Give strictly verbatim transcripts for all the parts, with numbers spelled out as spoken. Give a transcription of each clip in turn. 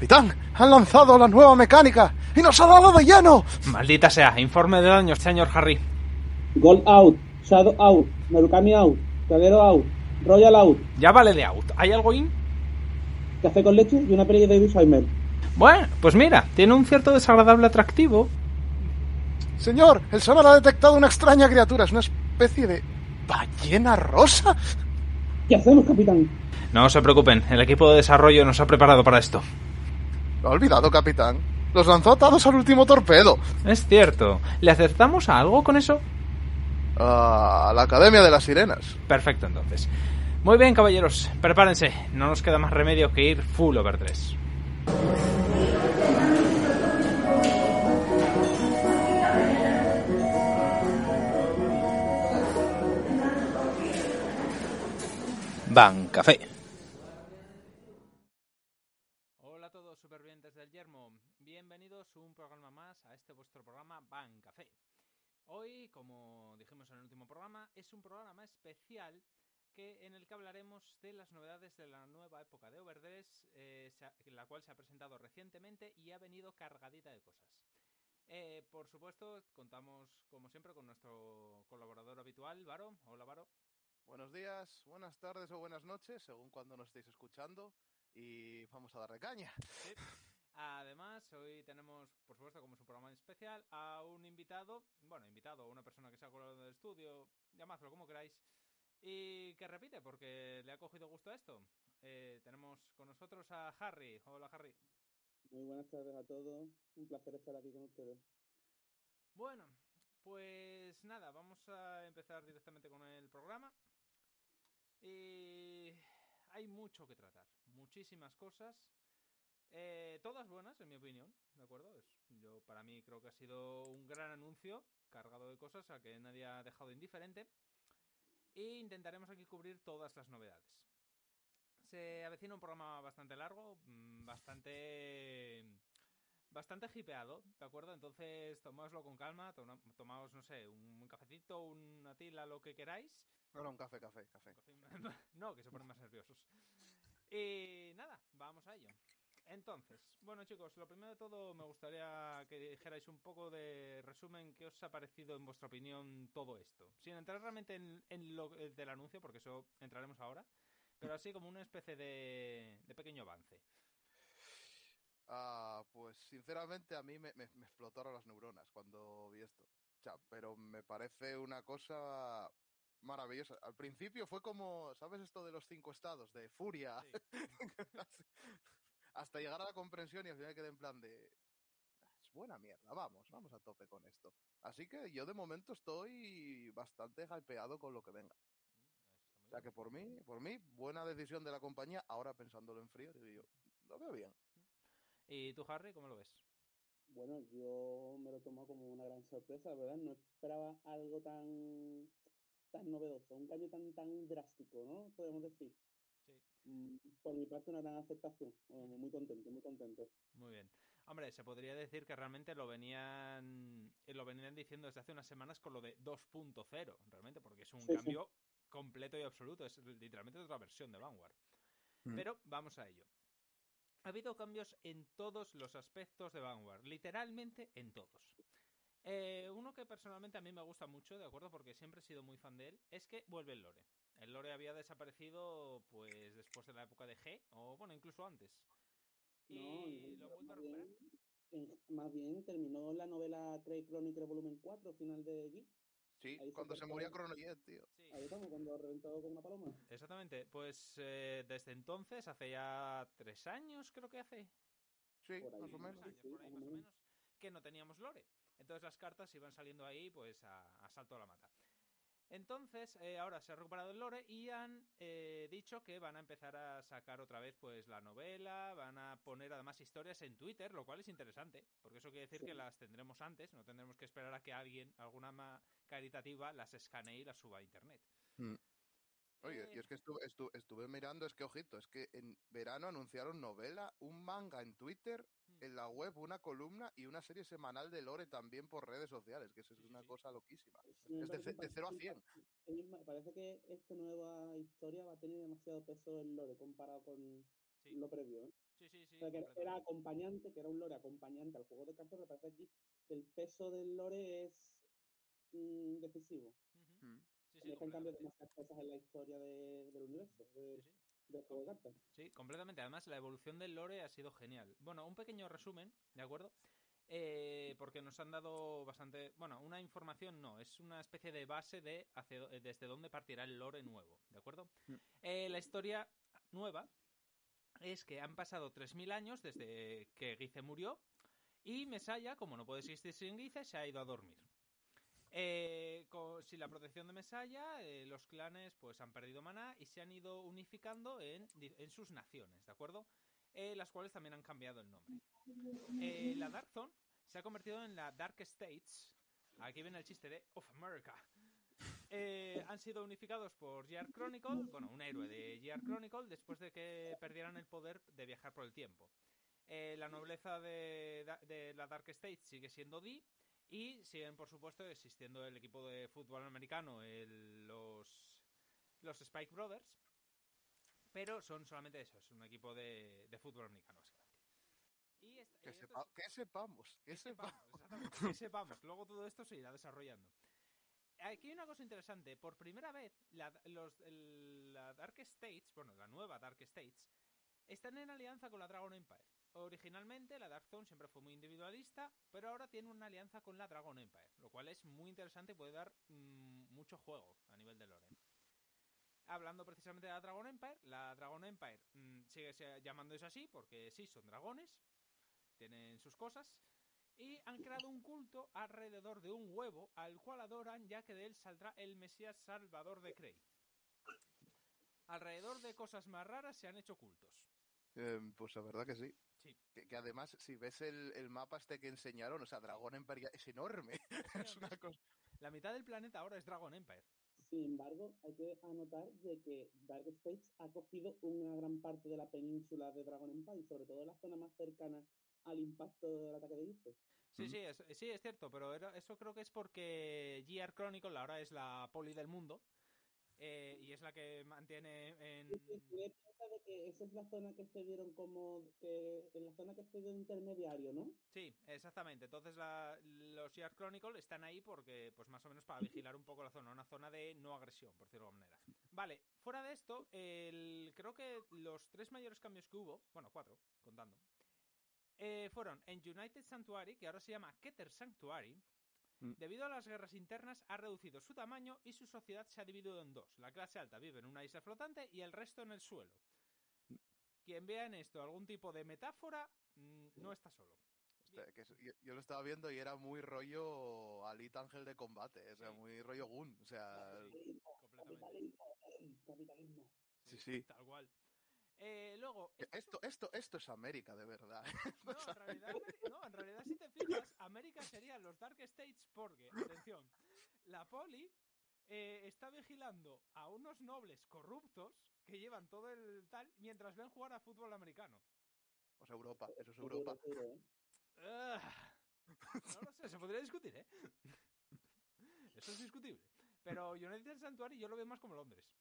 Capitán, han lanzado la nueva mecánica y nos ha dado de lleno. Maldita sea, informe de daños, señor Harry. Gold out, Shadow out, Narukami out, Kagero out, Royal out. Ya vale de out. ¿Hay algo in? Café con leche y una peli de David Simon. Bueno, pues mira, tiene un cierto desagradable atractivo. Señor, el sonar ha detectado una extraña criatura. Es una especie de ballena rosa. ¿Qué hacemos, capitán? No se preocupen, el equipo de desarrollo nos ha preparado para esto. Lo ha olvidado, capitán. Los lanzó atados al último torpedo. Es cierto. ¿Le acertamos a algo con eso? A la Academia de las Sirenas. Perfecto, entonces. Muy bien, caballeros, prepárense. No nos queda más remedio que ir full over tres. Ban Café. Hola a todos, supervivientes del Yermo. Bienvenidos un programa más a este vuestro programa Ban Café. Hoy, como dijimos en el último programa, es un programa especial que en el que hablaremos de las novedades de la nueva época de Overdress, eh, la cual se ha presentado recientemente y ha venido cargadita de cosas. Eh, por supuesto, contamos como siempre con nuestro colaborador habitual, Varo. Hola, Varo. Buenos días, buenas tardes o buenas noches, según cuando nos estéis escuchando, y vamos a darle caña. Sí. Además, hoy tenemos, por supuesto, como es un programa especial, a un invitado, bueno, invitado, una persona que se ha colado del estudio, llamadlo como queráis, y que repite porque le ha cogido gusto a esto. Eh, tenemos con nosotros a Harry. Hola, Harry. Muy buenas tardes a todos. Un placer estar aquí con ustedes. Bueno, pues nada, vamos a empezar directamente con el programa. Y hay mucho que tratar, muchísimas cosas. Eh, todas buenas, en mi opinión, ¿de acuerdo? Es, yo, para mí, creo que ha sido un gran anuncio, cargado de cosas a que nadie ha dejado indiferente. E intentaremos aquí cubrir todas las novedades. Se avecina un programa bastante largo, bastante... bastante hipeado, ¿de acuerdo? Entonces, tomaoslo con calma, to- tomaos, no sé, un cafecito, una tila, lo que queráis. No, no, un café, café, café. No, que se ponen más nerviosos. Y nada, vamos a ello. Entonces, bueno chicos, lo primero de todo me gustaría que dijerais un poco de resumen qué os ha parecido en vuestra opinión todo esto. Sin entrar realmente en, en lo del anuncio, porque eso entraremos ahora, pero así como una especie de, de pequeño avance. Ah, pues sinceramente a mí me, me, me explotaron las neuronas cuando vi esto. O sea, pero me parece una cosa maravillosa. Al principio fue como, ¿sabes esto de los cinco estados? De furia. Sí. Hasta llegar a la comprensión y al final quedé en plan de... Es buena mierda, vamos, vamos a tope con esto. Así que yo de momento estoy bastante hypeado con lo que venga. O sea que por mí, por mí, buena decisión de la compañía. Ahora pensándolo en frío, digo, lo veo bien. ¿Y tú, Harry, cómo lo ves? Bueno, yo me lo tomo como una gran sorpresa, ¿verdad? No esperaba algo tan tan novedoso, un cambio tan tan drástico, ¿no? Podemos decir. Sí. Mm, Por mi parte, una gran aceptación. Bueno, muy contento, muy contento. Muy bien. Hombre, se podría decir que realmente lo venían lo venían diciendo desde hace unas semanas con lo de dos punto cero, realmente, porque es un Sí, cambio sí. completo y absoluto. Es literalmente otra versión de Vanguard. Mm. Pero vamos a ello. Ha habido cambios en todos los aspectos de Vanguard, literalmente en todos. Eh, uno que personalmente a mí me gusta mucho, ¿de acuerdo? Porque siempre he sido muy fan de él, es que vuelve el lore. El lore había desaparecido pues después de la época de G, o bueno, incluso antes. Y No, lo han vuelto a más recuperar. bien, en- más bien terminó la novela Trade Chronicle volumen cuatro, final de G. Sí, Ahí se cuando se cortó. moría Chronojet, tío. Sí. Ahí estamos, cuando reventó con una paloma. Exactamente, pues eh, desde entonces, hace ya tres años, creo que hace. Sí, Por ahí, más o menos. Tres años, sí, por ahí más o más o menos. menos, que no teníamos lore. Entonces las cartas iban saliendo ahí, pues a, a salto a la mata. Entonces, eh, ahora se ha recuperado el lore y han eh, dicho que van a empezar a sacar otra vez pues la novela, van a poner además historias en Twitter, lo cual es interesante, porque eso quiere decir Sí. que las tendremos antes, no tendremos que esperar a que alguien, alguna ma caritativa, las escanee y las suba a internet. Mm. Oye, Eh, y es que estuve, estuve, estuve mirando, es que ojito, es que en verano anunciaron novela, un manga en Twitter, hmm. en la web una columna y una serie semanal de lore también por redes sociales, que eso es Sí, sí, una sí. cosa loquísima. Sí, me Es de, parece, ce- de cero a parece, cien. me parece que esta nueva historia va a tener demasiado peso el lore comparado con, Sí. lo previo, ¿eh? Sí, sí, sí. O sea, que era, era acompañante, que era un lore acompañante al juego de cartas, me parece aquí que el peso del lore es mm, decisivo. Uh-huh. Mm. Sí, Sí, sí, es que han cambiado completamente. demasiadas cosas en la historia de, del universo, de, Sí, sí. del juego de cartas. Sí, completamente. Además, la evolución del lore ha sido genial. Bueno, un pequeño resumen, ¿de acuerdo? Eh, porque nos han dado bastante... Bueno, una información no, es una especie de base de hacia, desde dónde partirá el lore nuevo, ¿de acuerdo? Mm. Eh, la historia nueva es que han pasado tres mil años desde que Guice murió y Mesaya, como no puede existir sin Guice, se ha ido a dormir. Eh, con, sin la protección de Mesaya, eh, los clanes pues han perdido maná y se han ido unificando en, en sus naciones, ¿de acuerdo? Eh, las cuales también han cambiado el nombre. Eh, la Dark Zone se ha convertido en la Dark States. Aquí viene el chiste de Of America. Eh, han sido unificados por Gear Chronicle, bueno, un héroe de Gear Chronicle, después de que perdieran el poder de viajar por el tiempo. Eh, la nobleza de, de la Dark State sigue siendo D, y siguen, por supuesto, existiendo el equipo de fútbol americano, el, los, los Spike Brothers, pero son solamente eso, es un equipo de, de fútbol americano, básicamente. Y esta, que, y sepa, es, que sepamos, que, que sepamos, sepamos. exactamente, que sepamos. Luego todo esto se irá desarrollando. Aquí hay una cosa interesante. Por primera vez, la, los, el, la Dark States, bueno, la nueva Dark States, están en alianza con la Dragon Empire. Originalmente la Dark Zone siempre fue muy individualista, pero ahora tiene una alianza con la Dragon Empire, lo cual es muy interesante y puede dar mmm, mucho juego a nivel de lore. Hablando precisamente de la Dragon Empire, la Dragon Empire mmm, sigue llamándose así porque sí, son dragones, tienen sus cosas, y han creado un culto alrededor de un huevo al cual adoran, ya que de él saldrá el Mesías Salvador de Krei. Alrededor de cosas más raras se han hecho cultos. Eh, pues la verdad que sí. Sí. Que, que además, si ves el, el mapa este que enseñaron, o sea, Dragón Empire es enorme. Es una cosa... La mitad del planeta ahora es Dragon Empire. Sin embargo, hay que anotar de que Dark States ha cogido una gran parte de la península de Dragon Empire, sobre todo la zona más cercana al impacto del ataque de Guice. Sí, sí, es, sí, es cierto, pero era, eso creo que es porque G R Chronicle ahora es la poli del mundo, eh, y es la que mantiene en... Tiene pinta de que esa es la zona que se dieron como... que en la zona que se dio intermediario, ¿no? Sí, exactamente. Entonces la, los G R Chronicle están ahí porque, pues más o menos para vigilar un poco la zona, una zona de no agresión, por decirlo de alguna manera. Vale, fuera de esto, el, creo que los tres mayores cambios que hubo, bueno, cuatro, contando, eh, fueron en United Sanctuary, que ahora se llama Keter Sanctuary. Debido a las guerras internas, ha reducido su tamaño y su sociedad se ha dividido en dos. La clase alta vive en una isla flotante y el resto en el suelo. Quien vea en esto algún tipo de metáfora, mmm, no está solo. Hostia, que yo, yo lo estaba viendo y era muy rollo Alita Ángel de combate, o sea, Sí. muy rollo Gun, o sea... Sí, completamente. Capitalismo, capitalismo. Sí, sí. Tal cual. Eh, luego... Esto, esto, esto, esto es América, de verdad. No, en realidad, no, en realidad, si te fijas, América serían los Dark States porque, atención, la poli eh, está vigilando a unos nobles corruptos que llevan todo el tal mientras ven jugar a fútbol americano. O sea, Europa, eso es Europa. Uh, no lo sé, se podría discutir, ¿eh? Eso es discutible. Pero United Sanctuary yo lo veo más como Londres.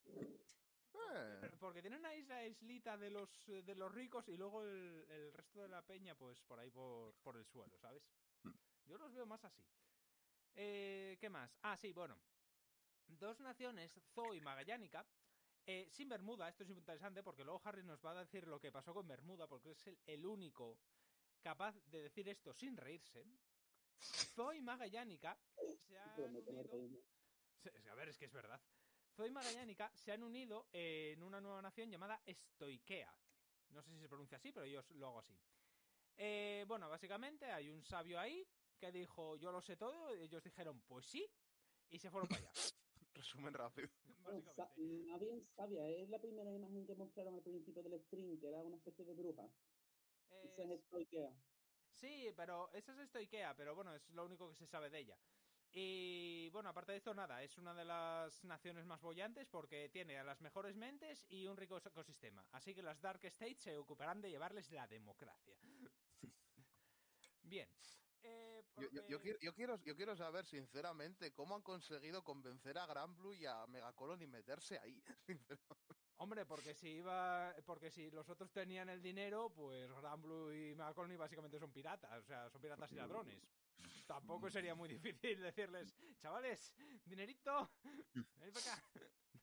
Eh. Porque tienen una isla islita de los, de los ricos y luego el, el resto de la peña pues por ahí por, por el suelo, ¿sabes? Yo los veo más así. Eh, ¿Qué más? Ah, sí, bueno. Dos naciones, Zoo y Magallánica, eh, sin Bermuda. Esto es interesante porque luego Harry nos va a decir lo que pasó con Bermuda porque es el, el único capaz de decir esto sin reírse. Zoo y Magallánica se han unido... A ver, es que es verdad. Zoo y Magallánica se han unido en una nueva nación llamada Stoikea. No sé si se pronuncia así, pero yo lo hago así. Eh, bueno, básicamente hay un sabio ahí que dijo, yo lo sé todo, y ellos dijeron, pues sí, y se fueron para allá. Resumen rápido. Básicamente. Más bien sabia, es la primera imagen que mostraron al principio del stream, que era una especie de bruja. Es... Esa es Stoikea. Sí, pero esa es Stoikea, pero bueno, es lo único que se sabe de ella. Y bueno, aparte de esto, nada, es una de las naciones más bollantes porque tiene a las mejores mentes y un rico ecosistema. Así que las Dark States se ocuparán de llevarles la democracia. Bien. Eh, Yo, yo, yo, quiero, yo, quiero, yo quiero saber, sinceramente, cómo han conseguido convencer a Granblue y a Megacolon y meterse ahí. Hombre, porque si iba, porque si los otros tenían el dinero, pues Granblue y Megacolony básicamente son piratas, o sea, son piratas y ladrones. Tampoco sería muy difícil decirles, chavales, dinerito, venid para acá.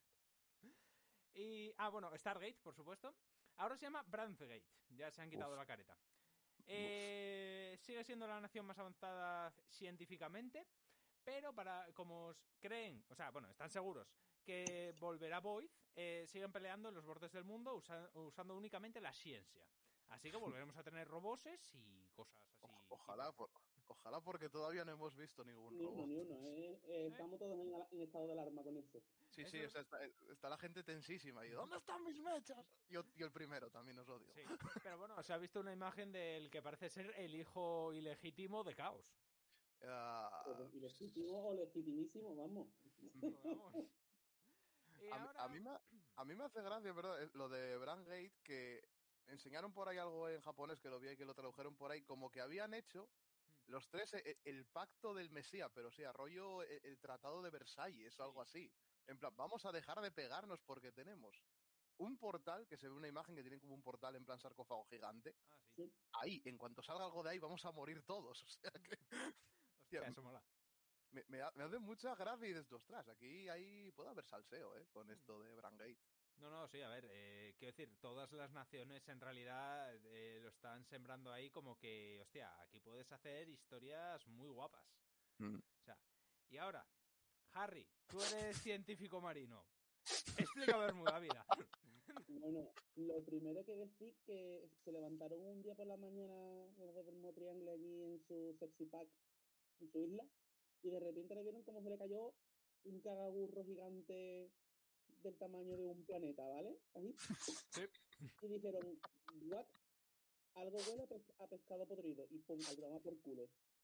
Y, ah, bueno, Stargate, por supuesto. Ahora se llama Brandgate, ya se han quitado Uf. la careta. Eh, sigue siendo la nación más avanzada científicamente, pero para como creen, o sea, bueno, están seguros que volverá Void, eh, siguen peleando en los bordes del mundo usa, usando únicamente la ciencia. Así que volveremos a tener roboses y cosas así. O, ojalá, por, ojalá porque todavía no hemos visto ningún Ni uno, robot. ni uno. Eh, eh, estamos todos en, en estado de alarma con eso. Sí, Eso sí, es... o sea, está, está la gente tensísima. Y ¿dónde están mis mechas? Yo, yo el primero también os lo digo. Sí, pero bueno, se ha visto una imagen del que parece ser el hijo ilegítimo de Caos. Uh, Ilegítimo o legitimísimo, vamos. Vamos. Y a, ahora... a, mí me, a mí me hace gracia, ¿verdad? Lo de Brandgate, que enseñaron por ahí algo en japonés, que lo vi y que lo tradujeron por ahí, como que habían hecho los tres el, el pacto del Mesías, pero sí, arroyo el, el tratado de Versalles o algo así. En plan, vamos a dejar de pegarnos porque tenemos un portal, que se ve una imagen que tiene como un portal en plan sarcófago gigante. Ah, sí. Ahí, en cuanto salga algo de ahí, vamos a morir todos. O sea que... Hostia, eso mola. Me, me, me hace mucha gracia y desde, ostras, aquí ahí puede haber salseo, ¿eh? Con esto de Brandgate. No, no, sí, a ver, eh, quiero decir, todas las naciones en realidad eh, lo están sembrando ahí como que, hostia, aquí puedes hacer historias muy guapas. Mm. O sea, y ahora, Harry, tú eres científico marino. Explícame Bermuda, vida. Bueno, lo primero que decir que se levantaron un día por la mañana los de Bermuda Triangle allí en su sexy pack, en su isla, y de repente le vieron cómo se le cayó un cagaburro gigante del tamaño de un planeta, ¿vale? Así. Sí. Y dijeron, what? Algo huele a, pes a pescado podrido y pum, al drama por culo.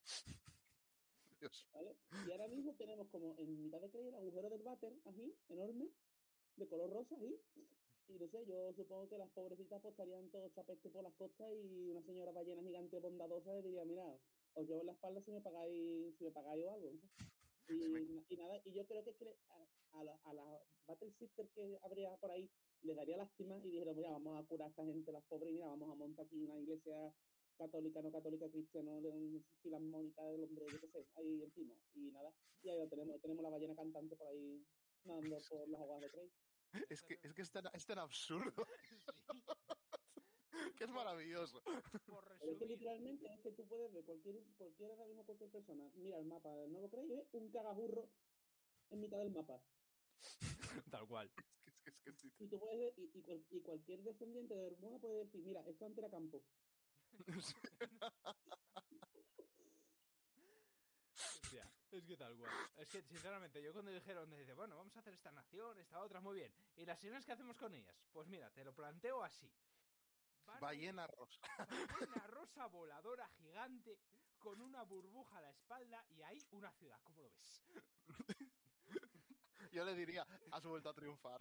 Dios. ¿Vale? Y ahora mismo tenemos como en mitad de creer el agujero del váter, así, enorme, de color rosa, ahí. Y no sé, yo supongo que las pobrecitas pues estarían todos chapeste por las costas y una señora ballena gigante bondadosa le diría, mira, os llevo en la espalda si me pagáis, si me pagáis o algo, no sé. Y, y nada, y yo creo que, es que a, a, la, a la Battle Sister que habría por ahí le daría lástima y dijeron, mira, vamos a curar a esta gente, las pobres, y mira, vamos a montar aquí una iglesia católica, no católica, cristiana, filarmónica de Londres, yo qué sé, ahí encima. Y nada, y ahí lo tenemos, tenemos la ballena cantante por ahí nadando por las aguas de Trey. Es que es, que es, tan, es tan absurdo. Sí. Que es maravilloso. Por Pero es que resumir. literalmente es que tú puedes ver cualquier, cualquier ahora mismo cualquier persona, mira el mapa del Nuevo Crey, ¿eh? Un cagaburro en mitad del mapa. Tal cual. Es que, es que, es que, Y tú puedes ver, y, y, cual, y cualquier descendiente de Bermuda puede decir, mira, esto antes era campo. Hostia, es que tal cual. Es que, sinceramente, yo cuando dijeron, dice, bueno, vamos a hacer esta nación, esta otra, muy bien. ¿Y las sirenas qué hacemos con ellas? Pues mira, te lo planteo así. Van Ballena rosa. Ballena rosa voladora gigante con una burbuja a la espalda y ahí una ciudad, ¿cómo lo ves? Yo le diría, has vuelto a triunfar.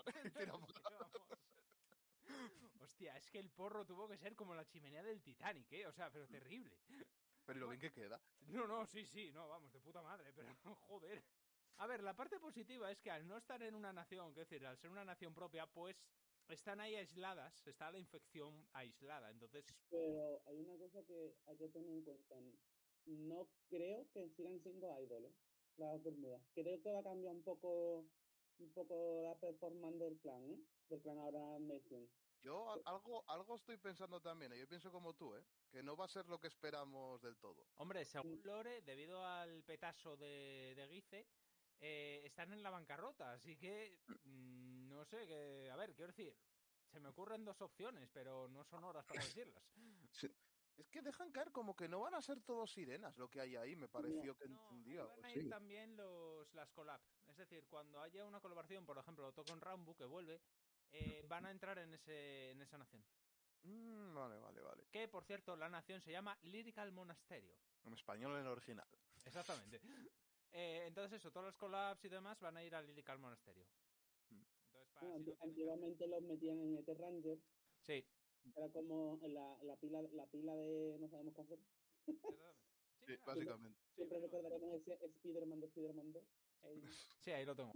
Hostia, es que el porro tuvo que ser como la chimenea del Titanic, ¿eh? O sea, pero terrible. Pero ¿y lo bien que queda? No, no, sí, sí, no, vamos, de puta madre, pero joder. A ver, la parte positiva es que al no estar en una nación, es decir, al ser una nación propia, pues están ahí aisladas, está la infección aislada, entonces... Pero hay una cosa que hay que tener en cuenta. No creo que sigan siendo ídoles las Bermudas. Creo que va a cambiar un poco un poco la performance del clan, ¿eh? Del clan ahora Mayhem. Yo algo, algo estoy pensando también, ¿eh? Yo pienso como tú, ¿eh? Que no va a ser lo que esperamos del todo. Hombre, según Lore, debido al petazo de, de Guice, eh, están en la bancarrota, así que mmm, no sé, que, a ver, quiero decir, se me ocurren dos opciones, pero no son horas para decirlas. Sí. Es que dejan caer como que no van a ser todos sirenas lo que hay ahí, me pareció No, que no, entendía. ahí van a Sí. ir también los, las collab. Es decir, cuando haya una colaboración, por ejemplo, toco en Rambu, que vuelve, eh, van a entrar en, ese, en esa nación. Mm, vale, vale, vale. Que, por cierto, la nación se llama Lyrical Monasterio. En español en el original. Exactamente. eh, entonces eso, todos los collabs y demás van a ir al Lyrical Monasterio. Mm. Entonces, para no, si no antiguamente los metían en Ether Ranger. Sí. Era como la, la, pila, la pila de no sabemos qué hacer. Exactamente. Sí, Sí, mira, básicamente. sí, Siempre básicamente. recordaremos ese Spider-Man de Spider-Man dos. Ahí. Sí, ahí lo tengo.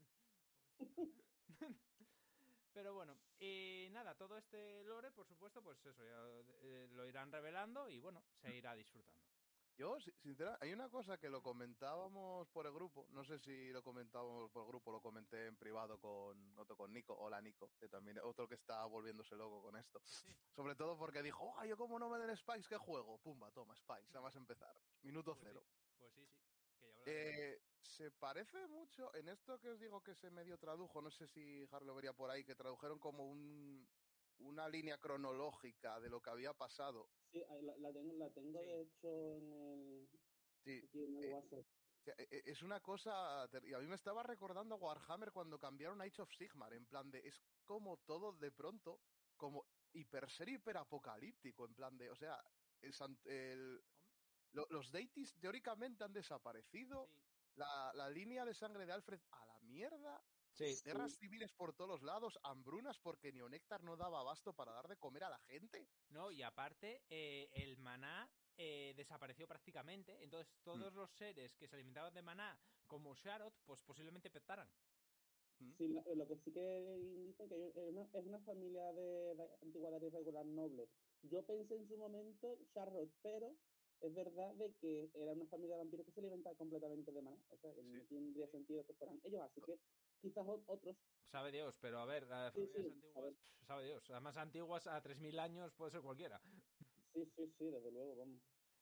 Pero bueno, y nada, todo este lore, por supuesto, pues eso, ya eh, lo irán revelando y bueno, se irá disfrutando. Yo, si- sinceramente, hay una cosa que lo comentábamos por el grupo, no sé si lo comentábamos por el grupo, lo comenté en privado con otro, con Nico, hola Nico, que también otro que está volviéndose loco con esto. Sobre todo porque dijo, oh, yo como no me den Spice, ¿qué juego? Pumba, toma, Spice, nada más empezar. Minuto Pues cero. sí, pues sí, sí, que ya habrá de ver. Eh, se parece mucho en esto que os digo que se medio tradujo, no sé si Har lo vería por ahí, que tradujeron como un, una línea cronológica de lo que había pasado. Sí, ahí la, la tengo, la tengo Sí. de hecho en el, Sí, aquí en el eh, WhatsApp. o sea, e- e- es una cosa... ter- Y a mí me estaba recordando a Warhammer cuando cambiaron a Age of Sigmar, en plan de... Es como todo de pronto, como hiper ser hiper apocalíptico, en plan de... O sea, el, sant- el- lo- los deities teóricamente han desaparecido, Sí, la, la línea de sangre de Alfred a la mierda, sí. guerras civiles por todos los lados, hambrunas porque Neonéctar no daba abasto para dar de comer a la gente. No, y aparte, eh, el maná eh, desapareció prácticamente, entonces Mm, todos los seres que se alimentaban de maná, como Sharot, pues posiblemente petaran. mm, Sí, lo, lo que sí que dicen que es una, es una familia de, de antigüedad irregular noble. Yo pensé en su momento Charlotte, pero es verdad de que era una familia de vampiros que se alimentaba completamente de maná. O sea, que sí. no tendría sentido que fueran ellos, así que quizás o- otros. Sabe Dios, pero a ver, las Sí, familias sí, antiguas, saber. pff, sabe Dios. Además, antiguas a tres mil años puede ser cualquiera. Sí, sí, sí, desde luego, vamos.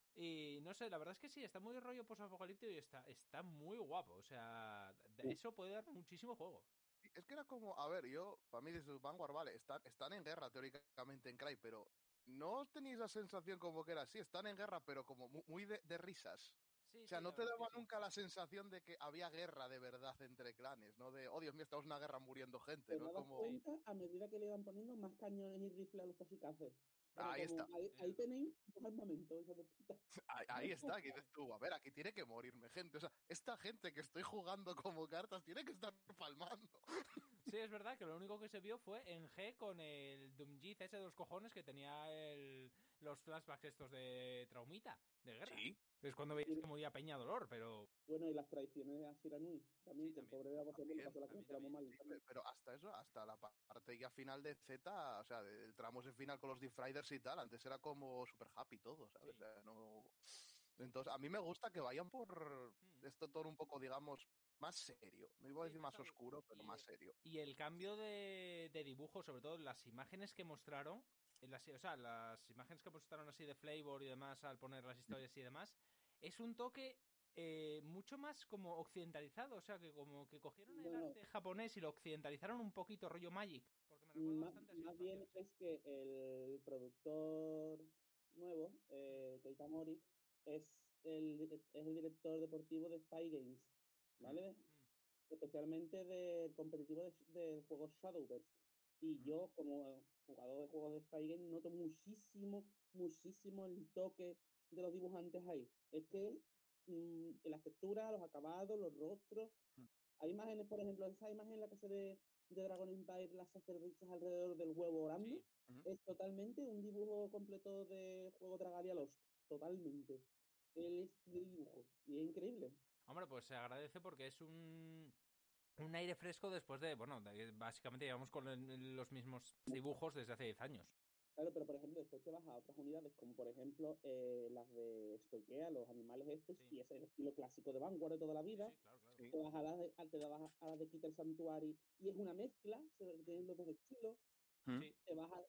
Y no sé, la verdad es que sí, está muy rollo posapocalíptico y está, está muy guapo. O sea, de- Sí. eso puede dar muchísimo juego. Es que era como, a ver, yo, para mí desde Vanguard, vale, están, están en guerra teóricamente en Cry, pero ¿no os tenéis la sensación como que era así? Están en guerra, pero como mu- muy de, de risas. Sí, O sea, sí, la no te verdad es que daba sí. nunca la sensación de que había guerra de verdad entre clanes, ¿no? De, oh Dios mío, estamos en una guerra muriendo gente, Te ¿no? das Como, Sí, cuenta a medida que le iban poniendo más cañones y rifles a los cachicazes. Era ahí como, está, ahí, ahí eso. tenéis dos armamentos, hijos de puta. ahí, ahí está, que dices tú, a ver, aquí tiene que morirme gente. O sea, esta gente que estoy jugando como cartas tiene que estar palmando. Sí, es verdad que lo único que se vio fue en G con el Doomjith ese de los cojones que tenía el, los flashbacks estos de Traumita, de guerra. Sí, Es cuando veías Y, que moría Peña Dolor, pero... bueno, y las traiciones a Shiranui también, Sí, que el también. pobre de Aguasolo le también. pasó la que También, nos quedamos también. mal. Sí, pe- pero hasta eso, hasta la parte ya final de Z, o sea, del tramo ese final con los Deep Riders y tal, antes era como super happy todo, ¿sabes? Sí. O sea, no... Entonces, a mí me gusta que vayan por Mm. esto todo un poco, digamos, más serio. No iba a Sí, decir más está gu- oscuro, pero y, más serio. y el cambio de, de dibujo, sobre todo las imágenes que mostraron, en las, o sea, las imágenes que mostraron así de Flavor y demás al poner las historias y demás, es un toque eh, mucho más como occidentalizado, o sea, que como que cogieron el Bueno, arte japonés y lo occidentalizaron un poquito rollo Magic, porque me recuerda más, bastante a más bien situaciones, ¿eh? es que el productor nuevo, Mm, eh, Keita Mori, es el, es el director deportivo de Five Games, Mm, ¿vale? mm, Especialmente del competitivo de- del juego Shadowverse. Y mm. yo, como jugador de juegos de Five Games, noto muchísimo, muchísimo el toque de los dibujantes ahí. Es que mm, en las texturas, los acabados, los rostros. Mm. Hay imágenes, por ejemplo, esa imagen en la que se ve de Dragon Empire las sacerdotisas alrededor del huevo orando. sí. Ujú. Es totalmente un dibujo completo de juego Dragalia Lost. Totalmente. El estilo de dibujo. Y es increíble. Hombre, pues se agradece porque es un, un aire fresco después de, bueno, de- básicamente llevamos con el- los mismos dibujos desde hace diez años. Claro, pero por ejemplo, después te vas a otras unidades, como por ejemplo eh, las de Stoikea, los animales estos, Sí, y ese es el estilo clásico de Vanguard de toda la sí, vida. sí, claro, claro. Sí. Te vas a las de, a- te vas a, a las de Kitter Sanctuary, y es una mezcla, se Mm, tienen los dos estilos. Mm. sí. Te vas a,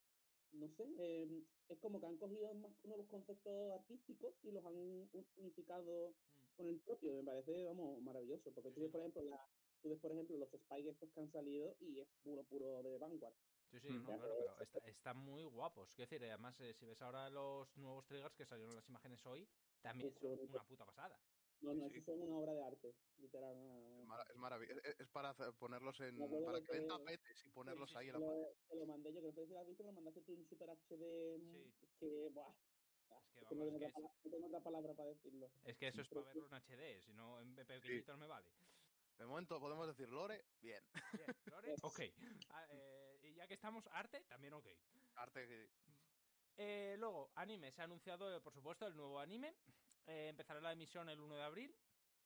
no sé, eh, es como que han cogido más nuevos conceptos artísticos y los han u- unificado Mm, con el propio. Me parece, vamos, maravilloso, porque sí, tú sí, ves, por no. ejemplo, la, tú ves, por ejemplo, los Spike estos que han salido y es puro, puro de Vanguard. Sí, sí, Mm. no, Ya, claro, pero está, están muy guapos. Quiero decir, además, eh, si ves ahora los nuevos triggers que salieron en las imágenes hoy, también es son bonito. una puta pasada. No, Sí, no, sí. esos son una obra de arte, literal. Es, no- mara- es maravilloso. Es, es para hacer- ponerlos Me en. acuerdo Para que que den te, tapetes y Sí, ponerlos sí, ahí sí. en te la pared. lo, te lo mandé yo, que no sé si lo has visto, me lo mandaste tú en Super H D. mm, Sí. Es que, buah, ah, Es que es que no vamos, es tengo, que otra es, pala- no tengo otra palabra para decirlo. es que eso es Pero para verlo en H D, si no en Sí. pequeñito no me vale. De momento podemos decir Lore, bien. Bien, Lore, ok. es, Ah, eh, y ya que estamos, arte, también ok. Arte que. Eh, luego, anime. Se ha anunciado, eh, por supuesto, el nuevo anime. Eh, empezará la emisión el uno de abril.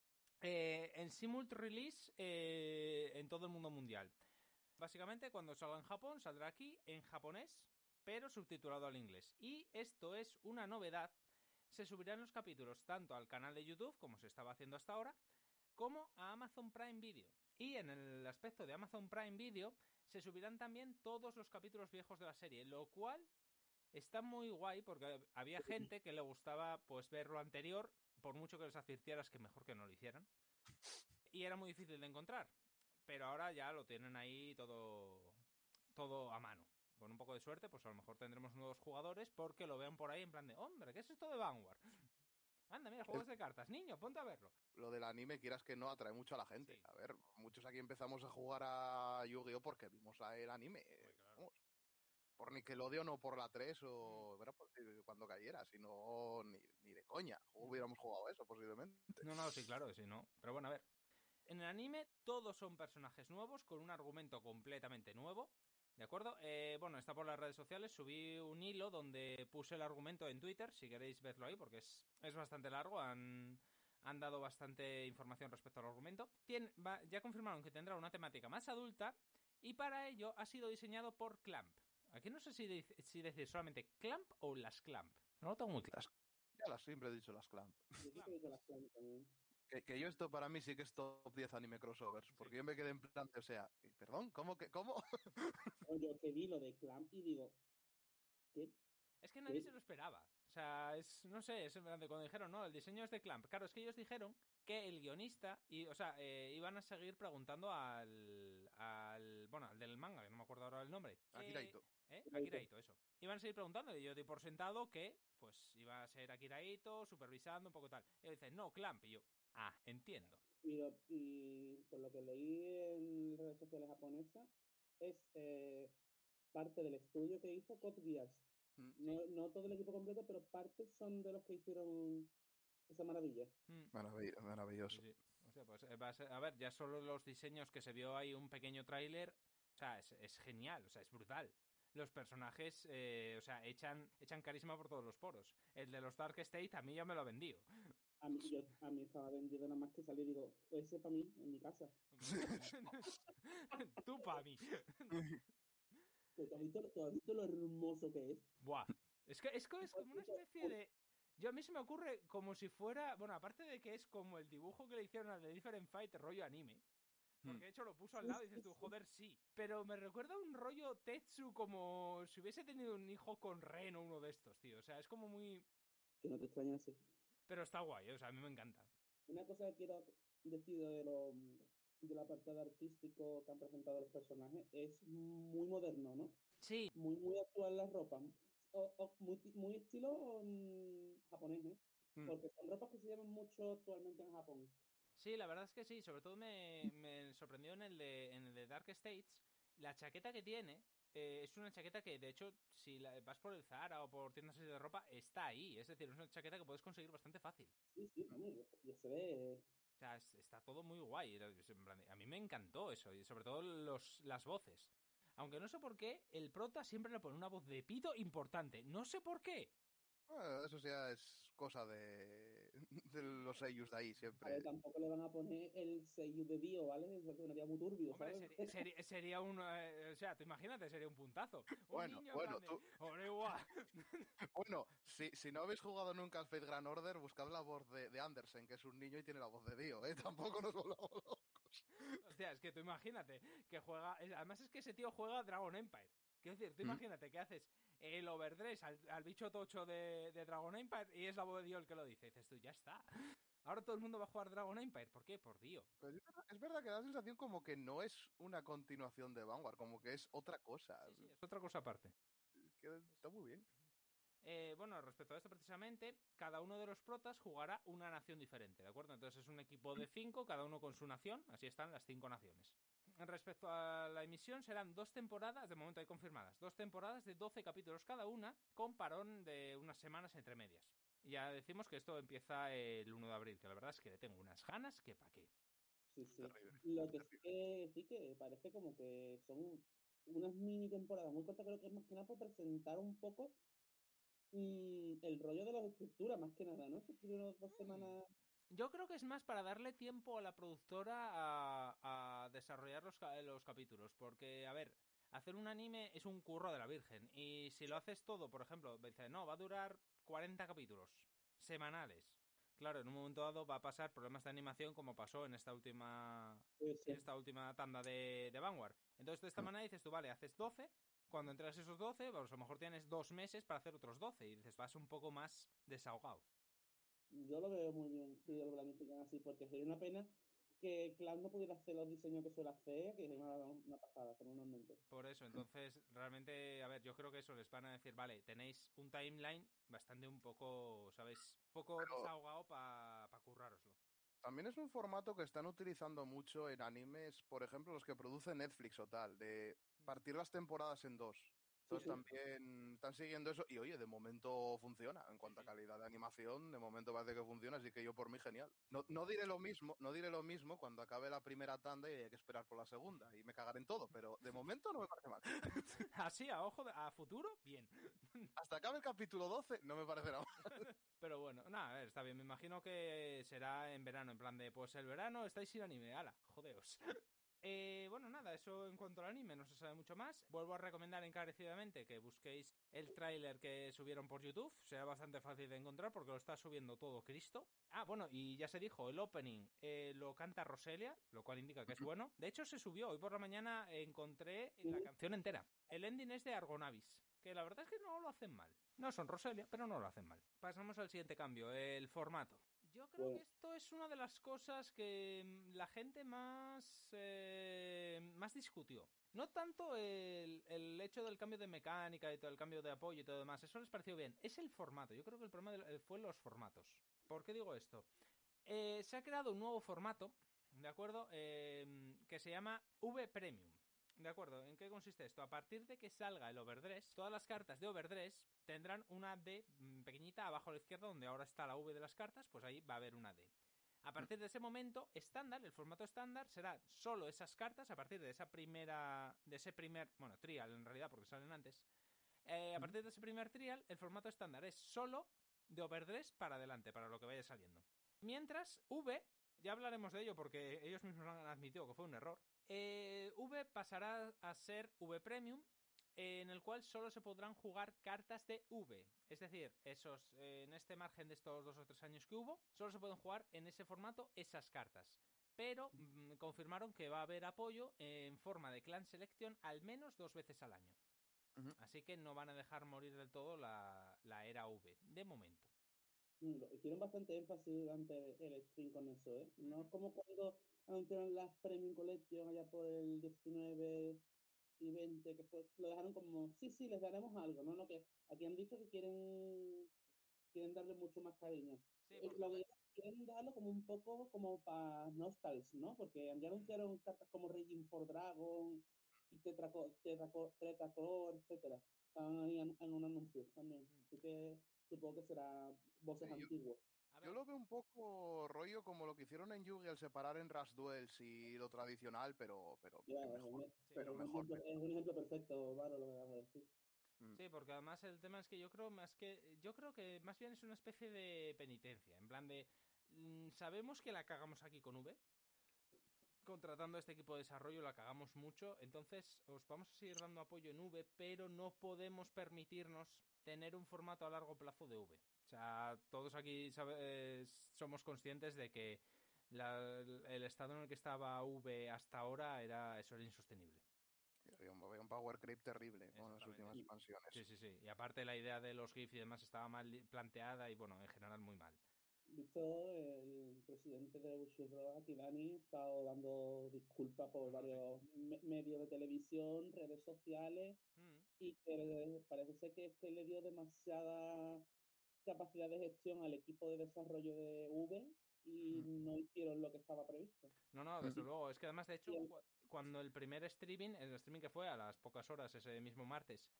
Eh, en simult release eh, en todo el mundo mundial. Básicamente, cuando salga en Japón, saldrá aquí en japonés, pero subtitulado al inglés. Y esto es una novedad. Se subirán los capítulos tanto al canal de YouTube, como se estaba haciendo hasta ahora, como a Amazon Prime Video. Y en el aspecto de Amazon Prime Video se subirán también todos los capítulos viejos de la serie, lo cual está muy guay porque había gente que le gustaba pues ver lo anterior, por mucho que les advirtieras que mejor que no lo hicieran. Y era muy difícil de encontrar. Pero ahora ya lo tienen ahí todo, todo a mano. Con un poco de suerte, pues a lo mejor tendremos nuevos jugadores porque lo vean por ahí en plan de, hombre, ¿qué es esto de Vanguard? Anda, mira, juegos de cartas. Niño, ponte a verlo. Lo del anime, quieras que no, atrae mucho a la gente. Sí. A ver, muchos aquí empezamos a jugar a Yu-Gi-Oh! Porque vimos el anime. Uy, claro. Vamos, por Nickelodeon o por la tres o Mm. verá, por, cuando cayera, si no, ni, ni de coña. Hubiéramos jugado eso, posiblemente. No, no, sí, claro, sí, no. Pero bueno, a ver. En el anime todos son personajes nuevos con un argumento completamente nuevo. ¿De acuerdo? Eh, bueno, está por las redes sociales. Subí un hilo donde puse el argumento en Twitter, si queréis verlo ahí, porque es, es bastante largo. Han, han dado bastante información respecto al argumento. Tien, va, ya confirmaron que tendrá una temática más adulta y para ello ha sido diseñado por Clamp. Aquí no sé si, de, si decir solamente Clamp o las Clamp. No lo tengo muy claro. Las, ya las siempre he dicho las Clamp. Yo sí que he dicho las Clamp también. Que, que yo esto para mí sí que es top diez anime crossovers, porque sí. Yo me quedé en plan de, o sea, perdón, ¿cómo que, cómo? Yo que vi lo de Clamp y digo, ¿qué? Es que nadie ¿Qué? se lo esperaba. O sea, es, no sé, es cuando dijeron, no, el diseño es de Clamp. Claro, es que ellos dijeron que el guionista, y, o sea, eh, iban a seguir preguntando al, al, bueno, al del manga, que no me acuerdo ahora el nombre. Akira Ito. ¿Eh? Akira Ito, eso. Iban a seguir preguntando y yo di por sentado que, pues, iba a ser Akira Ito, supervisando un poco tal. Y ellos dicen, no, Clamp. Y yo, ah, entiendo. Y, lo, y por lo que leí en redes sociales japonesas, es eh, parte del estudio que hizo Code Geass. Mm, no, sí. No todo el equipo completo, pero partes son de los que hicieron esa maravilla. Mm. Maravill- maravilloso. Sí, sí. O sea, pues va a, ser, a ver, ya solo los diseños que se vio ahí, un pequeño tráiler, o sea, es, es genial, o sea, es brutal. Los personajes, eh, o sea, echan, echan carisma por todos los poros. El de los Dark State a mí ya me lo ha vendido. A mí, yo, a mí estaba vendido nada más que salir y digo, ese para mí, en mi casa. Tú para mí. ¿Tú has, visto, ¿Tú has visto lo hermoso que es? Buah. Es que es, que es como una especie de... Yo a mí se me ocurre como si fuera... Bueno, aparte de que es como el dibujo que le hicieron al de Different Fight, rollo anime. Porque de hecho lo puso al lado y dices tú, joder, sí. Pero me recuerda un rollo Tetsu como si hubiese tenido un hijo con Ren o uno de estos, tío. O sea, es como muy... Que no te extrañase. Pero está guay, o sea, a mí me encanta. Una cosa que quiero decir de lo del apartado artístico que han presentado los personajes es muy moderno, ¿no? Sí. Muy, muy actual la ropa. O, o muy, muy estilo um, japonés, ¿eh? Mm. Porque son ropas que se llevan mucho actualmente en Japón. Sí, la verdad es que sí. Sobre todo me, me sorprendió en el, de, en el de Dark States. La chaqueta que tiene eh, es una chaqueta que, de hecho, si la, vas por el Zara o por tiendas de ropa, está ahí. Es decir, es una chaqueta que puedes conseguir bastante fácil. Sí, sí, vamos, ya se ve... O sea, es, está todo muy guay. A mí me encantó eso. Y sobre todo los, las voces. Aunque no sé por qué, el prota siempre le pone una voz de pito importante. No sé por qué. Bueno, eso ya es cosa de, de los seiyus de ahí, siempre. A ver, tampoco le van a poner el seiyu de Dio, ¿vale? Eso sonaría muy turbio, Hombre, ¿sabes? Sería, sería, sería un... Eh, o sea, tú imagínate, sería un puntazo. Un bueno, niño bueno, grande. tú... bueno, si, si no habéis jugado nunca al Fate Grand Order, buscad la voz de, de Andersen, que es un niño y tiene la voz de Dio, ¿eh? Tampoco nos volvamos locos. Hostia, es que tú imagínate que juega... Además es que ese tío juega Dragon Empire. Quiero decir, tú ¿Mm? Imagínate que haces el overdress al, al bicho tocho de, de Dragon Empire y es la voz de Dio el que lo dice. Y dices tú, ya está. Ahora todo el mundo va a jugar Dragon Empire. ¿Por qué? Por Dio. Pero es verdad que da la sensación como que no es una continuación de Vanguard, como que es otra cosa. Sí, sí, es otra cosa aparte. Que está muy bien. Eh, bueno, respecto a esto precisamente, cada uno de los protas jugará una nación diferente, ¿de acuerdo? Entonces es un equipo de cinco, cada uno con su nación, así están las cinco naciones. Respecto a la emisión, serán dos temporadas, de momento hay confirmadas, dos temporadas de doce capítulos cada una, con parón de unas semanas entre medias. Y ya decimos que esto empieza el uno de abril, que la verdad es que le tengo unas ganas que pa' qué. Sí, sí. Lo que sí que, sí que parece como que son unas mini temporadas muy cortas, creo que es más que nada para presentar un poco mm, el rollo de las estructuras, más que nada, ¿no? Esas primeras dos semanas. Yo creo que es más para darle tiempo a la productora a, a desarrollar los, ca- los capítulos. Porque, a ver, hacer un anime es un curro de la Virgen. Y si lo haces todo, por ejemplo, dice, no, va a durar cuarenta capítulos semanales. Claro, en un momento dado va a pasar problemas de animación como pasó en esta última Pues, en sí. esta última tanda de, de Vanguard. Entonces, de esta manera dices tú, vale, haces doce. Cuando entras esos doce, pues a lo mejor tienes dos meses para hacer otros doce. Y dices, vas un poco más desahogado. Yo lo veo muy bien si lo planifican así, porque sería una pena que Cloud no pudiera hacer los diseños que suele hacer, que es una, una pasada, normalmente. Por eso, entonces, realmente, a ver, yo creo que eso les van a decir, vale, tenéis un timeline bastante un poco, ¿sabes? Un poco Pero desahogado para pa currároslo. también es un formato que están utilizando mucho en animes, por ejemplo, los que produce Netflix o tal, de partir las temporadas en dos. Sí, Entonces sí. también están siguiendo eso y oye, de momento funciona. En Sí, cuanto a sí. calidad de animación, de momento parece que funciona, así que yo por mí genial. No, no diré lo mismo, no diré lo mismo cuando acabe la primera tanda y hay que esperar por la segunda y me cagaré en todo, pero de momento no me parece mal. Así, a ojo, de- a futuro, bien. Hasta acabe el capítulo doce, no me parecerá mal. Pero bueno, nada, a ver, está bien. Me imagino que será en verano, en plan de, pues el verano estáis sin anime, ala, jodeos. Eh, bueno, nada, eso en cuanto al anime, no se sabe mucho más. Vuelvo a recomendar encarecidamente que busquéis el tráiler que subieron por YouTube. Será bastante fácil de encontrar porque lo está subiendo todo Cristo. Ah, bueno, y ya se dijo, el opening eh, lo canta Roselia, lo cual indica que es bueno. De hecho, se subió. Hoy por la mañana encontré la Sí. canción entera. El ending es de Argonavis, que la verdad es que no lo hacen mal. No son Roselia, pero no lo hacen mal. Pasamos al siguiente cambio, el formato. Yo creo que Bueno, esto es una de las cosas que mm, la gente más, eh, más discutió. No tanto el, el hecho del cambio de mecánica y todo el cambio de apoyo y todo lo demás, eso les pareció bien. Es el formato. Yo creo que el problema del- eh, fue los formatos. ¿Por qué digo esto? Eh, se ha creado un nuevo formato, ¿de acuerdo? Eh, que se llama V Premium. ¿De acuerdo? ¿En qué consiste esto? A partir de que salga el Overdress, todas las cartas de Overdress tendrán una D mm, pequeñita abajo a la izquierda, donde ahora está la V de las cartas, pues ahí va a haber una D. A partir de ese momento, estándar, el formato estándar será solo esas cartas a partir de esa primera, de ese primer, bueno, trial en realidad porque salen antes. Eh, a partir de ese primer trial, el formato estándar es solo de Overdress para adelante, para lo que vaya saliendo. Mientras, V, ya hablaremos de ello porque ellos mismos han admitido que fue un error. Eh, V pasará a ser V Premium, eh, en el cual solo se podrán jugar cartas de V. Es decir, esos, eh, en este margen de estos dos o tres años que hubo, solo se pueden jugar en ese formato esas cartas. Pero mmm, confirmaron que va a haber apoyo en forma de clan selection al menos dos veces al año. Ujú. Así que no van a dejar morir del todo la, la era V, de momento. mm, hicieron bastante énfasis durante el stream con eso, ¿eh? No es Ujú. como cuando anunciaron las Premium Collection allá por el diecinueve y veinte, que fue, lo dejaron como, sí, sí, les daremos algo, ¿no? Lo que aquí han dicho que quieren quieren darle mucho más cariño. Sí, Eh, porque lo a ver. que quieren darlo como un poco como para Nostals, ¿no? Porque ya Mm. anunciaron cartas como Raging for Dragon y Tetraco, Tetraco, Tetracore, etcétera. Estaban ahí en, en un anuncio también. Mm. Así que supongo que será voces Sí, yo, antiguas. A yo ver, lo veo un poco rollo como lo que hicieron en Yugi al separar en Rush Duels y lo tradicional, pero, pero Ya, eh, es, mejor. un, sí, es Pero un mejor, ejemplo, mejor. es un ejemplo perfecto, Varo, lo que vas a decir. Mm. sí, porque además el tema es que yo creo más que yo creo que más bien es una especie de penitencia, en plan de mm, sabemos que la cagamos aquí con V, contratando a este equipo de desarrollo la cagamos mucho, entonces os vamos a seguir dando apoyo en V, pero no podemos permitirnos tener un formato a largo plazo de V. O sea, todos aquí sabe, somos conscientes de que la, el estado en el que estaba V hasta ahora era eso era insostenible. Había un, había un power creep terrible con las Exactamente. últimas expansiones. Sí, sí, sí. Y aparte la idea de los GIFs y demás estaba mal planteada y bueno, en general muy mal. Visto, el presidente de Bushiroad, Akidani, ha estado dando disculpas por No, no, sí. varios me- medios de televisión, redes sociales, Mm. y que parece ser que es que le dio demasiada capacidad de gestión al equipo de desarrollo de V y Mm. no hicieron lo que estaba previsto. No, no, Mm. desde luego. Es que además, de Y hecho, el- cu- cuando el primer streaming, el streaming que fue a las pocas horas ese mismo martes,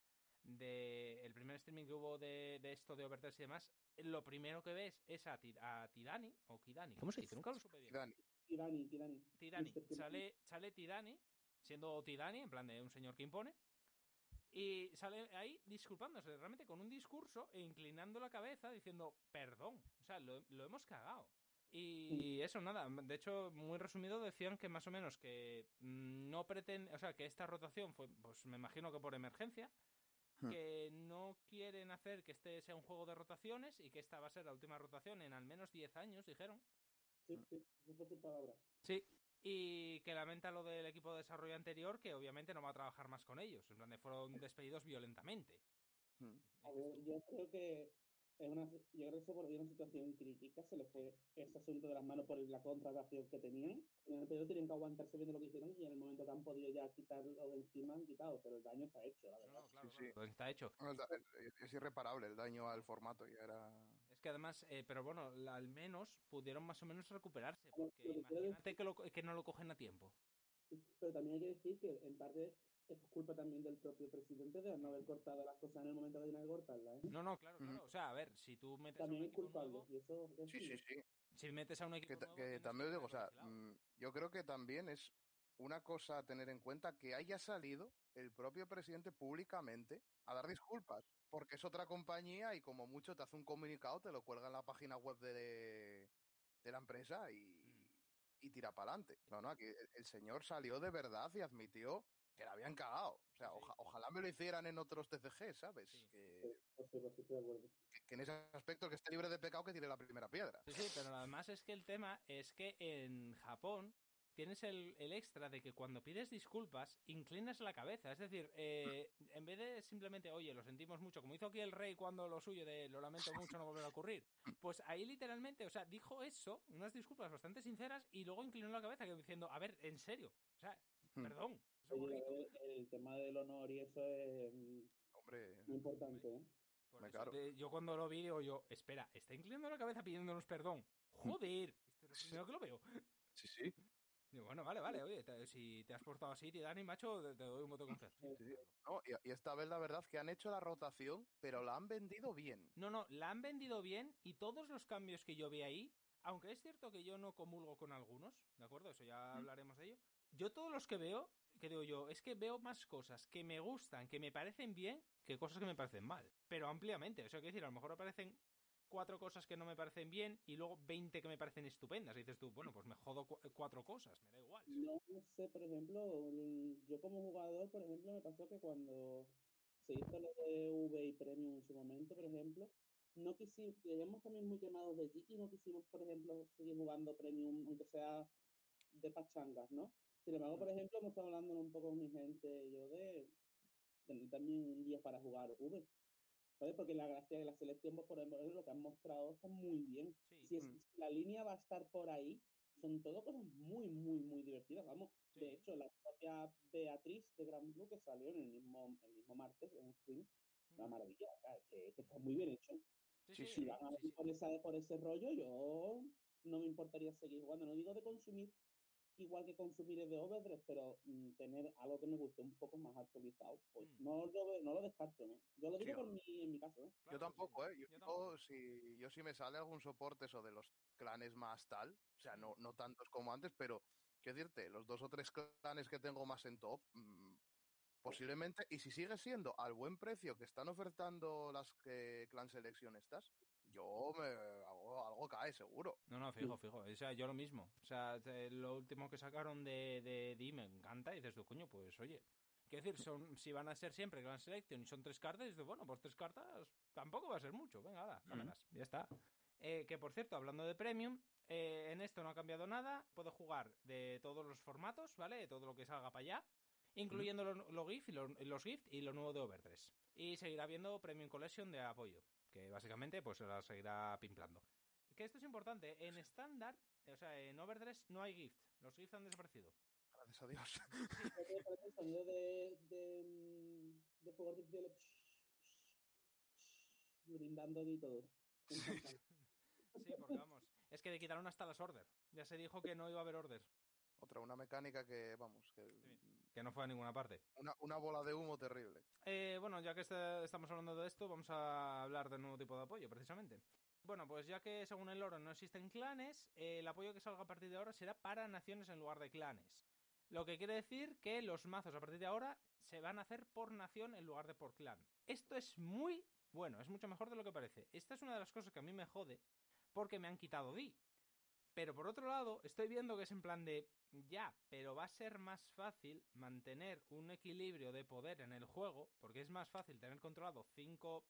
de el primer streaming que hubo de, de esto de Overtales y demás, lo primero que ves es a, Ti- a Tidani, o Kidani, ¿cómo se dice? Nunca lo supe Y bien. Dani, Tirani, Tirani, Tidani, mister Tirani. sale, sale Tidani, siendo Tidani, en plan de un señor que impone, Y sale ahí disculpándose, realmente con un discurso e inclinando la cabeza diciendo, perdón, o sea, lo, lo hemos cagado. Y eso, nada, de hecho, muy resumido, decían que más o menos que no pretenden, o sea, que esta rotación fue, pues me imagino que por emergencia, que no quieren hacer que este sea un juego de rotaciones y que esta va a ser la última rotación en al menos diez años, dijeron. Sí, sí, eso fue su palabra. Sí, y que lamenta lo del equipo de desarrollo anterior, que obviamente no va a trabajar más con ellos, en plan de fueron despedidos violentamente. A ver, yo creo que es una, yo creo que se volvió una situación crítica, se le fue ese asunto de las manos por la contratación que tenían. En el periodo tenían que aguantarse viendo lo que hicieron y en el momento que han podido ya quitarlo de encima han quitado, pero el daño está hecho, la verdad. No, no, claro, Sí, sí. claro, está hecho. No, Es, es- es irreparable el daño al formato, ya era... Es que además, eh, pero bueno, la- al menos pudieron más o menos recuperarse, Lo porque que quiero imagínate decir- que, lo- que no lo cogen a tiempo. Pero también hay que decir que en parte es culpa también del propio presidente de no haber cortado las cosas en el momento que tenía que cortarlas. ¿eh? No, no, claro, Ujú. claro. O sea, a ver, si tú metes a un También es equipo culpable nuevo, y eso es Sí, sí, así. sí. si metes a un equipo Que, ta- nuevo, que tienes también os digo, o tenerlo sea, vigilado. mm, yo creo que también es una cosa a tener en cuenta que haya salido el propio presidente públicamente a dar disculpas, porque es otra compañía y como mucho te hace un comunicado, te lo cuelga en la página web de, de la empresa y, Mm. y tira para adelante. No, no, aquí el, el señor salió de verdad y admitió que la habían cagado. O sea, Sí, sí. oja- ojalá me lo hicieran en otros T C G, ¿sabes? Sí. Que, Sí, pues sí, pues sí, estoy de acuerdo. que- que en ese aspecto que esté libre de pecado que tire la primera piedra. Sí, sí, pero además es que el tema es que en Japón tienes el, el extra de que cuando pides disculpas, inclinas la cabeza. Es decir, eh, en vez de simplemente, oye, lo sentimos mucho, como hizo aquí el rey cuando lo suyo de lo lamento mucho, no volverá a ocurrir, pues ahí literalmente, o sea, dijo eso, unas disculpas bastante sinceras, y luego inclinó la cabeza como diciendo, a ver, en serio, o sea, Hmm. perdón, eso es Oye, bonito. el, el tema del honor y eso es mm, Hombre, muy importante, ¿eh? Por me eso, caro. de- yo cuando lo vi digo yo, espera, está inclinando la cabeza pidiéndonos perdón. Joder, esto es lo primero que lo veo. Sí, sí. Digo, bueno, vale, vale, oye, te- si te has portado así, Dani, macho, te, te doy un voto de confianza. Eh, Sí, sí. No, y, y esta vez la verdad que han hecho la rotación, pero la han vendido bien. No, no, la han vendido bien y todos los cambios que yo vi ahí, aunque es cierto que yo no comulgo con algunos, ¿de acuerdo? Eso ya hablaremos de ello. Yo todos los que veo, que digo yo, es que veo más cosas que me gustan, que me parecen bien, que cosas que me parecen mal. Pero ampliamente, o sea, quiero decir, a lo mejor aparecen cuatro cosas que no me parecen bien y luego veinte que me parecen estupendas. Y dices tú, bueno, pues me jodo cu- cuatro cosas, me da igual. No sé, por ejemplo, el- yo como jugador, por ejemplo, me pasó que cuando se hizo lo de V y Premium en su momento, por ejemplo, no quisimos, queríamos también muy quemados de allí y no quisimos, por ejemplo, seguir jugando Premium, aunque sea de pachangas, ¿no? Sin embargo, por ejemplo, hemos estado hablando un poco con mi gente, yo de tener también un día para jugar V, ¿sabes? Porque la gracia de la selección, pues, por ejemplo, lo que han mostrado está muy bien. Sí, Si, es, Mm. si la línea va a estar por ahí, son todo cosas muy, muy, muy divertidas. Vamos, sí. de hecho, la propia Beatriz de Gran Blue que salió en el mismo, el mismo martes en stream, una Mm. maravilla. O sea, que, que está muy bien hecho. Sí, Sí, sí, Si sí. van a sí, ir sí. por, esa, por ese rollo, yo no me importaría seguir jugando. No digo de consumir igual que consumir el de Overdress, pero mm, tener algo que me guste un poco más actualizado, pues Mm. no, lo, ve- no lo descarto, ¿eh? Yo lo Sí, digo yo- por mi, en mi caso, ¿eh? Yo Claro, tampoco, sí, ¿eh? Yo, yo tampoco. yo si, yo si me sale algún soporte eso de los clanes más tal, o sea, no, no tantos como antes, pero, quiero decirte, los dos o tres clanes que tengo más en top, mm, posiblemente, y si sigue siendo al buen precio que están ofertando las que Clan Selection estas, yo me algo, algo cae seguro. No, no, fijo, fijo. O sea, yo lo mismo. O sea, te- lo último que sacaron de, de D me encanta. Y dices tú, coño, pues oye. Quiero decir, son, si van a ser siempre Grand Selection y son tres cartas, dices, bueno, pues tres cartas tampoco va a ser mucho. Venga, hala, dámelas. Ya está. Eh, que por cierto, hablando de Premium, eh, en esto no ha cambiado nada. Puedo jugar de todos los formatos, ¿vale? De todo lo que salga para allá. Incluyendo los lo GIF y lo- los GIFT y lo nuevo de Overdress. Y seguirá habiendo Premium Collection de apoyo. Que básicamente pues se la seguirá pimplando. Que esto es importante. En estándar, o sea, en Overdress no hay gift. Los gifts han desaparecido. Gracias a Dios. ¿Qué te parece el sonido de, de, mm, de fuegos artificiales brindando y todo? Sí, porque vamos. Es que le quitaron hasta las order. Ya se dijo que no iba a haber order. Otra, una mecánica que, vamos, que Que no fue a ninguna parte. una, una bola de humo terrible. Eh, bueno, ya que este- estamos hablando de esto, vamos a hablar del nuevo tipo de apoyo, precisamente. Bueno, pues ya que según el lore no existen clanes, eh, el apoyo que salga a partir de ahora será para naciones en lugar de clanes. Lo que quiere decir que los mazos a partir de ahora se van a hacer por nación en lugar de por clan. Esto es muy bueno, es mucho mejor de lo que parece. Esta es una de las cosas que a mí me jode porque me han quitado D I. Pero por otro lado, estoy viendo que es en plan de, ya, pero va a ser más fácil mantener un equilibrio de poder en el juego, porque es más fácil tener controlado cinco,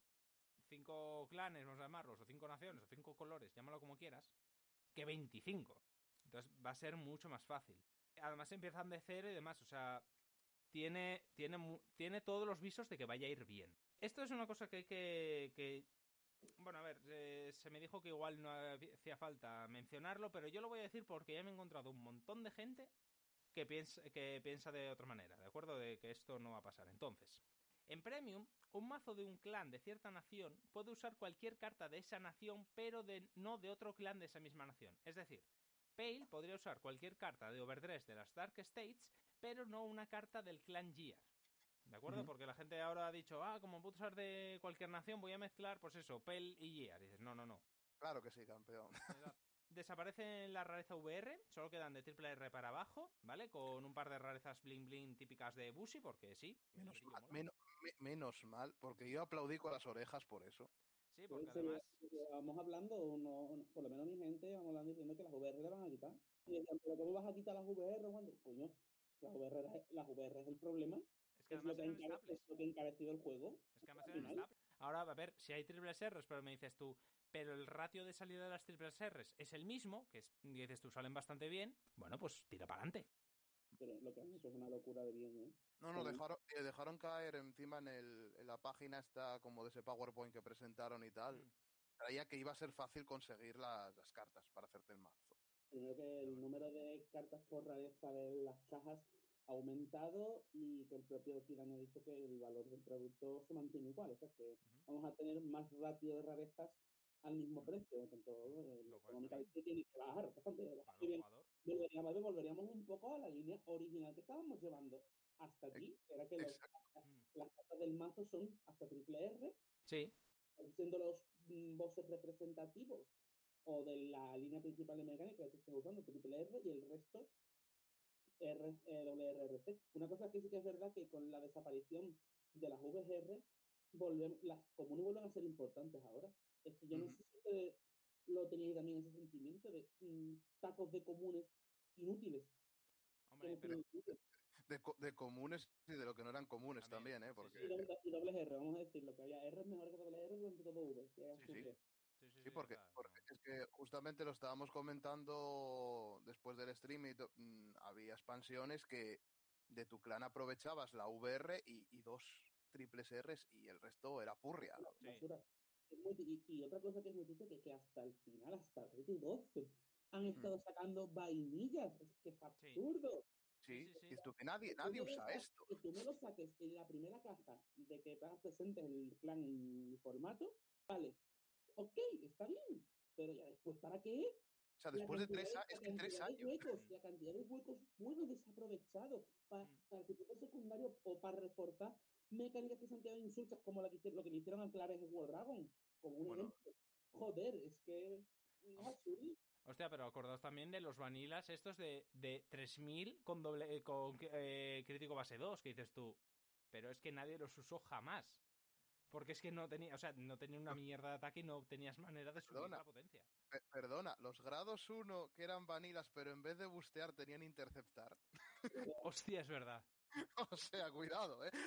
cinco clanes, vamos a llamarlos, o cinco naciones, o cinco colores, llámalo como quieras, que veinticinco. Entonces va a ser mucho más fácil. Además empiezan de cero y demás, o sea, tiene, tiene, tiene todos los visos de que vaya a ir bien. Esto es una cosa que hay que... que bueno, a ver, eh, se me dijo que igual no hacía falta mencionarlo, pero yo lo voy a decir porque ya me he encontrado un montón de gente que piensa, que piensa de otra manera, ¿de acuerdo? De que esto no va a pasar. Entonces, en Premium, un mazo de un clan de cierta nación puede usar cualquier carta de esa nación, pero de, no de otro clan de esa misma nación. Es decir, Pale podría usar cualquier carta de Overdress de las Dark States, pero no una carta del clan Gear. ¿De acuerdo? Uh-huh. Porque la gente ahora ha dicho, ah, como puedo usar de cualquier nación, voy a mezclar, pues eso, Pale y Gear. Y dices, no, no, no. Claro que sí, campeón. Desaparecen la rareza V R, solo quedan de triple R para abajo, ¿vale? Con un par de rarezas bling bling típicas de Bushi, porque sí. Menos mal, menos, me, menos mal, porque yo aplaudí con las orejas por eso. Sí, porque además... Vamos hablando, no, por lo menos mi gente, vamos hablando diciendo que las V R le van a quitar. Y decían, pero ¿cómo vas a quitar las V R cuando? Coño, las V R, las V R es el problema. Es que además es, lo que encare- es lo que ha encarecido el juego. Es que además eran estables. Ahora, a ver, si hay triples R's, pero me dices tú, pero el ratio de salida de las triples R's es el mismo, que es, dices tú, salen bastante bien, bueno, pues tira para adelante. Pero lo que han hecho es una locura de bien, ¿eh? No, no, dejaron, eh, dejaron caer encima en, el, en la página esta como de ese PowerPoint que presentaron y tal. Mm. Creía que iba a ser fácil conseguir las, las cartas para hacerte el mazo. Primero que el número de cartas por rareza de las cajas ha aumentado y que el propio Kiran ha dicho que el valor del producto se mantiene igual. O sea que uh-huh. vamos a tener más ratio de rarezas al mismo precio. Tanto eh, económicamente tiene que bajar bastante. Volveríamos, volveríamos un poco a la línea original que estábamos llevando hasta aquí, que era que los, las, las cartas del mazo son hasta triple R. Sí. Siendo los mm, bosses representativos o de la línea principal de mecánica que estoy usando, triple R, y el resto R, eh, W R R C. Una cosa que sí que es verdad que con la desaparición de las V R, volvemos, las comunes vuelven a ser importantes ahora. Es que yo uh-huh. no sé si ustedes lo teníais también ese sentimiento de mm, tacos de comunes inútiles. Hombre, pero... De, de comunes y de lo que no eran comunes también, también ¿eh? Porque... Sí, sí. Y, doble, y doble R, vamos a decirlo, que había R es mejor que doble R durante todo V. Que sí, sí. Sí, sí, sí, porque, o sea, porque no. Es que justamente lo estábamos comentando después del stream y to, mmm, había expansiones que de tu clan aprovechabas la V R y, y dos triples R's y el resto era purria. Sí. Y, y otra cosa que es muy triste que, que hasta el final, hasta el T doce, han estado mm. sacando vainillas. Es que es absurdo. Sí, sí, sí, sí. Esto que nadie, nadie usa saques, esto. Que tú me lo saques en la primera caja de que presentes el clan en formato, vale. Ok, está bien, pero ya después, ¿para qué? O sea, después de tres, de, es que tres años. Huecos, la cantidad de huecos buenos desaprovechados para, mm. para el equipo secundario o para reforzar mecánicas que se han quedado insultas, como la que, lo que le hicieron a Claves en War Dragon, como un bueno. ejemplo. Joder, es que no es absurdo. Hostia, pero acordaos también de los vanilas estos de, de tres mil con, doble, con eh, crítico base dos, que dices tú, pero es que nadie los usó jamás. Porque es que no tenía, o sea, no tenía una mierda de ataque y no tenías manera de subir perdona, la potencia. Pe perdona, los grados uno que eran vanilas, pero en vez de bustear tenían interceptar. Hostia, es verdad. O sea, cuidado, ¿eh?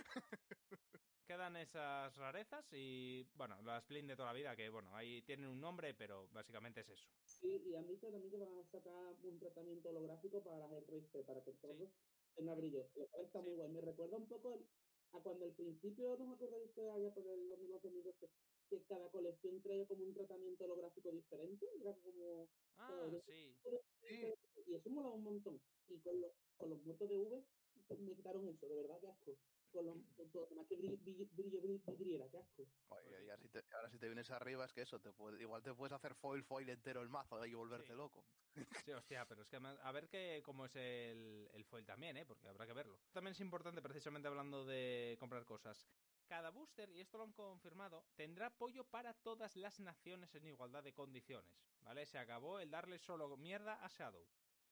Quedan esas rarezas y, bueno, las Splin de toda la vida, que, bueno, ahí tienen un nombre, pero básicamente es eso. Sí, y han visto también que van a sacar un tratamiento holográfico para las R C, para que todo sí. tenga brillo. Lo cual está sí. muy guay. Me recuerda un poco el, a cuando al principio, no me acuerdo de usted allá por el dos mil once dos mil doce, que cada colección traía como un tratamiento holográfico diferente. Era como... Ah, todo, sí. sí. Y eso mola un montón. Y con, lo, con los muertos de V me quitaron eso, de verdad, qué asco. Con los, todo, más que brillo, brillo, brillo, vidriera, qué asco. Oye, y ahora si, te, ahora si te vienes arriba es que eso, te puede, igual te puedes hacer foil, foil entero el mazo y volverte sí. loco. Sí, hostia, pero es que a ver que cómo es el, el foil también, ¿eh? Porque habrá que verlo. También es importante, precisamente hablando de comprar cosas. Cada booster, y esto lo han confirmado, tendrá apoyo para todas las naciones en igualdad de condiciones, ¿vale? Se acabó el darle solo mierda a Shadow.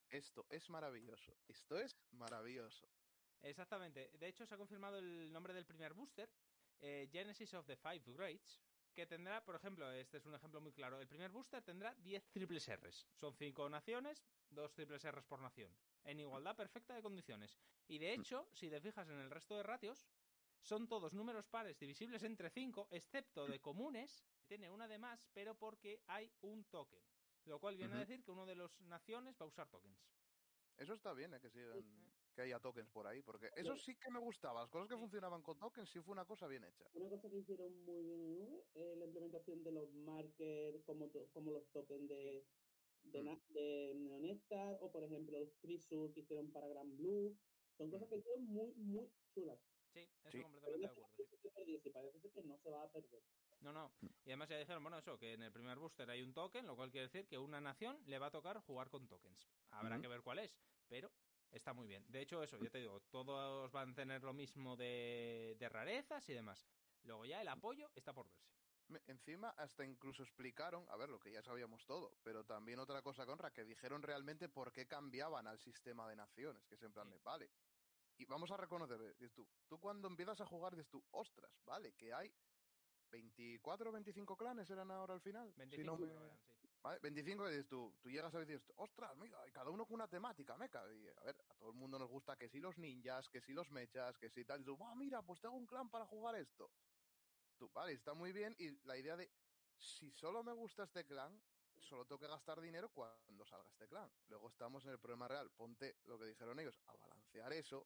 Esto es maravilloso. Esto es maravilloso. Exactamente. De hecho, se ha confirmado el nombre del primer booster, eh, Genesis of the Five Grades, que tendrá, por ejemplo, este es un ejemplo muy claro, el primer booster tendrá diez triples R's. Son cinco naciones, dos triples R's por nación, en igualdad perfecta de condiciones. Y de hecho, si te fijas en el resto de ratios, son todos números pares divisibles entre cinco, excepto de comunes, tiene una de más, pero porque hay un token. Lo cual viene Ujú. a decir que uno de los naciones va a usar tokens. Eso está bien, ¿eh? Que sigan, Eh. que haya tokens por ahí, porque eso sí que me gustaba. Las cosas que Sí. funcionaban con tokens sí fue una cosa bien hecha. Una cosa que hicieron muy bien en Nube es la implementación de los markers como, to- como los tokens de, de, Mm. na- de Neonestar o, por ejemplo, los Trisur que hicieron para Gran Blue. Son cosas Mm. que hicieron muy, muy chulas. Sí, estoy Sí. completamente de acuerdo. Sí. Se perdiese y parece ser que no se va a perder. No, no. Y además ya dijeron, bueno, eso, que en el primer booster hay un token, lo cual quiere decir que una nación le va a tocar jugar con tokens. Habrá Ujú. que ver cuál es, pero está muy bien. De hecho, eso, ya te digo, todos van a tener lo mismo de, de rarezas y demás. Luego ya el apoyo está por verse. Me- Encima hasta incluso explicaron, a ver, lo que ya sabíamos todo, pero también otra cosa, Conra, que dijeron realmente por qué cambiaban al sistema de naciones, que es en plan Sí. de, vale, y vamos a reconocer, dices tú, tú cuando empiezas a jugar dices tú, ostras, vale, que hay veinticuatro o veinticinco clanes eran ahora al final. Si veinticinco no me... creo que eran, sí. Vale, veinticinco y dices tú, tú llegas a decir, ostras, mira, y cada uno con una temática, meca. Y a ver, a todo el mundo nos gusta que si los ninjas, que si los mechas, que si tal. Y tú, ah, mira, pues tengo un clan para jugar esto. Tú, vale, está muy bien. Y la idea de, si solo me gusta este clan, solo tengo que gastar dinero cuando salga este clan. Luego estamos en el problema real. Ponte lo que dijeron ellos, a balancear eso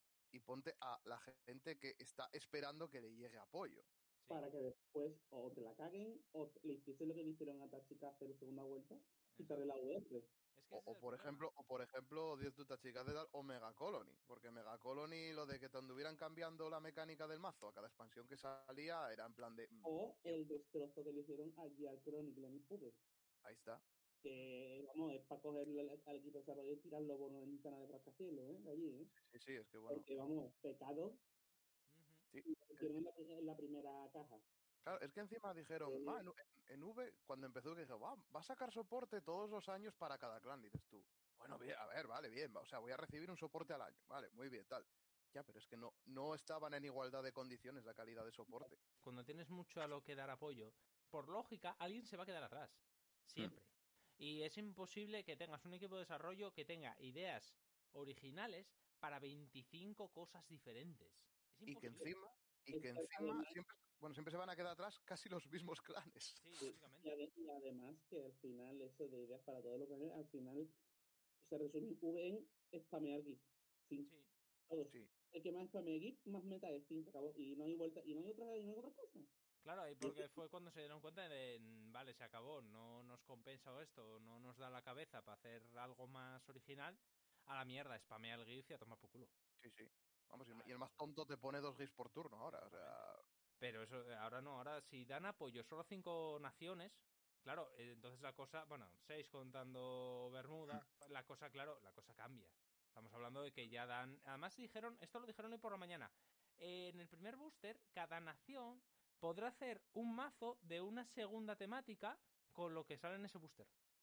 y ponte a la gente que está esperando que le llegue apoyo. Sí. Para que después o te la caguen o te- le hiciesen lo que le hicieron a Tachika hacer segunda vuelta, quitarle la U R. Es que O, ese o es el por problema. ejemplo, o por ejemplo, diez tu chicas de tal, o Mega Colony, porque Mega Colony, lo de que te anduvieran cambiando la mecánica del mazo a cada expansión que salía, era en plan de. mm, O tío, el destrozo que le hicieron a Gear Chronicle en V. ahí está. Que, vamos, es para cogerlo al al equipo de desarrollo y tirarlo por una ventana de rascacielos, ¿eh? De allí, ¿eh? Sí, sí, es que bueno. Porque, vamos, pecado, Ujú. Sí. lo hicieron en la, en la primera caja. Claro, es que encima dijeron, Eh, ah, en, en V, cuando empezó, que dije, va, va a sacar soporte todos los años para cada clan, dices tú. Bueno, bien, a ver, vale, bien, o sea, voy a recibir un soporte al año, vale, muy bien, tal. Ya, pero es que no, no estaban en igualdad de condiciones la calidad de soporte. Cuando tienes mucho a lo que dar apoyo, por lógica, alguien se va a quedar atrás. Siempre. Y es imposible que tengas un equipo de desarrollo que tenga ideas originales para veinticinco cosas diferentes. Es Y que imposible. encima, y es que que encima además, siempre, bueno, siempre se van a quedar atrás casi los mismos clanes. Sí, sí, básicamente. y, ade- y además que al final eso de ideas para todos los planes, al final se resume V en spamear GIF. Fin. Sí. Todos. Sí, El que más spamea GIF, más meta es fin, se acabó. Y no hay vuelta, y no hay otra, y no hay otra cosa. Claro, y porque fue cuando se dieron cuenta de, mm, vale, se acabó, no nos compensa esto, no nos da la cabeza para hacer algo más original, a la mierda, spamea el GIF y a tomar por culo. sí, sí. Vamos, y el- y Claro, el más tonto te pone dos GIFs por turno ahora, o sea... Pero eso, eh, ahora no, ahora si dan apoyo solo a cinco naciones, claro, eh, entonces la cosa, bueno, seis contando Bermuda, la cosa, claro, la cosa cambia. Estamos hablando de que ya dan, además dijeron, esto lo dijeron hoy por la mañana, eh, en el primer booster, cada nación podrá hacer un mazo de una segunda temática con lo que sale en ese booster.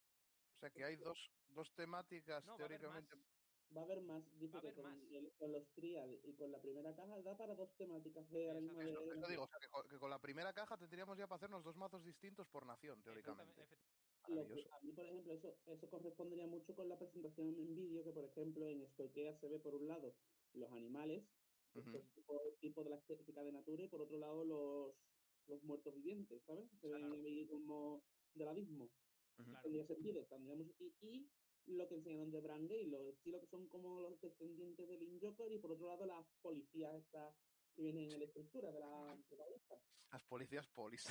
O sea que hay dos, dos temáticas No, va a haber más. teóricamente... Va a haber más, Va dice a que haber con, más. el- con los trial y con la primera caja da para dos temáticas de ahora mismo de, Exactamente. Eso de- digo, o sea que con, que con la primera caja tendríamos ya para hacernos dos mazos distintos por nación, teóricamente. Efectivamente. Lo que Maravilloso. a mí, por ejemplo, eso, eso correspondería mucho con la presentación en vídeo, que por ejemplo en Stoikea se ve por un lado los animales, Ujú. estos tipos tipo de la estética de Natura, y por otro lado los, los muertos vivientes, ¿sabes? Se ven Claro. ahí como del abismo. Ujú. Claro. Tendría sentido. Tendríamos, y, y lo que enseñaron de Brangay, los estilos que son como los descendientes del Injoker, y por otro lado las policías estas que vienen en la estructura de la protagonista. Las policías polis.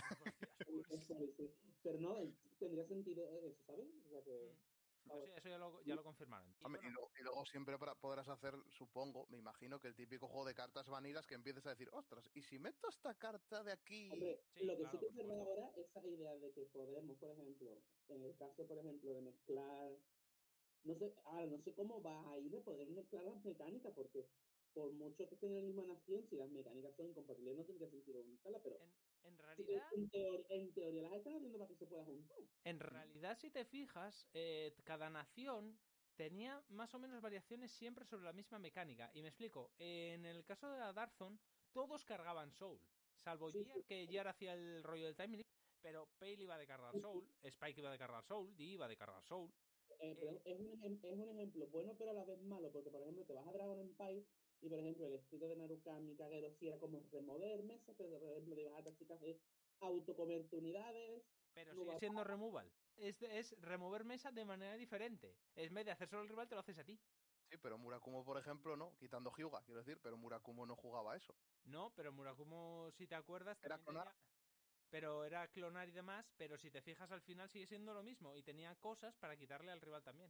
Pero no, tendría sentido eso, ¿sabes? O sea que... Mm. está Pues bueno. sí, eso ya lo, ya lo confirmaron. Y Hombre, y, bueno, luego, y luego siempre para- podrás hacer, supongo, me imagino que el típico juego de cartas vanilas que empieces a decir, ostras, ¿y si meto esta carta de aquí? Hombre, sí, lo que claro, sí que por es verdad supuesto. ahora, esa idea de que podemos, por ejemplo, en el caso, por ejemplo, de mezclar, no sé, ahora no sé cómo va a ir de poder mezclar las mecánicas, porque por mucho que estén en la misma nación, si las mecánicas son incompatibles, no tendría sentido juntarlas, pero En, en sí, realidad, en, teoría, en teoría las están haciendo para que se pueda juntar. en realidad, si te fijas, eh, cada nación tenía más o menos variaciones siempre sobre la misma mecánica. Y me explico, en el caso de la Dark Zone, todos cargaban Soul. Salvo Sí, Gear, sí. que Gear hacía el rollo del time leap, pero Pale iba de cargar Soul, Spike iba de cargar Soul, Dee iba de cargar Soul. Eh, pero Eh, es, un ejem- es un ejemplo bueno, pero a la vez malo, porque por ejemplo te vas a Dragon Empire y por ejemplo el estilo de Narukami Kagero sí era como remover mesas, pero por ejemplo te vas a Tachika es autocomerte unidades, pero no sigue va siendo removal. Es, es remover mesa de manera diferente. En vez de hacer solo el rival, te lo haces a ti. Sí, pero Murakumo, por ejemplo, no, quitando Hyuga, quiero decir, pero Murakumo no jugaba eso. No, pero Murakumo, si te acuerdas, Era también clonar. tenía... Pero era clonar y demás, pero si te fijas al final sigue siendo lo mismo. Y tenía cosas para quitarle al rival también.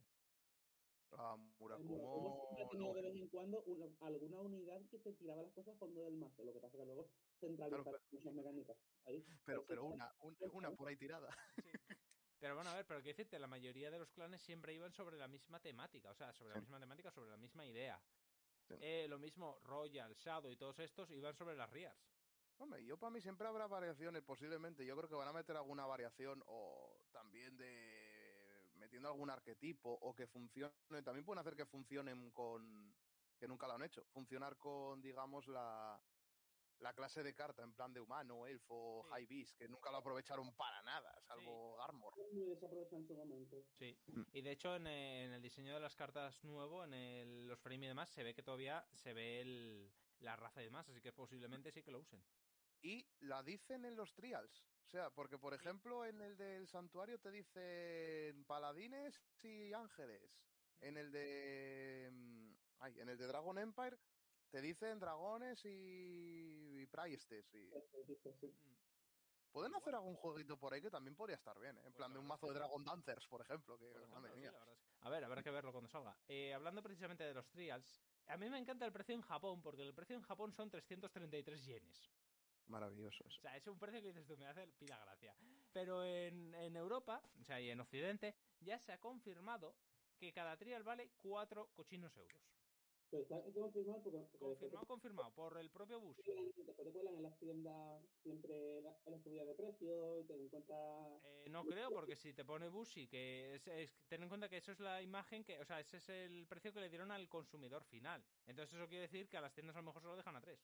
A el Murakumo siempre ha Murakumo tenido no, de ¿eh? vez en cuando una- alguna unidad que te tiraba las cosas a fondo del mazo, lo que pasa que luego Claro, centralizar pero, muchas mecánicas ahí. Por pero, eso pero está una, un- puesta, una ¿eh? por ahí tirada. Sí. Pero bueno, a ver, pero quiero decirte, la mayoría de los clanes siempre iban sobre la misma temática. O sea, sobre la Sí, misma temática, sobre la misma idea. sí. Eh, lo mismo, Royal, Shadow y todos estos iban sobre las Riars. Hombre, yo para mí siempre habrá variaciones, posiblemente. Yo creo que van a meter alguna variación o también de metiendo algún arquetipo o que funcione. También pueden hacer que funcionen con, que nunca lo han hecho, funcionar con, digamos, la, la clase de carta en plan de humano, elfo, Sí, high beast, que nunca lo aprovecharon para nada, sí, salvo Garmor. Muy desaprovechado en su momento. sí. Mm. Y de hecho, en, eh, en el diseño de las cartas nuevo, en el- los frame y demás, se ve que todavía se ve el, la raza y demás, así que posiblemente sí que lo usen. Y la dicen en los trials. O sea, porque por Sí. ejemplo en el del santuario te dicen paladines y ángeles. En el de mm, ay, en el de Dragon Empire te dicen dragones y, y praestes. Y Dice, sí. Mm. pueden hacer Igual. algún jueguito por ahí que también podría estar bien, ¿eh? En Pues plan la de un verdad es mazo que de sí. Dragon Dancers, por ejemplo, que Por madre ejemplo, sí, mía. la verdad es que... A ver, habrá que verlo cuando salga. Eh, hablando precisamente de los trials, a mí me encanta el precio en Japón, porque el precio en Japón son trescientos treinta y tres yenes. Maravilloso O eso. sea, es un precio que dices tú, me hace pila gracia. Pero en, en Europa, o sea, y en Occidente, ya se ha confirmado que cada trial vale cuatro cochinos euros. Pero está confirmado porque, porque después, Confirmado, confirmado, por el propio te Bushi. cuelan, después te cuelan en las tiendas siempre la, en la subida de precio y te encuentras... Eh, no creo, porque si te pone Bushi, que es, es- ten en cuenta que eso es la imagen que, o sea, ese es el precio que le dieron al consumidor final. Entonces eso quiere decir que a las tiendas a lo mejor se lo dejan a tres.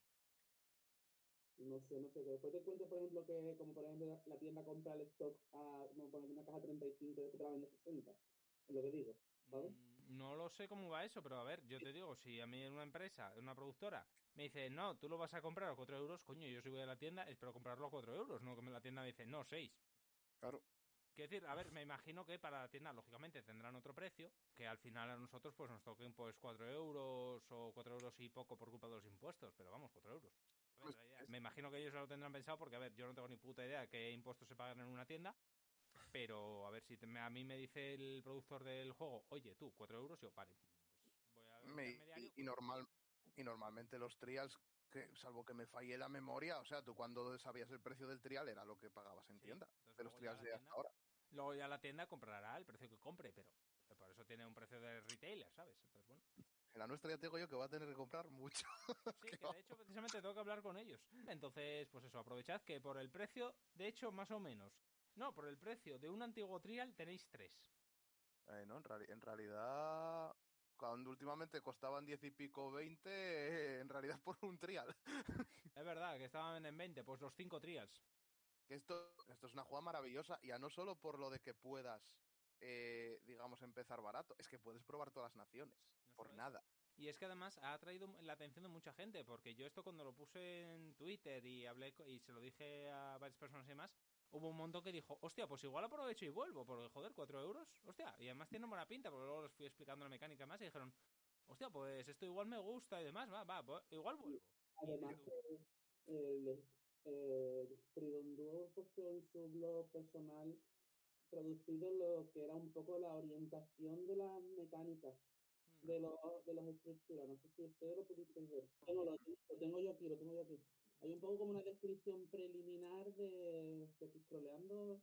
No sé, no sé, que después te encuentras, por ejemplo, que como por ejemplo la, la tienda compra el stock a, como poner una caja treinta y cinco y después te la vende sesenta. Es lo que digo, ¿sabes? Mm, No lo sé cómo va eso, pero a ver, yo te digo, si a mí en una empresa, en una productora, me dice, no, tú lo vas a comprar a cuatro euros, coño, yo si voy a la tienda, espero comprarlo a cuatro euros, no que me- la tienda me dice, no, seis. Claro. Quiero decir, a ver, me imagino que para la tienda, lógicamente, tendrán otro precio, que al final a nosotros pues nos toquen pues cuatro euros o cuatro euros y poco por culpa de los impuestos, pero vamos, cuatro euros. A ver, Pues, la idea- es- me imagino que ellos ya lo tendrán pensado porque, a ver, yo no tengo ni puta idea de qué impuestos se pagan en una tienda, pero a ver, si te- me- a mí me dice el productor del juego, oye, tú, cuatro euros, yo, vale, pues voy al me- intermediario, y, y cuatro euros. normal, y normalmente los trials, que, salvo que me falle la memoria, o sea, tú cuando sabías el precio del trial era lo que pagabas en Sí, tienda, entonces de los luego ya trials la de hasta tienda, ahora. luego ya la tienda comprará el precio que compre, pero por eso tiene un precio de retailer, ¿sabes? Entonces, bueno. En la nuestra ya te digo yo que va a tener que comprar mucho. Sí, Que que de hecho precisamente tengo que hablar con ellos. Entonces, pues eso, aprovechad que por el precio, de hecho, más o menos. No, por el precio de un antiguo trial tenéis tres. Eh, no, en, reali- en realidad, cuando últimamente costaban diez y pico, veinte, eh, en realidad por un trial. Es verdad que estaban en veinte, pues los cinco trials. Que esto, esto es una jugada maravillosa, y ya no solo por lo de que puedas, eh, digamos, empezar barato, es que puedes probar todas las naciones, No por solo eso. nada. Y es que además ha atraído la atención de mucha gente, porque yo esto cuando lo puse en Twitter y hablé co- y se lo dije a varias personas y demás, hubo un montón que dijo, hostia, pues igual aprovecho y vuelvo, porque joder, cuatro euros, hostia, y además tiene buena pinta, porque luego les fui explicando la mecánica más y dijeron, hostia, pues esto igual me gusta y demás, va, va, pues igual vuelvo. Y dices Además, tú, que el, eh, Freedom Duo puso en su blog personal traducido lo que era un poco la orientación de las mecánicas "Hmm, de los, de las estructuras. No sé si ustedes lo pudisteis ver. pues Tengo, mira, lo, lo tengo yo aquí, lo tengo yo aquí. Hay un poco como una descripción preliminar de, de aquí scrolleando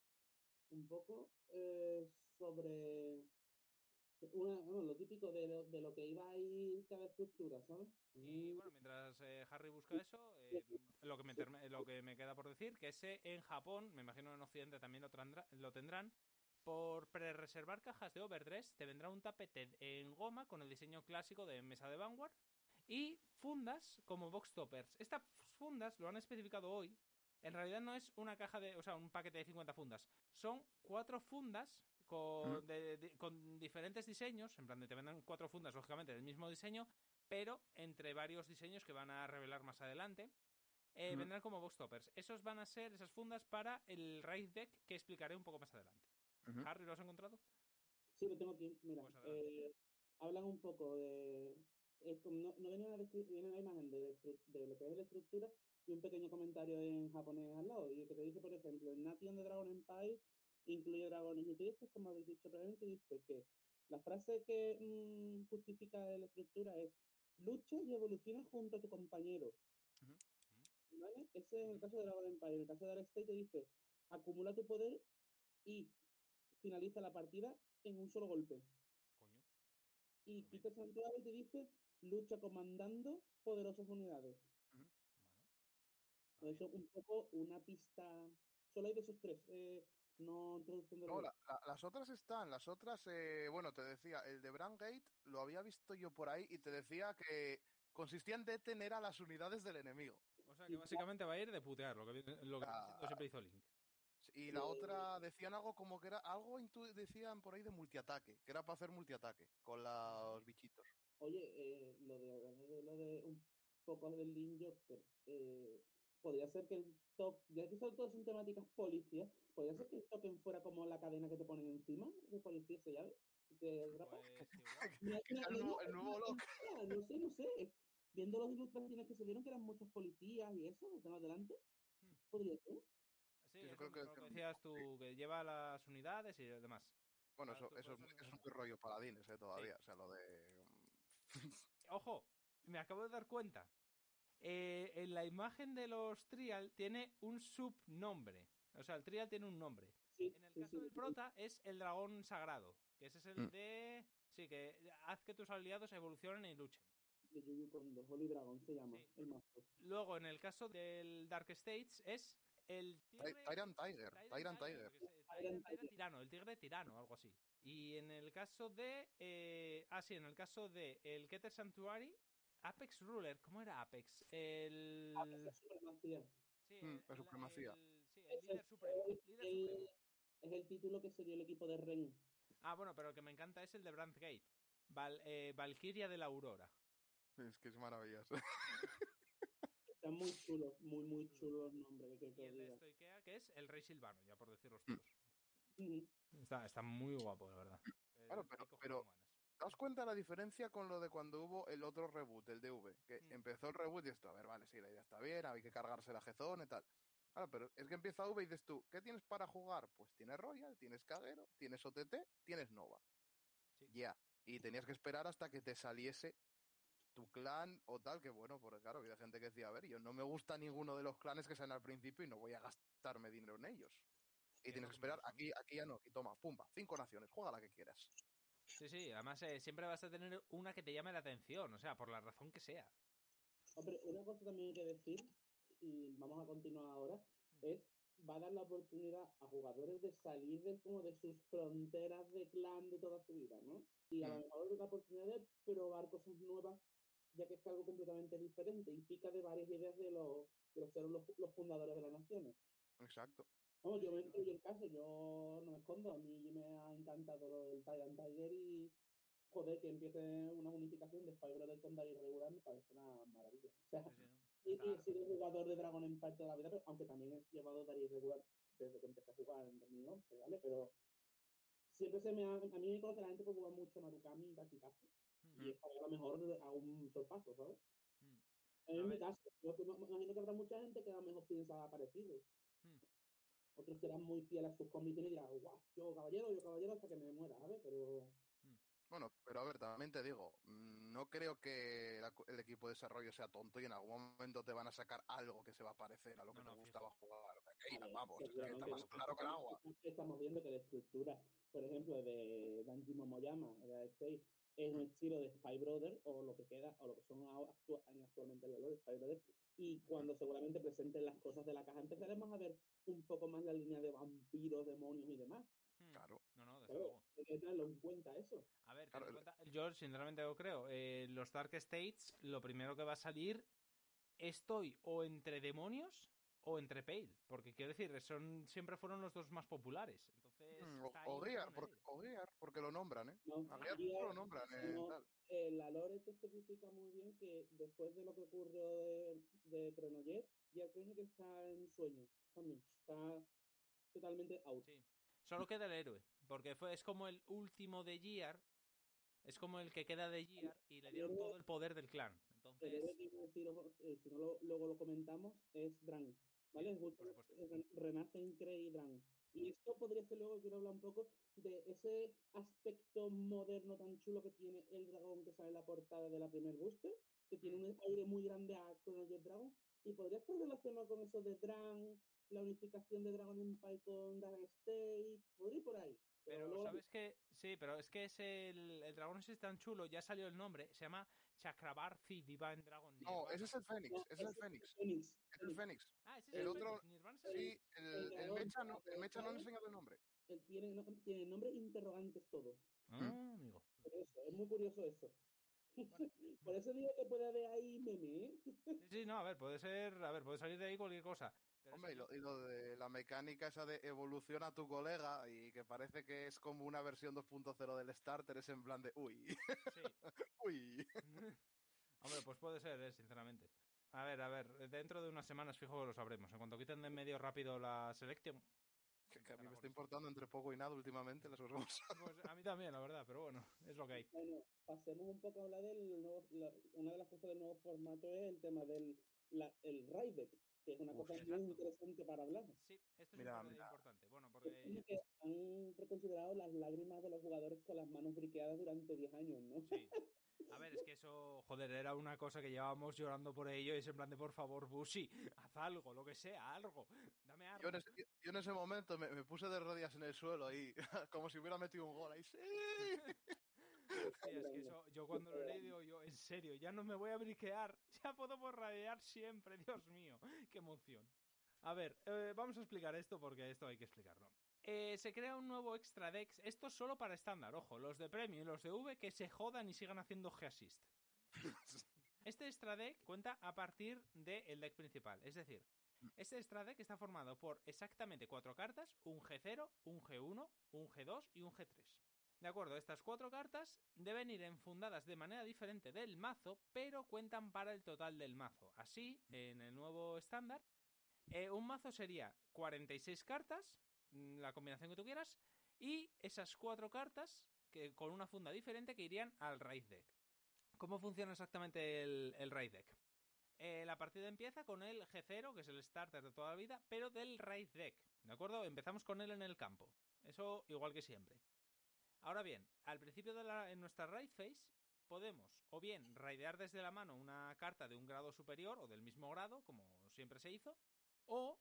un poco eh, sobre una, bueno, lo típico de lo, de lo que iba a ir cada estructura, ¿sabes? y Mm, bueno, mientras eh, Harry busca eso, eh, lo, que me term- lo que me queda por decir, que ese en Japón, me imagino en Occidente también lo, trandra- lo tendrán, por pre-reservar cajas de Overdress te vendrá un tapete en goma con el diseño clásico de mesa de Vanguard y fundas como box toppers. Estas fundas lo han especificado hoy. En realidad no es una caja de, o sea, un paquete de cincuenta fundas. Son cuatro fundas con, de, de, con diferentes diseños. En plan, de te venden cuatro fundas, lógicamente, del mismo diseño, pero entre varios diseños que van a revelar más adelante. Eh, uh-huh. Vendrán como box toppers. Esos van a ser esas fundas para el raid deck que explicaré un poco más adelante. Uh-huh. Harry, ¿lo has encontrado? Sí, lo tengo aquí. Mira, pues eh, hablan un poco de... Eh, no, no viene, una viene una imagen de, de lo que es la estructura y un pequeño comentario en japonés al lado. Y que te dice, por ejemplo, el Nation de Dragon Empire incluye dragones y tristes, como habéis dicho previamente, dice que la frase que mmm, justifica la estructura es lucha y evoluciona junto a tu compañero. Uh-huh. ¿Vale? Ese es el caso de Dragon Empire. En el caso de Dark State te dice acumula tu poder y finaliza la partida en un solo golpe. Coño. Y Peter Santuario te dice lucha comandando poderosas unidades. Uh-huh. Bueno, eso es un poco una pista. Solo hay de esos tres. Eh, no introducción de No, la, la, las otras están. Las otras, eh, bueno, te decía, el de Brandgate lo había visto yo por ahí y te decía que consistía en detener a las unidades del enemigo. O sea, que básicamente va a ir de putear, lo que, lo que ah, siempre hizo Link. Y la eh, otra decían algo como que era, algo intu- decían por ahí de multiataque, que era para hacer multiataque con los bichitos. Oye, eh, lo de, de lo de un poco del Link Joker, eh, podría ser que el top, ya que son todas son temáticas policías, podría ser que el token fuera como la cadena que te ponen encima de policía, ¿se llama? ¿De pues, que el nuevo, el nuevo look. No sé, no sé. Viendo las ilustraciones que se vieron que eran muchos policías y eso, más adelante, hmm. podría ser. Sí, yo creo que, lo que decías tú, que lleva las unidades y demás. Bueno, eso, eso, es, eso es un rollo paladines, ¿eh? Todavía, sí. O sea, lo de... Ojo, me acabo de dar cuenta. Eh, en la imagen de los Trial tiene un subnombre. O sea, el Trial tiene un nombre. Sí, en el sí, caso sí, del Prota sí. es el dragón sagrado, que ese es el mm. de... Sí, que haz que tus aliados evolucionen y luchen. De Yu Yu Kondo, Holy Dragon se llama, sí. el mazo. Luego, en el caso del Dark States es el tigre... Tyrant Tiger. Tyrant Tiger. Tyrant Tiger tirano, el tigre tirano, algo así. Y en el caso de... Eh, ah, sí, en el caso de el Keter Sanctuary, Apex Ruler, ¿cómo era Apex? El... Apex es supremacía. Sí, mm, el, la supremacía. El, sí, el líder supremo. El, líder el, supremo. Es el título que se dio el equipo de Ren. Ah, bueno, pero el que me encanta es el de Brandgate. Val, eh, Valkyria de la Aurora. Es que es maravilloso. Están muy chulos, muy, muy chulos los nombres. Que y el de Stoikea, que es el Rey Silvano, ya por decirlos todos. Mm. Está, está muy guapo, la verdad. Claro, pero, pero ¿te das cuenta la diferencia con lo de cuando hubo el otro reboot, el D V? Que mm. empezó el reboot y esto, a ver, vale, sí, la idea está bien, hay que cargarse la G-Zone y tal. Claro, pero es que empieza V y dices tú, ¿qué tienes para jugar? Pues tienes Royal, tienes Kagero, tienes O T T, tienes Nova. Sí. Ya. Yeah. Y tenías que esperar hasta que te saliese tu clan o tal, que bueno, porque claro, había gente que decía, a ver, yo no me gusta ninguno de los clanes que salen al principio y no voy a gastarme dinero en ellos. Y tienes que esperar, aquí, aquí ya no, y toma, pumba, cinco naciones, juega la que quieras. Sí, sí, además eh, siempre vas a tener una que te llame la atención, o sea, por la razón que sea. Hombre, una cosa también hay que decir, y vamos a continuar ahora, mm. es, va a dar la oportunidad a jugadores de salir de, como de sus fronteras de clan de toda su vida, ¿no? Y a mm. lo mejor la oportunidad de probar cosas nuevas, ya que es algo completamente diferente y pica de varias ideas de los de los, los, los fundadores de las naciones. Exacto. No, yo me incluyo el caso, yo no me escondo, a mí me ha encantado lo del Tyrant Tiger y joder, que empiece una unificación de Spy Brother con Dari regular me parece una maravilla. O sea, sí, sí, y, y he sido jugador de Dragon Empire toda la vida, pero, aunque también he llevado Dari regular desde que empecé a jugar en dos mil once, ¿vale? Pero siempre se me ha... A mí me conoce la gente que juega mucho Narukami y casi casi, mm. y es para a lo mejor a un sorpaso, ¿sabes? Mm. En mi caso, yo me imagino que habrá mucha gente que a lo mejor piensa parecido. Mm. Otros serán muy fieles a sus convicciones y dirán, guau, yo caballero, yo caballero hasta que me muera, ¿sabes? Pero... Bueno, pero a ver, también te digo, no creo que la, el equipo de desarrollo sea tonto y en algún momento te van a sacar algo que se va a parecer a lo que no, te no, gustaba fijo. jugar. Venga, ver, vamos, es que está más claro que el agua. Estamos viendo que la estructura, por ejemplo, de Danji Momoyama, de State, es un estilo de Spy Brother o lo que queda, o lo que son actu actualmente los Spy Brother. Y cuando seguramente presenten las cosas de la caja, empezaremos a ver un poco más la línea de vampiros, demonios y demás. Claro. No, no, desde Claro, luego. hay que tenerlo en cuenta eso. A ver, ten Claro, en el- cuenta, yo sinceramente lo creo. eh, los Dark States, lo primero que va a salir, estoy o entre demonios o entre Pale. Porque quiero decir, son siempre fueron los dos más populares. Entonces, Mm, está O, ahí o un poco Gear, en el porque, aire. o Gear, porque lo nombran, ¿eh? No, A Ah, Gear Gear, lo nombran, sí. eh, no, tal. eh, la lore te especifica muy bien que después de lo que ocurrió de, de Chronojet, Gear Chronicle está en sueño también. Está totalmente out. Sí. Solo queda el héroe. Porque fue, es como el último de Gear. Es como el que queda de Gear y le El dieron héroe, todo el poder del clan. el héroe Entonces, que iba a deciros, eh, si no lo, luego lo comentamos, es Dran. ¿Vale? bien, Es justo, por supuesto. eh, renace en Kree y Dran. Y esto podría ser luego, quiero hablar un poco de ese aspecto moderno tan chulo que tiene el dragón que sale en la portada de la primer booster, que tiene Mm. un aire muy grande a Chronojet Dragon. Y podría estar relacionado con eso de Dran, la unificación de Dragon Empire con Dark State, podría ir por ahí. Pero Pero, luego ¿sabes qué? Sí, pero es que es el, el dragón ese es tan chulo, ya salió el nombre, se llama Chakrabarti Divine Dragon No, ese Nirvana. es el Fénix, no, ese es el ese es Fénix. Fénix. Es el Fénix. Ah, ese es El el El, otro, Fénix, Nirvana es el el, sí, Fénix. el, el el dragón Mecha no, el dorado, Mecha no han ¿sabes? enseñado el nombre. Él tiene, no- tiene nombres interrogantes todo. Hmm. Ah, amigo. Por eso, es muy curioso eso. Bueno. Por eso digo que puede haber ahí meme, ¿eh? Sí, sí, no, a ver, puede ser, a ver, puede salir de ahí cualquier cosa. Pero Hombre, sí, y yo... lo, y lo de la mecánica esa de evoluciona a tu colega y que parece que es como una versión dos punto cero del starter, es en plan de uy, Sí. uy. Hombre, pues puede ser, eh, sinceramente. A ver, a ver, dentro de unas semanas fijo que lo sabremos. En cuanto quiten de en medio rápido la Selection... Que, que a mí me carajo está esto. importando entre poco y nada últimamente las cosas. Pues a mí también, la verdad, pero bueno, es lo que hay. Bueno, pasemos un poco a hablar del nuevo, la- una de las cosas del nuevo formato es el tema del la, el raid deck, que es una Uf, cosa muy Exacto. interesante para hablar. Sí, esto es mira, impor- mira, importante. Bueno, Es porque... como que han reconsiderado las lágrimas de los jugadores con las manos briqueadas durante diez años, ¿no? Sí. A ver, es que eso, joder, era una cosa que llevábamos llorando por ello y es en plan de, por favor, Bushi, haz algo, lo que sea, algo. Dame yo en armas. ese, yo en ese momento me, me puse de rodillas en el suelo ahí, como si hubiera metido un gol ahí. ¡Sí! Hostia, es que eso, yo cuando lo leí digo yo, en serio, ya no me voy a briquear, ya puedo borradear siempre, Dios mío, qué emoción. A ver, eh, vamos a explicar esto porque esto hay que explicarlo. Eh, se crea un nuevo extra deck, esto solo para estándar, ojo, los de premio y los de V que se jodan y sigan haciendo G-Assist. Este extra deck cuenta a partir del deck principal, es decir, este extra deck está formado por exactamente cuatro cartas, un G cero, un G uno, un G dos y un G tres. De acuerdo, estas cuatro cartas deben ir enfundadas de manera diferente del mazo, pero cuentan para el total del mazo. Así, en el nuevo estándar, eh, un mazo sería cuarenta y seis cartas, la combinación que tú quieras, y esas cuatro cartas que, con una funda diferente que irían al raid deck. ¿Cómo funciona exactamente el, el raid deck? Eh, la partida empieza con el G cero, que es el starter de toda la vida, pero del raid deck. ¿De acuerdo? Empezamos con él en el campo. Eso igual que siempre. Ahora bien, al principio de la, en nuestra raid phase podemos o bien raidear desde la mano una carta de un grado superior o del mismo grado, como siempre se hizo, o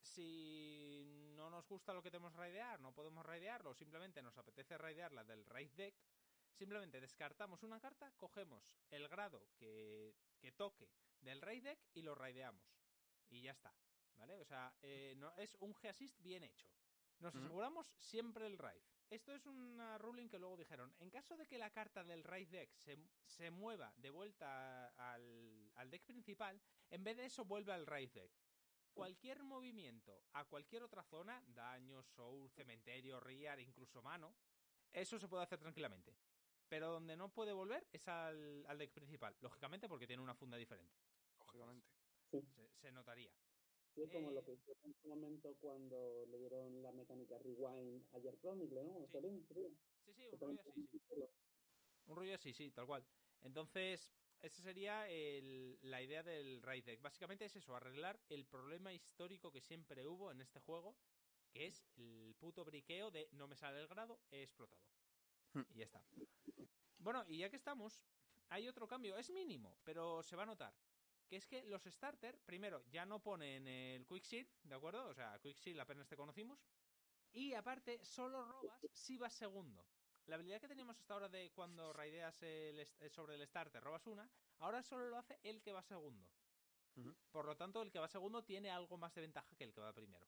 si no nos gusta lo que tenemos raidear, no podemos raidearlo, o simplemente nos apetece raidearla del raid deck, simplemente descartamos una carta, cogemos el grado que, que toque del raid deck y lo raideamos. Y ya está, ¿vale? O sea, eh, no, es un G-Assist bien hecho. Nos aseguramos siempre el raid. Esto es una ruling que luego dijeron. En caso de que la carta del raid deck se, se mueva de vuelta al, al deck principal, en vez de eso vuelve al raid deck. Cualquier movimiento a cualquier otra zona, daño, soul, cementerio, rear, incluso mano, eso se puede hacer tranquilamente. Pero donde no puede volver es al, al deck principal. Lógicamente porque tiene una funda diferente. Lógicamente. Sí. Se, se notaría. Sí, como Eh, lo que hicieron en su momento cuando le dieron la mecánica rewind a Gear Chronicle, ¿no? Sí. Solín, sí, Sí, sí, un rollo así, sí. Un rollo así, sí, tal cual. Entonces, esa sería el, la idea del raid deck. Básicamente es eso, arreglar el problema histórico que siempre hubo en este juego, que es el puto briqueo de no me sale el grado, he explotado. Y ya está. Bueno, y ya que estamos, hay otro cambio, es mínimo, pero se va a notar. Que es que los starter, primero, ya no ponen el Quick Seal, ¿de acuerdo? O sea, Quick Seal apenas te conocimos. Y aparte, solo robas si vas segundo. La habilidad que teníamos hasta ahora de cuando raideas el, sobre el starter, robas una, ahora solo lo hace el que va segundo. Uh-huh. Por lo tanto, el que va segundo tiene algo más de ventaja que el que va primero.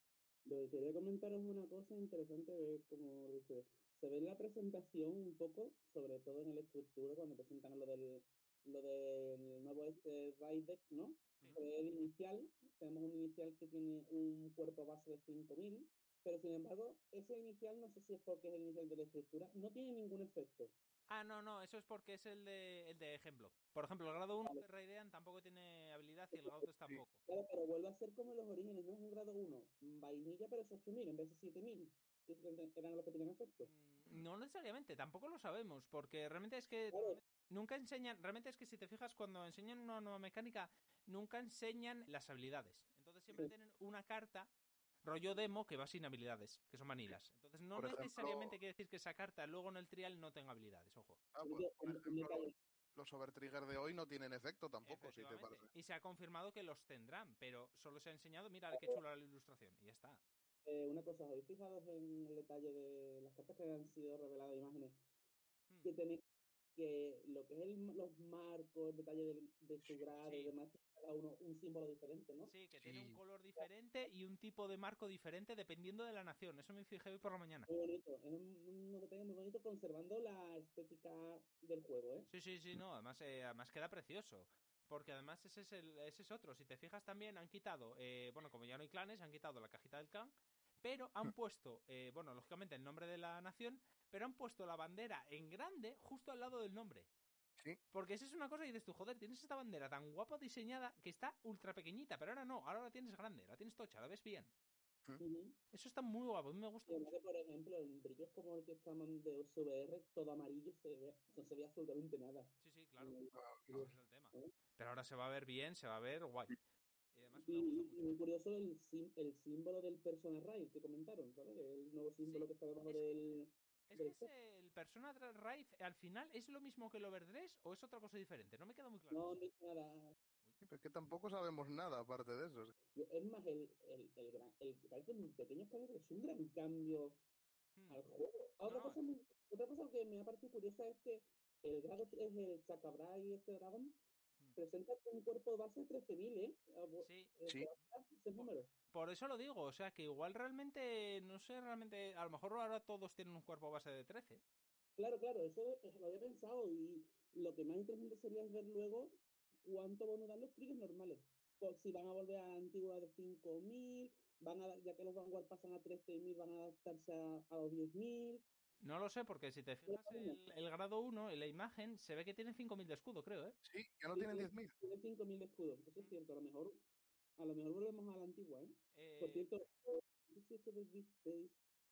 Lo que quería comentaros una cosa interesante, ver como dice, se ve en la presentación un poco, sobre todo en la estructura, cuando presentan lo del, lo del nuevo este Ride Deck, ¿no? Sí. Se ve el inicial, tenemos un inicial que tiene un cuerpo base de cinco mil, pero sin embargo, ese inicial, no sé si es porque es el inicial de la estructura, no tiene ningún efecto. Ah, no, no, eso es porque es el de, el de ejemplo. Por ejemplo, el grado uno Vale. que raidean tampoco tiene habilidad y el grado tres Sí. tampoco. Claro, pero vuelve a ser como en los orígenes, no es un grado uno, vainilla, pero es ocho mil en vez de siete mil, que eran los que tenían efecto. Mm, No necesariamente, tampoco lo sabemos, porque realmente es que Claro, nunca enseñan, realmente es que si te fijas, cuando enseñan una nueva mecánica, nunca enseñan las habilidades. Entonces siempre sí. tienen una carta, rollo demo, que va sin habilidades, que son vanilas. Entonces no Por ejemplo, necesariamente quiere decir que esa carta luego en el trial no tenga habilidades, ojo. ah, Pero por, yo, por un, un ejemplo, detalle. los, los overtrigger de hoy no tienen efecto tampoco, si te Efectivamente. parece. Y se ha confirmado que los tendrán, pero solo se ha enseñado, mira qué chula la ilustración, y ya está. Eh, una cosa, ¿os habéis fijado en el detalle de las cartas que han sido reveladas de imágenes? Hmm. Que tenéis que lo que es el, los marcos, el detalle de, de su Sí, grado y Sí, demás, tiene cada uno un símbolo diferente, ¿no? sí, que tiene un sí. color diferente y un tipo de marco diferente dependiendo de la nación. Eso me fijé hoy por la mañana. Muy bonito, es un, un detalle muy bonito conservando la estética del juego, ¿eh? Sí, sí, sí, no, además, eh, además queda precioso. Porque además ese es, el, ese es otro. Si te fijas también han quitado, eh, bueno, como ya no hay clanes, han quitado la cajita del clan, pero han puesto, eh, bueno, lógicamente el nombre de la nación, pero han puesto la bandera en grande justo al lado del nombre. Sí. Porque esa es una cosa y dices tú, joder, tienes esta bandera tan guapa diseñada que está ultra pequeñita, pero ahora no, ahora la tienes grande, la tienes tocha, la ves bien. Uh-huh. Eso está muy guapo, a mí me gusta Y mucho. además que, por ejemplo, en brillos como el que estamos de S V R, todo amarillo se ve, no se ve absolutamente nada. Sí, sí, claro, Ah, ese es el tema. Pero ahora se va a ver bien, se va a ver guay. Y además me gusta Y, mucho. y muy curioso el, sim- el símbolo del Persona Ray que comentaron, ¿sabes? El nuevo símbolo Sí, que está debajo es que, del, es que del set. ese, el Persona Drive al final es lo mismo que el Overdress o es otra cosa diferente. No me queda muy claro No eso. han dicho nada. sí, pero es que tampoco sabemos nada aparte de eso. Yo- Es más, el, el, el, gran, el que parece un pequeño cambio, pero es un gran cambio Hmm. al juego. Otra No, cosa, muy- otra cosa que me ha parecido curiosa es que el Dragon es el Chakabrai, este dragón, hmm. presenta un cuerpo base de trece mil, ¿eh? Ah, bu- Sí, eh, Sí. ¿te das ese por, número? por eso lo digo. O sea que igual realmente, no sé, realmente, a lo mejor ahora todos tienen un cuerpo base de trece. Claro, claro, eso eh, lo había pensado y lo que más interesante sería ver luego cuánto van a dar los triggers normales. Pues si van a volver a la antigua de cinco mil, van a, ya que los Vanguard pasan a trece mil, van a adaptarse a, a los diez mil. No lo sé, porque si te fijas el, el grado uno en la imagen, se ve que tiene cinco mil de escudo, creo, ¿eh? Sí, ya no Sí, tienen tiene, diez mil. tiene cinco mil de escudos, eso es Mm. cierto, a lo mejor, a lo mejor volvemos a la antigua, ¿eh? Por Eh, cierto, no sé si ustedes visteis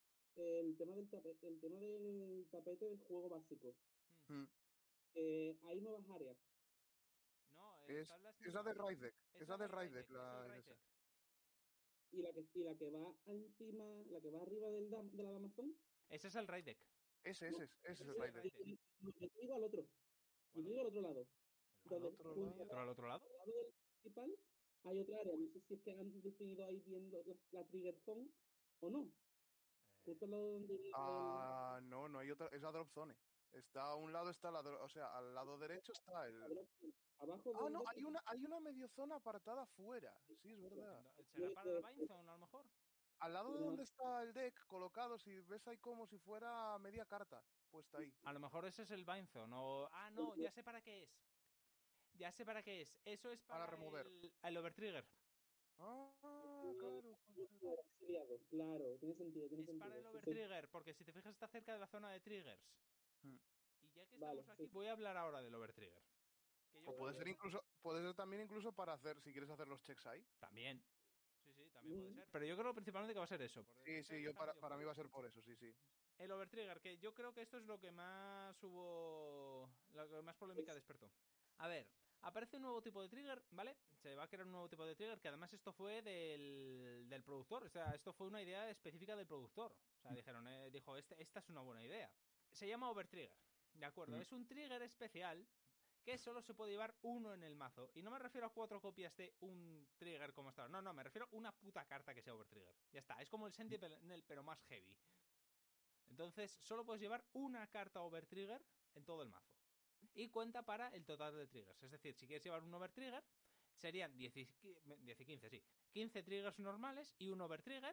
el tema del tapete, el tema del tapete del juego básico. mm. Mm. Eh, hay nuevas áreas. No, eh, Es, están las es la mismas. de Raidek. Es Es la la de del Raidek, Raidek, es el la, es Raidek. esa. Y la que, y la que va encima, la que va arriba del dam, de la Amazon, Ese es el Raidek. Ese, no, ese, es- ese es Ese el es el Raidek. yo, Raidek. yo- yo- yo te digo al otro, yo ¿Cuál te digo otro? al otro lado, ¿El Al otro? donde otro junto lado. ¿Otro al otro lado? al lado del principal hay otra área, no sé si es que han definido ahí bien lo- la, la trigger zone o no, justo al Eh, lado donde el, Ah, no, no hay otra. Es la Drop Zone. Está a un lado, está la. dro- O sea, al lado derecho está el. el- abajo Ah, del no, de hay una, hay una medio zona apartada fuera. Sí, es verdad. ¿en do- yo, ¿Será para el eh, Binezone a lo mejor? Al lado de no, donde está el deck colocado, si ves ahí como si fuera media carta puesta ahí. A lo mejor ese es el Binezone. O... Ah, no, ya sé para qué es. Ya sé para qué es. Eso es Para para remover. el, el Overtrigger. Ah, claro, puede ser. exiliado, claro, tiene sentido, tiene Es para sentido, el sí, sí, Overtrigger, porque si te fijas está cerca de la zona de triggers. Mm. Y ya que vale, estamos sí, aquí, voy a hablar ahora del Overtrigger. Que yo O creo puede que ser este incluso, puede ser también incluso para hacer, si quieres hacer los checks ahí. también. Sí, sí, también puede mm, ser. Pero yo creo principalmente que va a ser eso. Porque Sí, se ve sí, que yo está para, medio para mí fuera. va a ser por eso, sí, sí. El Overtrigger, que yo creo que esto es lo que más hubo. Lo que más polémica despertó. A ver, aparece un nuevo tipo de trigger, ¿vale? Se va a crear un nuevo tipo de trigger, que además esto fue del, del productor. O sea, esto fue una idea específica del productor. O sea, dijeron, eh, dijo, este, esta es una buena idea. Se llama Overtrigger, ¿de acuerdo? Mm. Es un trigger especial que solo se puede llevar uno en el mazo. Y no me refiero a cuatro copias de un trigger como está. No, no, me refiero a una puta carta que sea Overtrigger. Ya está, es como el Sentinel, pero más heavy. Entonces, solo puedes llevar una carta Overtrigger en todo el mazo. Y cuenta para el total de triggers. Es decir, si quieres llevar un Overtrigger, serían diez y quince, sí. quince triggers normales y un Overtrigger,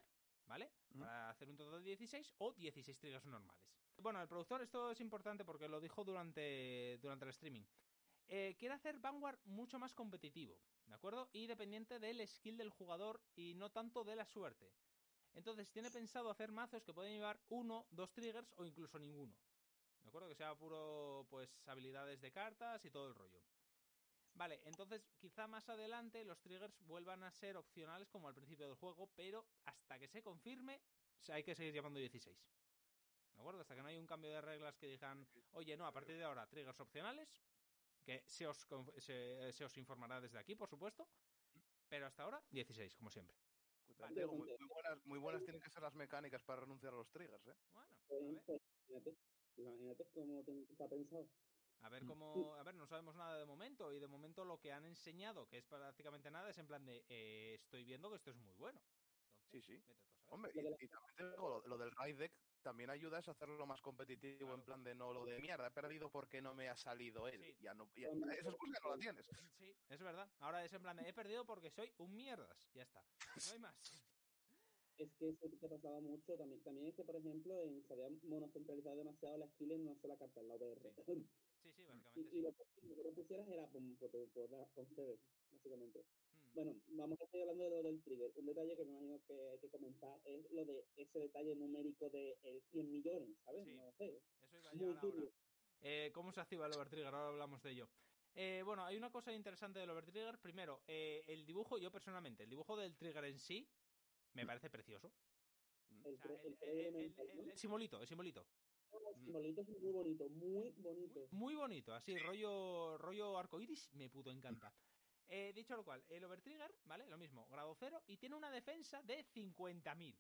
¿vale? Ujú. Para hacer un total de dieciséis o dieciséis triggers normales. Bueno, el productor, esto es importante porque lo dijo durante, durante el streaming. Eh, quiere hacer Vanguard mucho más competitivo, ¿de acuerdo? Y dependiente del skill del jugador y no tanto de la suerte. Entonces tiene pensado hacer mazos que pueden llevar uno, dos triggers o incluso ninguno. ¿De acuerdo? Que sea puro, pues, habilidades de cartas y todo el rollo. Vale, entonces quizá más adelante los triggers vuelvan a ser opcionales como al principio del juego, pero hasta que se confirme, o sea, hay que seguir llamando dieciséis. ¿De acuerdo? Hasta que no haya un cambio de reglas que digan, oye, no, a partir de ahora, triggers opcionales, que se os, se, se os informará desde aquí, por supuesto, pero hasta ahora, dieciséis, como siempre. Vale. Digo, muy, muy, buenas, muy buenas tienen que ser las mecánicas para renunciar a los triggers, ¿eh? Bueno, a ver. Pues, imagínate, imagínate cómo te- está pensado. A ver cómo... A ver, no sabemos nada de momento. Y de momento lo que han enseñado, que es prácticamente nada, es en plan de... Eh, estoy viendo que esto es muy bueno. Entonces, Sí, sí. vete tú a saber. Hombre, y, y también te digo, lo, lo del raid deck también ayuda a hacerlo más competitivo, Claro. en plan de no lo de mierda, he perdido porque no me ha salido él. Sí. Ya no, ya, esa excusa ya no la tienes. Sí, es verdad. Ahora es en plan de he perdido porque soy un mierdas. Ya está. No hay más. Es que eso te pasaba mucho también. También es que, por ejemplo, en, se había monocentralizado demasiado la skill en una sola carta, en la O B R. Sí, sí, sí, básicamente y, sí. y lo, que, lo que no pusieras era pum, pues, te podrás conceder, básicamente. Hmm. Bueno, vamos a seguir hablando de lo del trigger. Un detalle que me imagino que hay que comentar es lo de ese detalle numérico de el cien millones, ¿sabes? Sí. No sé. Eso iba a Muy llegar ahora. turbio. Eh, ¿Cómo se activa el overtrigger? Ahora hablamos de ello. Eh, bueno, hay una cosa interesante del overtrigger. Primero, eh, el dibujo, yo personalmente, el dibujo del trigger en sí me parece precioso. El, O sea, tre- el, el trigger el- el- mental, el- ¿no? el simbolito, el simbolito. El simbolito es muy bonito, muy bonito. Muy, muy bonito, así, rollo, rollo arcoiris, me puto encanta. Eh, dicho lo cual, el overtrigger, ¿vale? Lo mismo, grado cero, y tiene una defensa de cincuenta mil.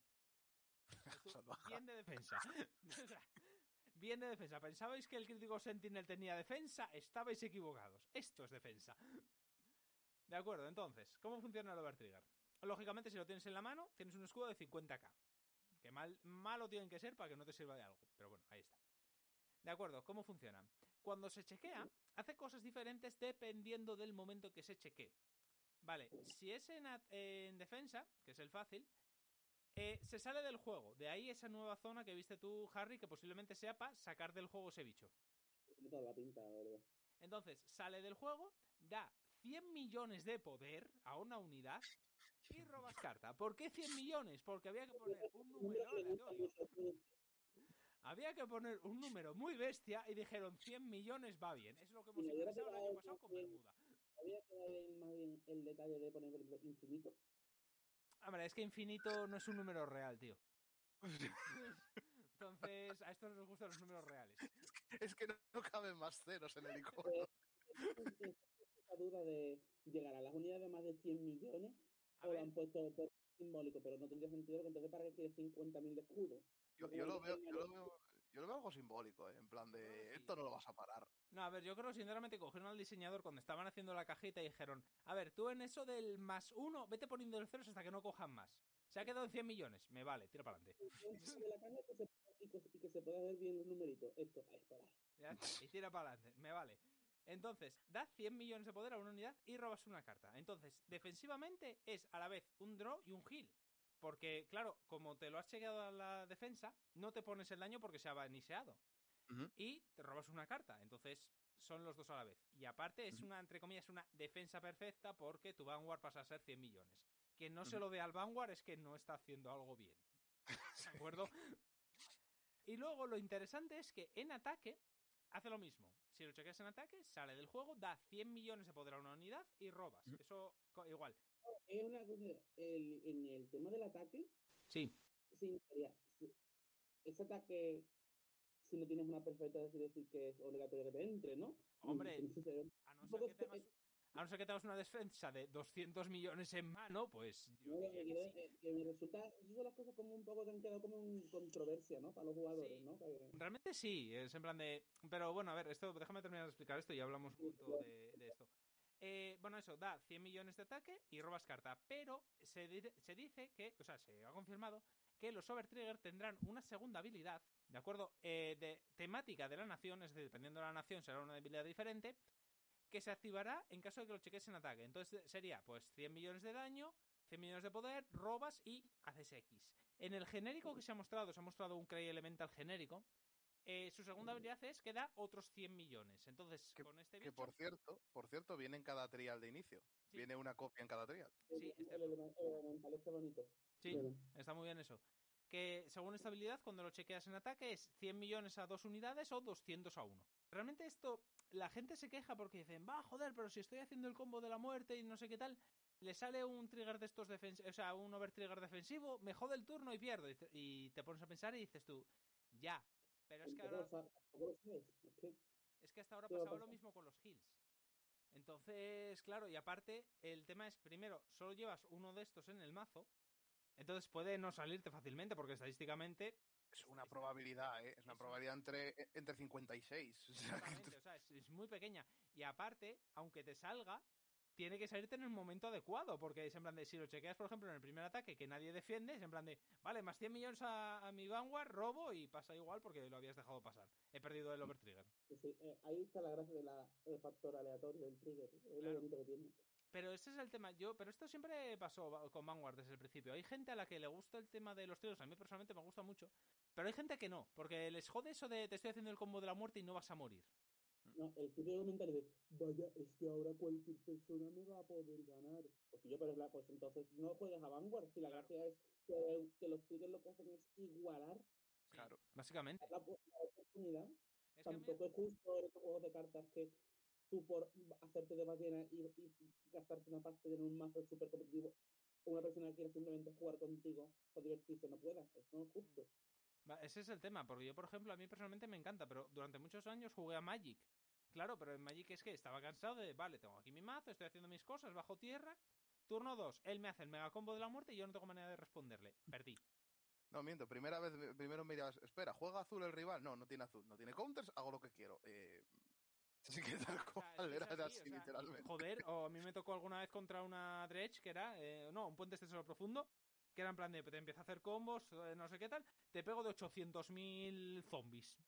Bien de defensa. O sea, bien de defensa. ¿Pensabais que el crítico Sentinel tenía defensa? Estabais equivocados. Esto es defensa. De acuerdo, entonces, ¿cómo funciona el overtrigger? Lógicamente, si lo tienes en la mano, tienes un escudo de cincuenta k. Que mal, malo tienen que ser para que no te sirva de algo. Pero bueno, ahí está. De acuerdo, ¿cómo funciona? Cuando se chequea, hace cosas diferentes dependiendo del momento que se chequee. Vale, si es en, en defensa, que es el fácil, eh, se sale del juego. De ahí esa nueva zona que viste tú, Harry, que posiblemente sea para sacar del juego ese bicho. Tiene toda la pinta, la verdad. Entonces, sale del juego, da cien millones de poder a una unidad y robas carta. ¿Por qué cien millones? Porque había que poner un número aleatorio. Había que poner un número muy bestia y dijeron cien millones va bien. Es lo que hemos ingresado el año pasado con Bermuda. Había que darle más bien el detalle de poner, por ejemplo, infinito. Hombre, es que infinito no es un número real, tío. Entonces, a estos nos gustan los números reales. Es que no, no caben más ceros en el icono. Esa duda de llegar a las unidades de más de cien millones A o ver. lo han puesto por simbólico, pero no tendría sentido porque entonces para qué quiere cincuenta mil de escudo. Yo, yo, lo veo, yo, lo veo, yo lo veo algo simbólico, ¿eh? En plan de esto no lo vas a parar. No, a ver, yo creo sinceramente cogieron al diseñador cuando estaban haciendo la cajita y dijeron, a ver, tú en eso del más uno, vete poniendo los ceros hasta que no cojan más. Se ha quedado en cien millones, me vale, tira para adelante. De la caja que se, y, que, y que se pueda ver bien los numeritos. Esto, ahí, por ahí. Ya está, y tira para adelante, me vale. Entonces, da cien millones de poder a una unidad y robas una carta. Entonces, defensivamente es a la vez un draw y un heal. Porque, claro, como te lo has chequeado a la defensa, no te pones el daño porque se ha vaniseado. Uh-huh. Y te robas una carta. Entonces, son los dos a la vez. Y aparte, es una, entre comillas, una defensa perfecta porque tu Vanguard pasa a ser cien millones. Quien no uh-huh. se lo dé al Vanguard es que no está haciendo algo bien. ¿De acuerdo? Y luego, lo interesante es que en ataque hace lo mismo. Si lo chequeas en ataque, sale del juego, da cien millones de poder a una unidad y robas. Uh-huh. Eso, igual. Es una cosa, el, en el tema del ataque, sí. Sí, sería, sí, ese ataque, si no tienes una perfecta, es decir que es obligatorio que te entre, ¿no? Hombre, a no ser que tengas, a no ser que tengas una defensa de doscientos millones en mano, pues... Yo no, que, que, sí. que me resulta, esas son las cosas como un poco que han quedado como en controversia, ¿no? Para los jugadores, sí. ¿no? Que... Realmente sí, es en plan de... Pero bueno, a ver, esto, déjame terminar de explicar esto y hablamos un poquito de, de esto. Eh, bueno, eso, da cien millones de ataque y robas carta, pero se, di- se dice que, o sea, se ha confirmado que los Overtrigger tendrán una segunda habilidad, ¿de acuerdo? Eh, de temática de la nación, es decir, dependiendo de la nación será una habilidad diferente, que se activará en caso de que lo cheques en ataque. Entonces sería, pues, cien millones de daño cien millones de poder, robas y haces X. En el genérico que se ha mostrado, se ha mostrado un Cray Elemental genérico. Eh, su segunda habilidad es que da otros cien millones. Entonces, Que, con este que bicho... por cierto, por cierto, viene en cada trial de inicio. Sí. Viene una copia en cada trial. El, Sí, es el, cierto. elemental, el elemental está bonito. Sí, Bueno, está muy bien eso. Que según esta habilidad, cuando lo chequeas en ataque, es cien millones a dos unidades o doscientos a uno. Realmente esto, la gente se queja porque dicen, va, joder, pero si estoy haciendo el combo de la muerte y no sé qué tal, le sale un trigger de estos defensivos, o sea, un overtrigger defensivo, me jode el turno y pierdo. Y te, y te pones a pensar y dices tú, ya, pero es que tampoco ahora... lo sabes, tampoco lo sabes. Es que, Es que hasta ahora ¿qué va a pasaba lo pasar? mismo con los heals. Entonces, claro, y aparte, el tema es, primero, solo llevas uno de estos en el mazo, entonces puede no salirte fácilmente, porque estadísticamente... Es una probabilidad, ¿eh? Es una es probabilidad entre, entre cincuenta y seis. O sea, Exactamente, o sea, es, es muy pequeña. Y aparte, aunque te salga, tiene que salirte en el momento adecuado, porque es en plan de, si lo chequeas, por ejemplo, en el primer ataque que nadie defiende, es en plan de, vale, más cien millones a, a mi Vanguard, robo y pasa igual porque lo habías dejado pasar. He perdido el overtrigger. Sí, sí, eh, ahí está la gracia de la, del factor aleatorio del trigger. Es Claro. lo bonito que tiene. Pero ese es el tema, yo, pero esto siempre pasó con Vanguard desde el principio. Hay gente a la que le gusta el tema de los triggers, a mí personalmente me gusta mucho, pero hay gente que no, porque les jode eso de te estoy haciendo el combo de la muerte y no vas a morir. No, el típico comentario de, vaya, es que ahora cualquier persona me va a poder ganar. Pues tío, pero es la, pues entonces no juegas a Vanguard. Si la Claro. gracia es que, que los triggers lo que hacen es igualar Sí, Claro. básicamente. la, la oportunidad. Es que a mí- Tampoco es justo en estos juegos de cartas que tú por hacerte de ballena y, y gastarte una pasta en un mazo súper competitivo, una persona que quiera simplemente jugar contigo o divertirse no pueda. Eso no es justo. Va, ese es el tema, porque yo, por ejemplo, a mí personalmente me encanta, pero durante muchos años jugué a Magic. Claro, pero en Magic es que estaba cansado de, vale, tengo aquí mi mazo, estoy haciendo mis cosas, bajo tierra. Turno dos, él me hace el mega combo de la muerte y yo no tengo manera de responderle. Perdí. No, miento. Primera vez, primero me dirás, espera, ¿juega azul el rival? No, no tiene azul. No tiene counters, hago lo que quiero. Eh... Sí que tal O sea, cual, es que era es así, así, o sea, literalmente. joder, o a mí me tocó alguna vez contra una Dredge que era, eh, no, un puente extensor profundo, que era en plan de, te empieza a hacer combos, eh, no sé qué tal, te pego de ochocientos mil zombies.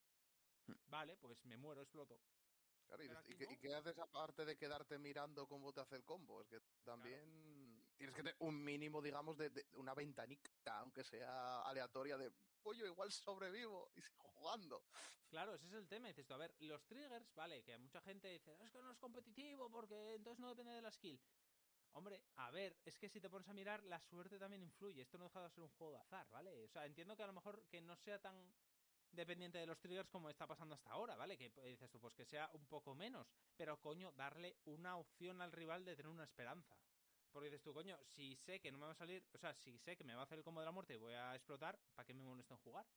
Vale, pues me muero, exploto. Claro, ¿y, Pero ¿y, aquí qué, no. ¿y qué haces aparte de quedarte mirando cómo te hace el combo? Es que también tienes que tener un mínimo, digamos, de, de una ventanita, aunque sea aleatoria, de, pollo, igual sobrevivo y sigo jugando. Claro, ese es el tema. Dices tú, a ver, los triggers, vale, que mucha gente dice, es que no es competitivo porque entonces no depende de la skill. Hombre, a ver, es que si te pones a mirar, la suerte también influye. Esto no deja de ser un juego de azar, ¿vale? O sea, entiendo que a lo mejor que no sea tan dependiente de los triggers como está pasando hasta ahora, ¿vale? Que dices tú, pues que sea un poco menos. Pero, coño, darle una opción al rival de tener una esperanza. Porque dices tú, coño, si sé que no me va a salir, o sea, si sé que me va a hacer el combo de la muerte y voy a explotar, ¿para qué me molesto en jugar?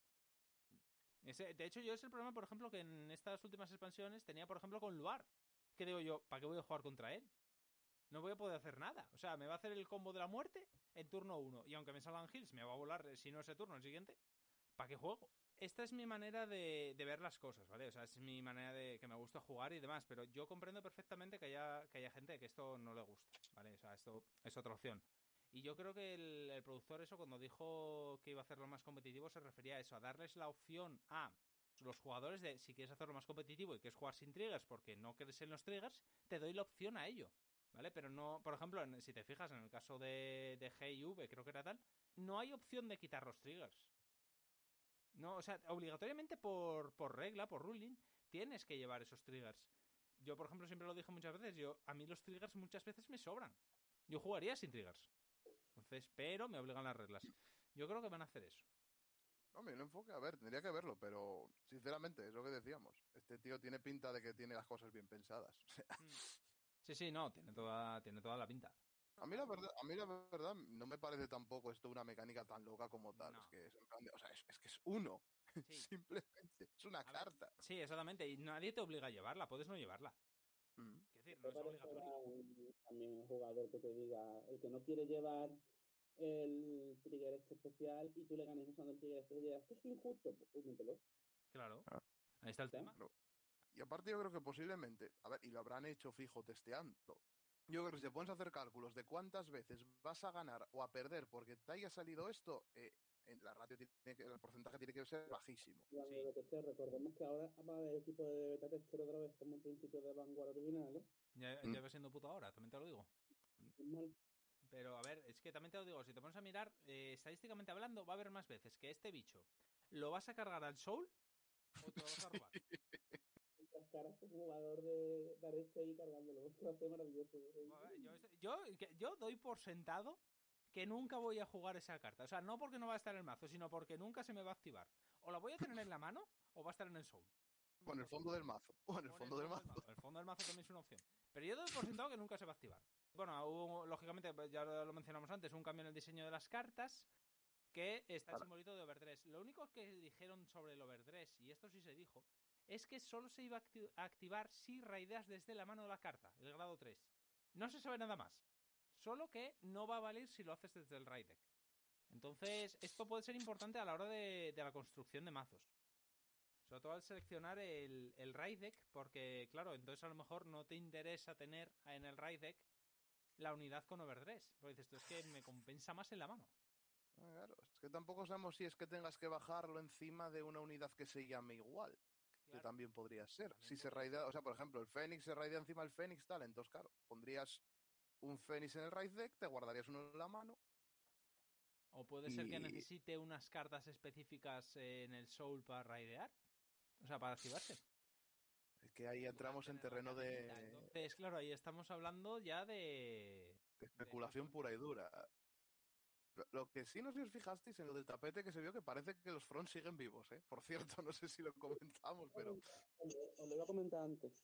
Ese, de hecho, yo es el problema, por ejemplo, que en estas últimas expansiones tenía, por ejemplo, con Luar. Que digo yo, ¿para qué voy a jugar contra él? No voy a poder hacer nada. O sea, me va a hacer el combo de la muerte en turno uno. Y aunque me salgan heals, me va a volar, si no ese turno, el siguiente. ¿Para qué juego? Esta es mi manera de, de ver las cosas, ¿vale? O sea, es mi manera de que me gusta jugar y demás. Pero yo comprendo perfectamente que haya, que haya gente que esto no le gusta, ¿vale? O sea, esto es otra opción. Y yo creo que el, el productor, eso, cuando dijo que iba a hacerlo más competitivo, se refería a eso, a darles la opción a los jugadores de, si quieres hacerlo más competitivo y quieres jugar sin triggers porque no crees en los triggers, te doy la opción a ello, ¿vale? Pero no, por ejemplo, en, si te fijas en el caso de, de G y V, creo que era tal, no hay opción de quitar los triggers. No, o sea, obligatoriamente por, por regla, por ruling, tienes que llevar esos triggers. Yo, por ejemplo, siempre lo dije muchas veces, yo a mí los triggers muchas veces me sobran. Yo jugaría sin triggers. Entonces, pero me obligan las reglas. Yo creo que van a hacer eso. Hombre, un enfoque, a ver, tendría que verlo, pero sinceramente, es lo que decíamos. Este tío tiene pinta de que tiene las cosas bien pensadas. Mm. Sí, sí, no, tiene toda, tiene toda la pinta. A mí la verdad, a mí la verdad no me parece tampoco esto una mecánica tan loca como tal. No. Es que es en plan de- o sea, es, es que es uno. Sí. Simplemente. Es una A ver, carta. sí, exactamente. Y nadie te obliga a llevarla, puedes no llevarla. Mm. Es decir, no Me es parecerá obligatorio. un- también un jugador que te diga, el que no quiere llevar el trigger este especial y tú le ganes usando el trigger este y digas, esto es injusto, pues mételo. Claro. Ah. Ahí está el ¿Ya? tema. Claro. Y aparte yo creo que posiblemente, a ver, y lo habrán hecho fijo testeando. Yo creo que si te pones a hacer cálculos de cuántas veces vas a ganar o a perder porque te haya salido esto, eh, en la ratio tiene que, el porcentaje tiene que ser bajísimo. Y hablando Sí. de B T C, recordemos que ahora va a haber equipo de beta tester otra vez como en principio de Vanguard original, ¿eh? Ya, Mm. ya va siendo puta hora, también te lo digo. Es mal. Pero a ver, es que también te lo digo, si te pones a mirar, eh, estadísticamente hablando, va a haber más veces que este bicho lo vas a cargar al Soul o te lo vas a robar. Las caras como jugador de dar este ahí cargándolo. Va a ser maravilloso. Yo, yo, yo doy por sentado que nunca voy a jugar esa carta. O sea, no porque no va a estar en el mazo, sino porque nunca se me va a activar. O la voy a tener en la mano o va a estar en el Soul. O en el fondo del mazo. O en el fondo del mazo. El fondo del mazo también es una opción. Pero yo doy por sentado que nunca se va a activar. Bueno, hubo, lógicamente, ya lo mencionamos antes, un cambio en el diseño de las cartas que está el simbolito de Overdress. Lo único que dijeron sobre el Overdress, y esto sí se dijo, es que solo se iba a, acti a activar si raideas desde la mano de la carta, el grado tres. No se sabe nada más. Solo que no va a valer si lo haces desde el raid deck. Entonces, esto puede ser importante a la hora de, de la construcción de mazos. Sobre todo al seleccionar el, el raid deck, porque, claro, entonces a lo mejor no te interesa tener en el raid deck la unidad con Overdress. Porque dices, esto es que me compensa más en la mano. Ah, claro, es que tampoco sabemos si es que tengas que bajarlo encima de una unidad que se llame igual. Claro. Que también podría ser. También si podría se raidea, ser. O sea, por ejemplo, el Fénix se raidea encima del Fénix, tal, entonces, claro, pondrías un Fénix en el raid deck, te guardarías uno en la mano. O puede y... ser que necesite unas cartas específicas en el Soul para raidear. O sea, para activarse. Es que ahí entramos en terreno de... Entonces, claro, ahí estamos hablando ya de... de especulación de... pura y dura. Lo que sí, no sé si os fijasteis en lo del tapete, que se vio que parece que los Front siguen vivos, ¿eh? Por cierto, no sé si lo comentamos, pero... Os lo iba a comentar antes.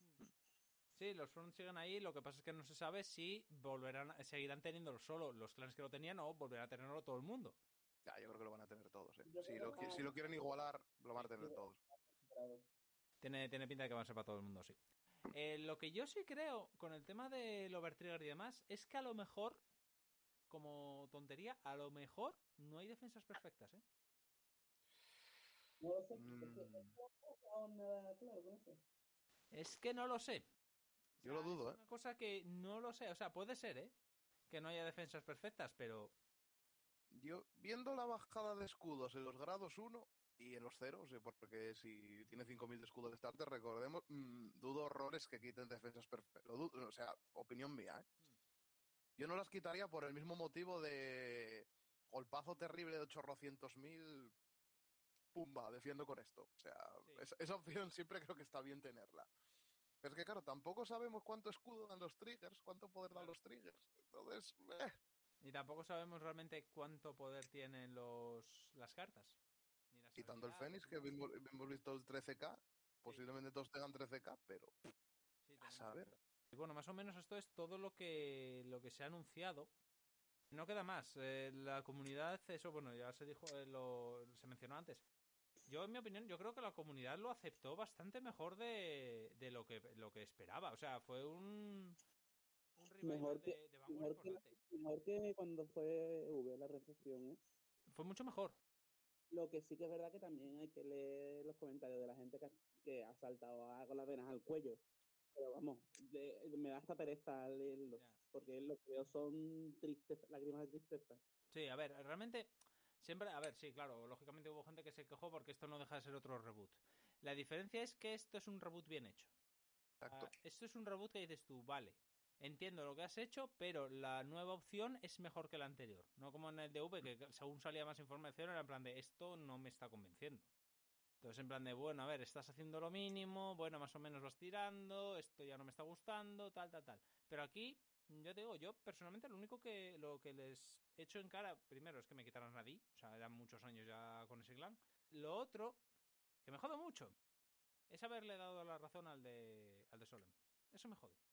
Sí, los Front siguen ahí, lo que pasa es que no se sabe si volverán, seguirán teniéndolo solo los clanes que lo tenían o volverán a tenerlo todo el mundo. Ya, yo creo que lo van a tener todos, ¿eh? Si lo, que, si lo quieren igualar, lo van a tener todos. Tiene, tiene pinta de que van a ser para todo el mundo, sí. Eh, lo que yo sí creo con el tema del Overtrigger y demás es que a lo mejor, como tontería, a lo mejor no hay defensas perfectas, ¿eh? No lo sé, mm. es que no nada claro con eso. Es que no lo sé. O sea, yo lo dudo, es ¿eh? una cosa que no lo sé, o sea, puede ser, ¿eh? Que no haya defensas perfectas, pero... Yo, viendo la bajada de escudos en los grados uno y en los ceros, porque si tiene cinco mil de escudos de starter, recordemos, mmm, dudo horrores que quiten defensas perfectas. O sea, opinión mía, ¿eh? Mm. Yo no las quitaría por el mismo motivo de golpazo terrible de ochocientos mil, pumba, defiendo con esto. O sea, sí. esa, esa opción siempre creo que está bien tenerla. Pero es que, claro, tampoco sabemos cuánto escudo dan los triggers, cuánto poder dan los triggers. Entonces, eh. Y tampoco sabemos realmente cuánto poder tienen los las cartas. Ni las Quitando el Fénix, que hemos, hemos visto el trece K, sí. Posiblemente todos tengan trece K, pero sí, a saber. Y bueno, más o menos esto es todo lo que lo que se ha anunciado. No queda más. Eh, la comunidad, eso, bueno, ya se dijo, eh, lo, se mencionó antes. Yo, en mi opinión, yo creo que la comunidad lo aceptó bastante mejor de, de lo que lo que esperaba. O sea, fue un... Un mejor que, de, de mejor, que, mejor que cuando fue V la recepción, ¿eh? Fue mucho mejor. Lo que sí que es verdad que también hay que leer los comentarios de la gente que, que ha saltado a, con las venas al cuello. Pero vamos, de, me da hasta pereza leerlos, yeah. Porque lo que veo son tristes, lágrimas de tristeza. Sí, a ver, realmente... Siempre, a ver, sí, claro, lógicamente hubo gente que se quejó porque esto no deja de ser otro reboot. La diferencia es que esto es un reboot bien hecho. Exacto. Uh, esto es un reboot que dices tú, vale, entiendo lo que has hecho, pero la nueva opción es mejor que la anterior. No como en el D V, que según salía más información era en plan de esto no me está convenciendo. Entonces en plan de, bueno, a ver, estás haciendo lo mínimo, bueno, más o menos vas tirando, esto ya no me está gustando, tal, tal, tal. Pero aquí, yo te digo, yo personalmente lo único que lo que les echo en cara, primero es que me quitaron a Di, o sea, eran muchos años ya con ese clan. Lo otro, que me jode mucho, es haberle dado la razón al de, al de Solem. Eso me jode.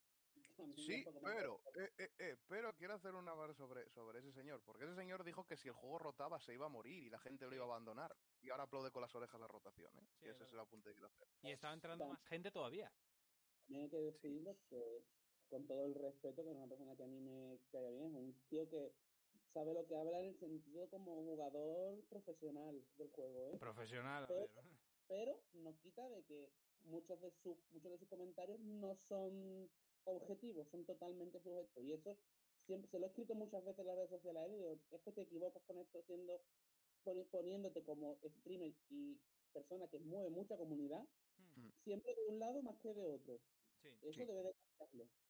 Sí, pero, eh, eh, eh, pero quiero hacer una barra sobre, sobre ese señor, porque ese señor dijo que si el juego rotaba se iba a morir y la gente lo iba a abandonar. Y ahora aplaude con las orejas la rotación, ¿eh? Sí, y ese es el apunte que quiero hacer. Y está entrando más gente todavía. También hay que decirlo sí. que, con todo el respeto, que es una persona que a mí me cae bien, es un tío que sabe lo que habla en el sentido como jugador profesional del juego, ¿eh? Profesional, pero, a ver. Pero nos quita de que muchos de sus muchos de sus comentarios no son objetivos, son totalmente subjetivos. Y eso siempre se lo he escrito muchas veces en las redes sociales a él y digo, es que te equivocas con esto siendo poniéndote como streamer y persona que mueve mucha comunidad, hmm. siempre de un lado más que de otro. Sí. Eso sí. debe de cambiarlo.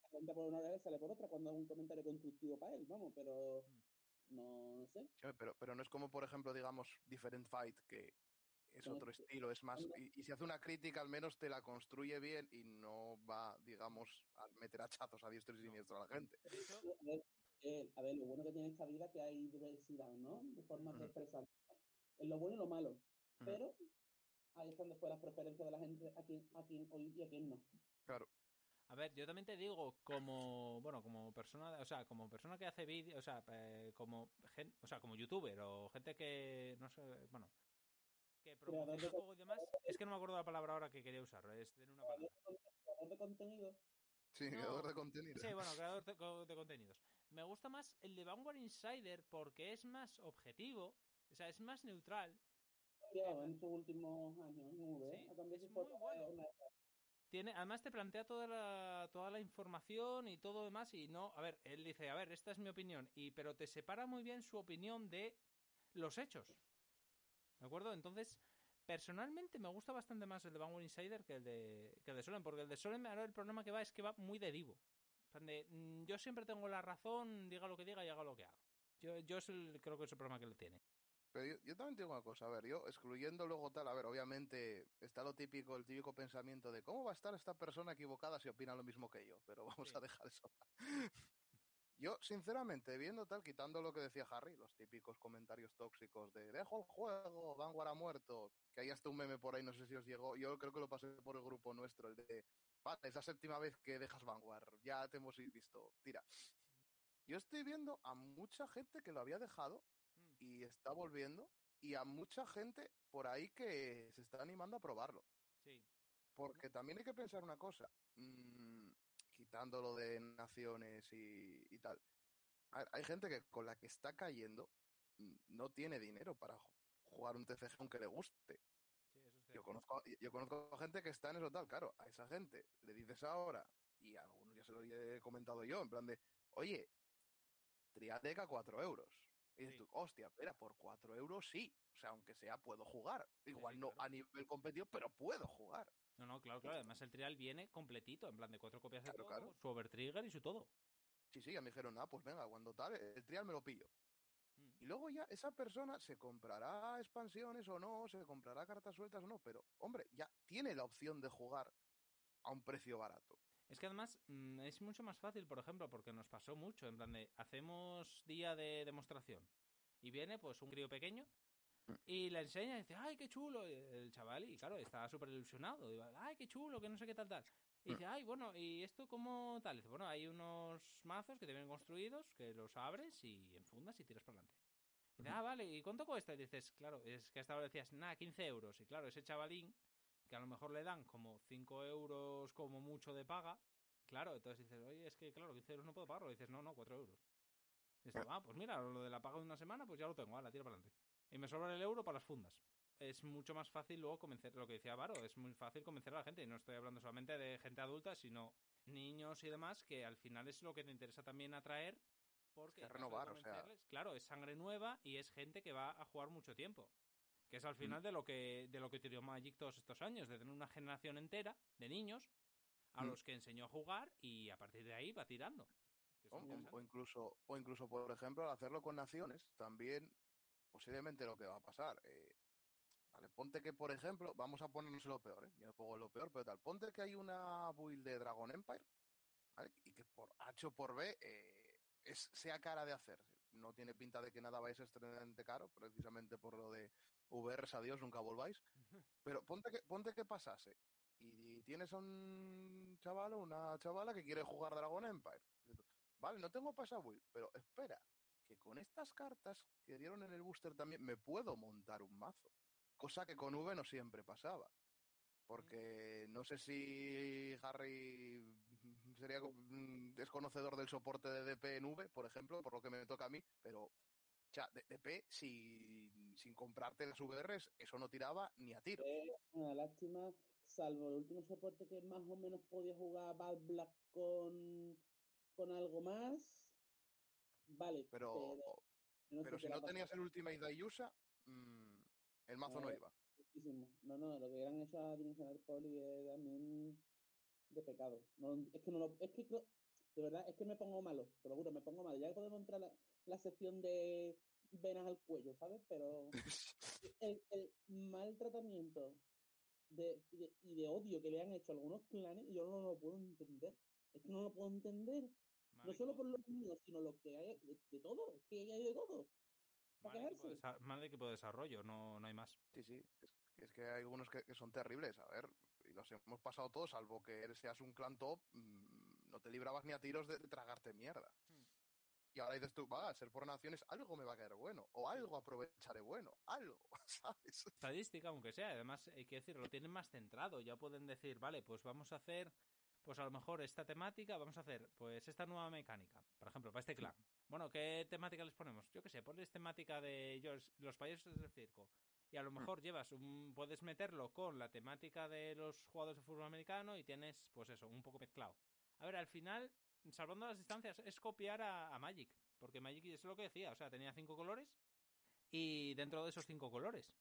entra por una oreja y sale por otra cuando es un comentario constructivo para él, vamos, pero Mm. no, no sé. Sí, pero, pero no es como, por ejemplo, digamos, Different Fight, que es Son otro est- estilo, es más. son- Y, y si hace una crítica, al menos te la construye bien y no va, digamos, a meter hachazos a diestro y No. siniestro a la gente. De hecho, A ver, eh, a ver, lo bueno que tiene esta vida es que hay diversidad, ¿no? De formas de Ujú, expresarse. Es lo bueno y lo malo. ujú, Pero ahí están después las preferencias de la gente a quién, a quién oír y a quién no. claro. a ver, yo también te digo, como, bueno, como persona, o sea, como persona que hace vídeos, o sea, eh, como gen- o sea, como youtuber o gente que, no sé, bueno, que Creador de, promociona juegos y demás, es que no me acuerdo la palabra ahora que quería usar, es en una creador palabra. de, creador de contenido. Sí, creador No, de contenido. sí, bueno, creador de, co- de contenidos. Me gusta más el de Vanguard Insider porque es más objetivo, o sea, es más neutral. Ha En cambiado en plan, estos últimos años, ¿no? ¿Ves? sí, Ha cambiado es su forma muy bueno. de... Una... Tiene, además te plantea toda la, toda la información y todo demás y no, a ver, él dice, a ver, esta es mi opinión, y pero te separa muy bien su opinión de los hechos, ¿de acuerdo? Entonces, personalmente me gusta bastante más el de Vanguard Insider que el de, que el de Solen, porque el de Solen ahora el problema que va es que va muy de divo. En plan de, mm, yo siempre tengo la razón, diga lo que diga y haga lo que haga. Yo, yo es el, creo que es el problema que él tiene. Pero yo, yo también tengo una cosa, a ver, yo excluyendo luego tal, a ver, obviamente está lo típico, el típico pensamiento de cómo va a estar esta persona equivocada si opina lo mismo que yo, pero vamos Sí, a dejar eso. Yo, sinceramente, viendo tal, quitando lo que decía Harry, los típicos comentarios tóxicos de dejo el juego, Vanguard ha muerto, que hay hasta un meme por ahí, no sé si os llegó, yo creo que lo pasé por el grupo nuestro, el de, vale, es la séptima vez que dejas Vanguard, ya te hemos visto, tira. Yo estoy viendo a mucha gente que lo había dejado mm, y está volviendo, y a mucha gente por ahí que se está animando a probarlo. sí. No, Porque también hay que pensar una cosa, mmm, quitando lo de naciones y, y tal. A ver, hay gente que con la que está cayendo mm, no tiene dinero para ju- jugar un T C G aunque le guste. sí, eso es Yo cierto. conozco, yo conozco a gente que está en eso tal, claro, a esa gente le dices ahora, y a algunos ya se lo he comentado yo, en plan de, oye, Triateca cuatro euros. Y dices Sí, tú, hostia, espera, por cuatro euros sí. O sea, aunque sea, puedo jugar. sí, sí, Igual no claro. a nivel competitivo, pero puedo jugar. No, no, claro, claro. Además el trial viene completito, en plan de cuatro copias de Claro, claro. todo, su overtrigger y su todo. Sí, sí, ya me dijeron, ah, pues venga, cuando tal, el trial me lo pillo. Mm. Y luego ya esa persona se comprará expansiones o no, se comprará cartas sueltas o no, pero hombre, ya tiene la opción de jugar a un precio barato. Es que además mm, es mucho más fácil, por ejemplo, porque nos pasó mucho, en plan de, hacemos día de demostración y viene pues un crío pequeño y le enseña y dice, ay, qué chulo, y el chaval, y claro, está súper ilusionado, y va, ay, qué chulo, que no sé qué tal, tal. Y dice, ay, bueno, ¿y esto cómo tal? Y dice, bueno, hay unos mazos que te vienen construidos, que los abres y enfundas y tiras para adelante. Y dice, ah, vale, ¿y cuánto cuesta? Y dices, claro, es que hasta ahora decías, nada, quince euros. Y claro, ese chavalín, que a lo mejor le dan como cinco euros como mucho de paga, claro, entonces dices, oye, es que claro, quince euros no puedo pagarlo. Y dices, no, no, cuatro euros. Y dices, ah, pues mira, lo de la paga de una semana, pues ya lo tengo, la tira para adelante. Y me sobra el euro para las fundas. Es mucho más fácil luego convencer, lo que decía Varo, es muy fácil convencer a la gente. Y no estoy hablando solamente de gente adulta, sino niños y demás, que al final es lo que te interesa también atraer, Es porque que en caso de renovar, o sea, convencerles, claro, es sangre nueva y es gente que va a jugar mucho tiempo. Que es al mm, final de lo que de lo que tiró Magic todos estos años, de tener una generación entera de niños a mm. los que enseñó a jugar y a partir de ahí va tirando. Que es O, lo o- o interesante. incluso, o incluso, por ejemplo, al hacerlo con naciones, también posiblemente lo que va a pasar. eh, Vale, ponte que, por ejemplo, vamos a ponernos en lo peor, ¿eh? Yo me pongo en lo peor, pero tal. Ponte que hay una build de Dragon Empire, ¿vale? Y que por H o por B eh, es, sea cara de hacer. No tiene pinta de que nada vaya a ser extremadamente caro, precisamente por lo de V Rs, adiós, nunca volváis. Pero ponte que, ponte que pasase y tienes a un chaval o una chavala que quiere jugar Dragon Empire. Vale, no tengo para esa build, pero espera, que con estas cartas que dieron en el booster también me puedo montar un mazo. Cosa que con V no siempre pasaba. Porque no sé si Harry sería mm, desconocedor del soporte de D P en V, por ejemplo, por lo que me toca a mí, pero o sea, de- D P sin, sin comprarte las V Rs, eso no tiraba ni a tiros. Es una lástima, salvo el último soporte que más o menos podía jugar Bad Black con, con algo más. Vale, Pero, pero no pero sé qué si le ha no pasado. tenías el Ultimate Dayusa, mmm, el mazo no No, iba. muchísimo. No, no, lo que eran esas dimensional poli es también de pecado. No, es que no lo, es que De verdad, es que me pongo malo, te lo juro, me pongo malo. Ya podemos entrar a la, la sección de venas al cuello, ¿sabes? Pero el, el mal tratamiento de, y, de, y de odio que le han hecho a algunos clanes, yo no lo puedo entender. Es que no lo puedo entender. Mal No solo equipo, por los míos, sino lo que hay de, de todo. Es que hay de todo. ¿Para mal equipo, de, quejarse? desa- mal equipo de desarrollo, no, no hay más. Sí, sí, es, es que hay algunos que, que son terribles, a ver, y los hemos pasado todos, salvo que eres- seas un clan top, mmm, no te librabas ni a tiros de, de tragarte mierda. Hmm. Y ahora dices tú, va, a ser por naciones, algo me va a caer bueno, o Sí. algo aprovecharé bueno, algo, ¿sabes? Estadística, aunque sea, además hay que decir, lo tienen más centrado, ya pueden decir, vale, pues vamos a hacer, pues a lo mejor esta temática, vamos a hacer, pues esta nueva mecánica, por ejemplo, para este clan. Bueno, ¿qué temática les ponemos? Yo qué sé, ponles temática de ellos, los payasos del circo. Y a lo mejor llevas un, puedes meterlo con la temática de los jugadores de fútbol americano y tienes, pues eso, un poco mezclado. A ver, al final, salvando las distancias, es copiar a, a Magic, porque Magic es lo que decía, o sea, tenía cinco colores y dentro de esos cinco colores.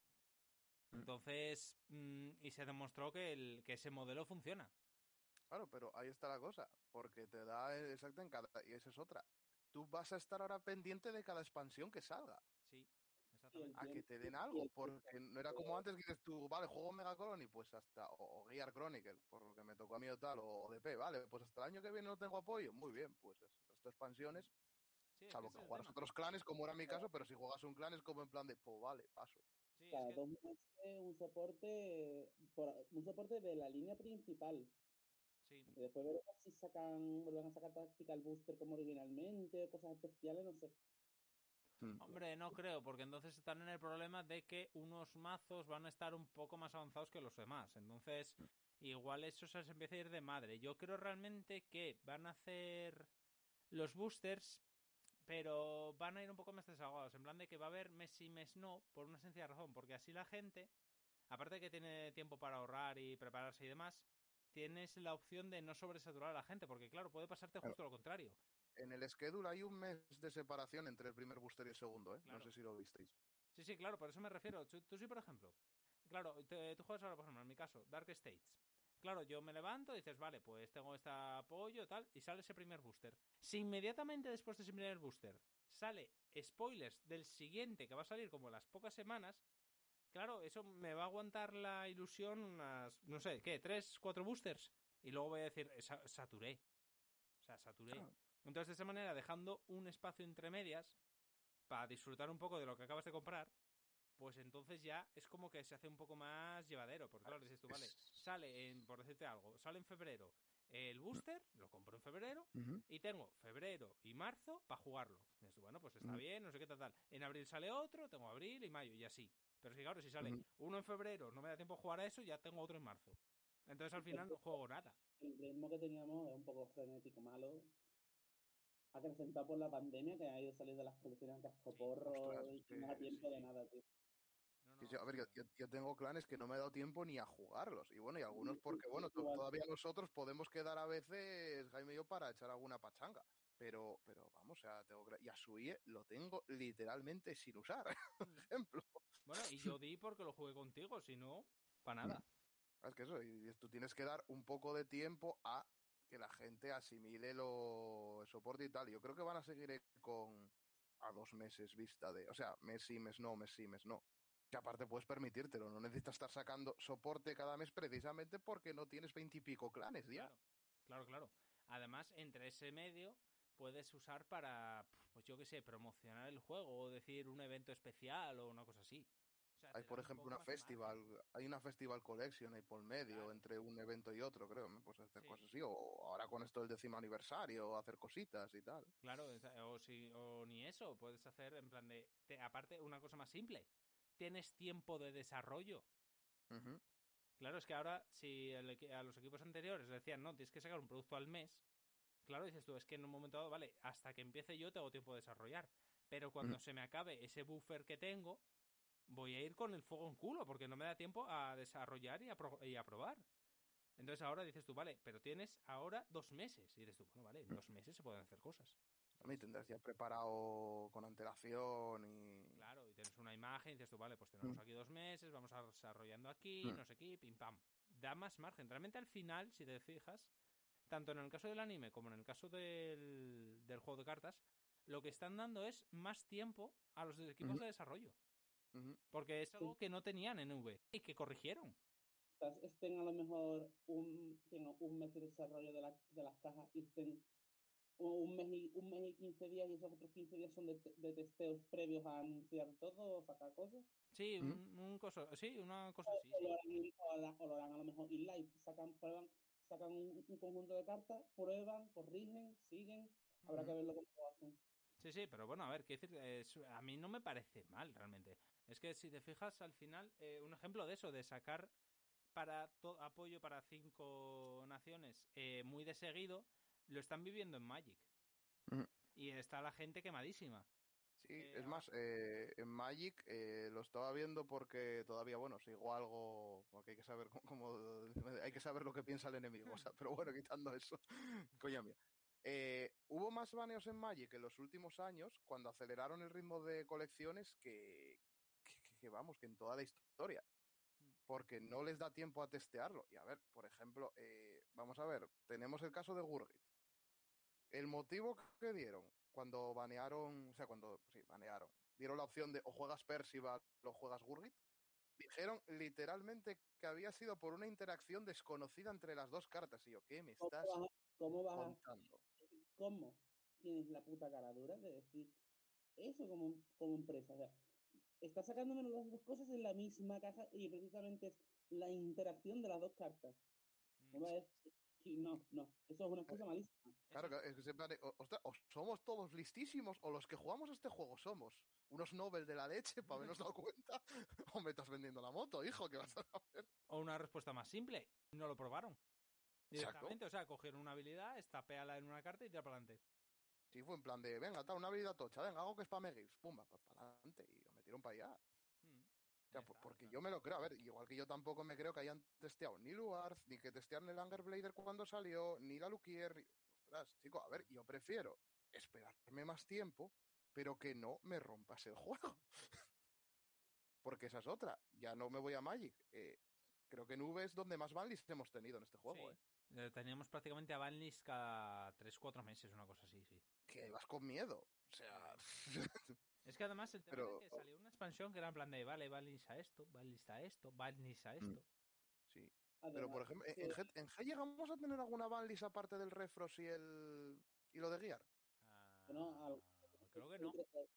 Entonces, mmm, y se demostró que, el, que ese modelo funciona. Claro, pero ahí está la cosa, porque te da exacto en cada, y esa es otra. Tú vas a estar ahora pendiente de cada expansión que salga, Sí, Y el exactamente. a que tiempo, te den y algo, el tiempo. porque no era como antes que dices tú, vale, juego Mega Colony, pues hasta, o, o Gear Chronicle, por lo que me tocó a mí o tal, o, o D P, vale, pues hasta el año que viene no tengo apoyo, muy bien, pues el resto de expansiones, Sí, es que salvo ese que es el jugaras tema. otros clanes, como era mi caso, pero si juegas un clan es como en plan de, pues vale, paso. Sí, es Cada que dos meses un soporte, por, un soporte de la línea principal. sí. Y después veremos si sacan, vuelven a sacar Tactical Booster como originalmente, o cosas especiales, no sé. Hmm. Hombre, no creo, porque entonces están en el problema de que unos mazos van a estar un poco más avanzados que los demás. Entonces, igual eso se les empieza a ir de madre. Yo creo realmente que van a hacer los boosters, pero van a ir un poco más desahogados. En plan de que va a haber mes y mes no, por una sencilla razón. Porque así la gente, aparte de que tiene tiempo para ahorrar y prepararse y demás, tienes la opción de no sobresaturar a la gente. Porque claro, puede pasarte Claro, justo lo contrario. en el schedule hay un mes de separación entre el primer booster y el segundo, ¿eh? No Claro. sé si lo visteis. Sí, sí, claro, por eso me refiero. Tú, tú sí, por ejemplo. Claro, te- tú juegas ahora, por ejemplo, en mi caso, Dark States. Claro, yo me levanto y dices, vale, pues tengo este apoyo tal, y sale ese primer booster. Si inmediatamente después de ese primer booster sale spoilers del siguiente que va a salir como en las pocas semanas, claro, eso me va a aguantar la ilusión unas, no sé, ¿qué? ¿Tres, cuatro boosters? Y luego voy a decir, sa- saturé. O sea, saturé. Ah, Entonces, de esa manera, dejando un espacio entre medias para disfrutar un poco de lo que acabas de comprar, pues entonces ya es como que se hace un poco más llevadero. Porque claro, dices tú, vale, es... sale en, por decirte algo, sale en febrero el booster, lo compro en febrero, Ujú, y tengo febrero y marzo para jugarlo. Y dices tú, bueno, pues está ujú, bien, no sé qué tal, tal. En abril sale otro, tengo abril y mayo, y así. Pero es que claro, si sale ujú. uno en febrero, no me da tiempo a jugar a eso, ya tengo otro en marzo. Entonces al final no juego nada. El ritmo que teníamos es un poco frenético, malo, acrecentado por la pandemia, que ha ido saliendo las colecciones a Sí. cascoporro Ostras, es y no da que Sí, tiempo de sí. nada, tío. No, sí, no, sí, a ver, yo, yo- absolutamente. yo tengo clanes que no me he dado tiempo ni a jugarlos. Y bueno, y algunos porque, bueno, to- Igual, todavía nosotros podemos quedar a veces, Jaime y yo, para echar alguna pachanga. Pero, pero vamos, o sea, tengo que... Y a Suie lo tengo literalmente sin usar, por Mm. ejemplo. Bueno, y yo di porque lo jugué contigo, si no, para nada. Es que eso, y tú tienes que dar un poco de tiempo a que la gente asimile lo el soporte y tal. Yo creo que van a seguir eh, con a dos meses vista de, o sea, mes sí, mes no, mes sí, mes no. Que aparte puedes permitírtelo, no necesitas estar sacando soporte cada mes precisamente porque no tienes veintipico clanes ya. Claro, claro, claro. Además, entre ese medio puedes usar para, pues yo qué sé, promocionar el juego o decir un evento especial o una cosa así. O sea, Hay, te da por un ejemplo, poco una más de margen. festival, hay una festival collection ahí por medio Claro, entre un evento y otro, creo, ¿no? Pues hacer sí. cosas así, o ahora con esto del décimo aniversario, hacer cositas y tal. Claro, esa- o, si, o ni eso, puedes hacer en plan de... te- aparte, una cosa más simple. Tienes tiempo de desarrollo. Ujú. Claro, es que ahora, si el equi- a los equipos anteriores decían, no, tienes que sacar un producto al mes, claro, dices tú, es que en un momento dado, vale, hasta que empiece yo tengo tiempo de desarrollar. Pero Ujú. cuando se me acabe ese buffer que tengo, voy a ir con el fuego en culo, porque no me da tiempo a desarrollar y a, pro- y a probar. Entonces ahora dices tú, vale, pero tienes ahora dos meses. Y dices tú, bueno, vale, en dos meses se pueden hacer cosas. A mí Entonces, tendrás ya preparado con antelación y... claro, y tienes una imagen y dices tú, vale, pues tenemos Mm, aquí dos meses, vamos a desarrollando aquí, mm, no sé qué, pim pam. Da más margen. Realmente al final, si te fijas, tanto en el caso del anime como en el caso del, del juego de cartas, lo que están dando es más tiempo a los equipos Ujú. de desarrollo. Ujú. Porque es algo Sí. que no tenían en V y que corrigieron. Quizás estén a lo mejor un, tengan un mes de desarrollo de, la, de las cajas y estén un mes, y, un mes y quince días y esos otros quince días son de, de testeos previos a anunciar todo o sacar cosas. Sí, Ujú. un, un coso, sí, una cosa O, así, o, lo sí. harán, o, la- o lo harán a lo mejor in-live, sacan, prueban, sacan un, un conjunto de cartas, prueban, corrigen, siguen, habrá que Ujú. verlo cómo lo hacen. Sí, sí, pero bueno, a ver, quiero decir, es- a mí no me parece mal realmente. Es que si te fijas al final, eh, un ejemplo de eso, de sacar para to- apoyo para cinco naciones eh, muy de seguido, lo están viviendo en Magic. Ujú. Y está la gente quemadísima. Sí, Eh, es ahora- más, eh, en Magic eh, lo estaba viendo porque todavía, bueno, sigo algo, porque hay que saber cómo, cómo- hay que saber lo que piensa el enemigo, o sea, pero bueno, quitando eso, coña mía. Eh, hubo más baneos en Magic en los últimos años cuando aceleraron el ritmo de colecciones que, que, que, vamos, que en toda la historia, porque no les da tiempo a testearlo. Y a ver, por ejemplo, eh, vamos a ver, tenemos el caso de Gurgit. El motivo que dieron cuando banearon, o sea, cuando, sí, banearon, dieron la opción de o juegas Percival o juegas Gurgit, dijeron literalmente que había sido por una interacción desconocida entre las dos cartas. Y yo, ¿qué me ¿Cómo estás vas, a, cómo vas a, contando? cómo tienes la puta cara dura de decir eso como, como empresa? O sea, está sacándome las dos cosas en la misma caja y precisamente es la interacción de las dos cartas. Mm, No, es, no, no, eso es una excusa malísima. Claro, eso, claro, es que siempre, o, ostras, o somos todos listísimos, o los que jugamos este juego somos unos Nobel de la leche para habernos dado cuenta, o me estás vendiendo la moto, hijo, que vas a ver. o una respuesta más simple, no lo probaron. Exacto. Directamente, o sea, cogieron una habilidad, estapéala en una carta y tira para adelante. Sí, fue en plan de, venga, tal, una habilidad tocha, venga, hago que spame GIFs, pumba, para adelante, y lo metieron para allá. Mm, O ya sea, po- está, o porque sea. yo me lo creo, a ver, igual que yo tampoco me creo que hayan testeado ni Luarz, ni que testearon el Anger Blader cuando salió, ni la Luquier, ni... Ostras, chico, a ver, yo prefiero esperarme más tiempo, pero que no me rompas el juego. Porque esa es otra, ya no me voy a Magic. Eh, creo que en V es donde más banlists hemos tenido en este juego, Sí. ¿eh? Eh, Teníamos prácticamente a Banlist cada tres cuatro meses, una cosa así, sí. Que vas con miedo. O sea, Es que además el tema era pero... que salió una expansión que era en plan de, vale, Banlist a esto, Banlist a esto, Banlist a Mm, esto. sí. Pero, por Además, ejemplo, ¿en, en que, G, en G llegamos a tener alguna banlist aparte del Refros y el y lo de guiar? bueno, al- Ah, creo que no.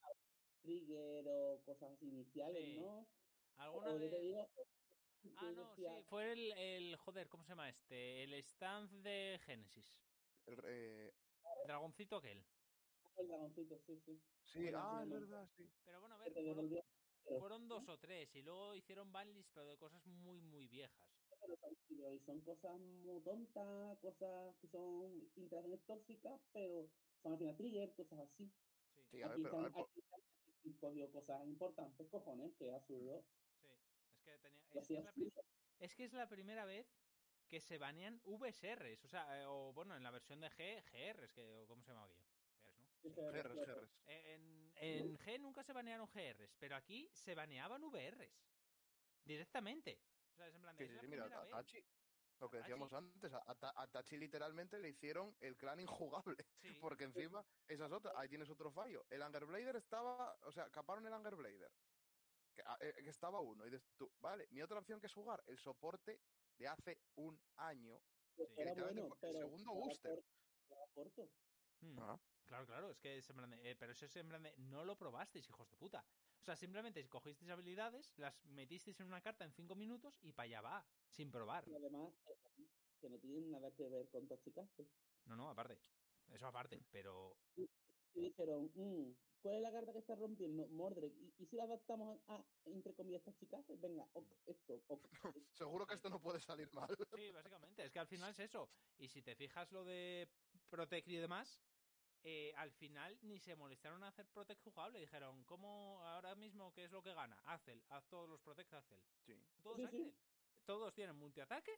trigger o cosas iniciales, Sí. ¿no? ¿Alguna O yo te vez? digo, Ah, tú no, sí, decías, fue el, el joder, ¿cómo se llama este? El stand de Genesis. El, eh, El dragoncito aquel. el dragoncito, sí, sí. sí, ¿Cómo se ah, es llama? verdad, sí. Pero bueno, a Que ver, te fueron, devolvía. Pero, fueron ¿no? dos o tres y luego hicieron banlist, pero de cosas muy, muy viejas. Pero son, y son cosas muy tontas, cosas que son interacciones tóxicas, pero son al final trigger, cosas así. Sí, Sí, a ver, Aquí pero a están, ver, po- aquí están cogió cosas importantes, cojones, que absurdo. sí. Es que tenía, Lo es que hacía es la prim- absurdo. es que es la primera vez que se banean V S Rs, o sea, eh, o bueno, en la versión de G, G Rs, que, o ¿cómo se llama aquello? G Rs, ¿no? Sí. Gerres, Gerres. Eh, En, en G nunca se banearon G Rs, pero aquí se baneaban V Rs. Directamente. O sea, es en plan de, Sí, es sí, la sí, mira, primera a vez. Tachi, lo que Atachi. decíamos antes, a, a, a Tachi literalmente le hicieron el clan injugable, Sí. porque encima, esa es otra, ahí tienes otro fallo. El Anger Blader estaba, o sea, caparon el Anger Blader, que, a- eh, que estaba uno, y dices tú, vale, mi otra opción que es jugar el soporte de hace un año, Sí. que Era literalmente fue bueno, el pero segundo quedaba booster. corto. Quedaba corto. Mm. Ah, Claro, claro, es que es en plan de, eh, pero eso es en plan de, no lo probasteis, hijos de puta. O sea, simplemente cogisteis habilidades, las metisteis en una carta en cinco minutos y para allá va, sin probar. Y además, eh, que no tienen nada que ver con Tochicaste. No, no, aparte. Eso aparte, pero... Y, y dijeron, mm, ¿cuál es la carta que está rompiendo? Mordred. ¿Y, y si la adaptamos a, a, entre comillas, Tochicaste? Venga, ok, esto, ok. seguro que Sí. esto no puede salir mal. Sí, básicamente, es que al final es eso. Y si te fijas lo de Protect y demás, eh, al final ni se molestaron a hacer Protect jugable. Dijeron, ¿cómo ahora mismo qué es lo que gana? Axel, haz todos los Protect, Axel. Sí. Todos Sí, Axel. sí. Todos tienen multiataque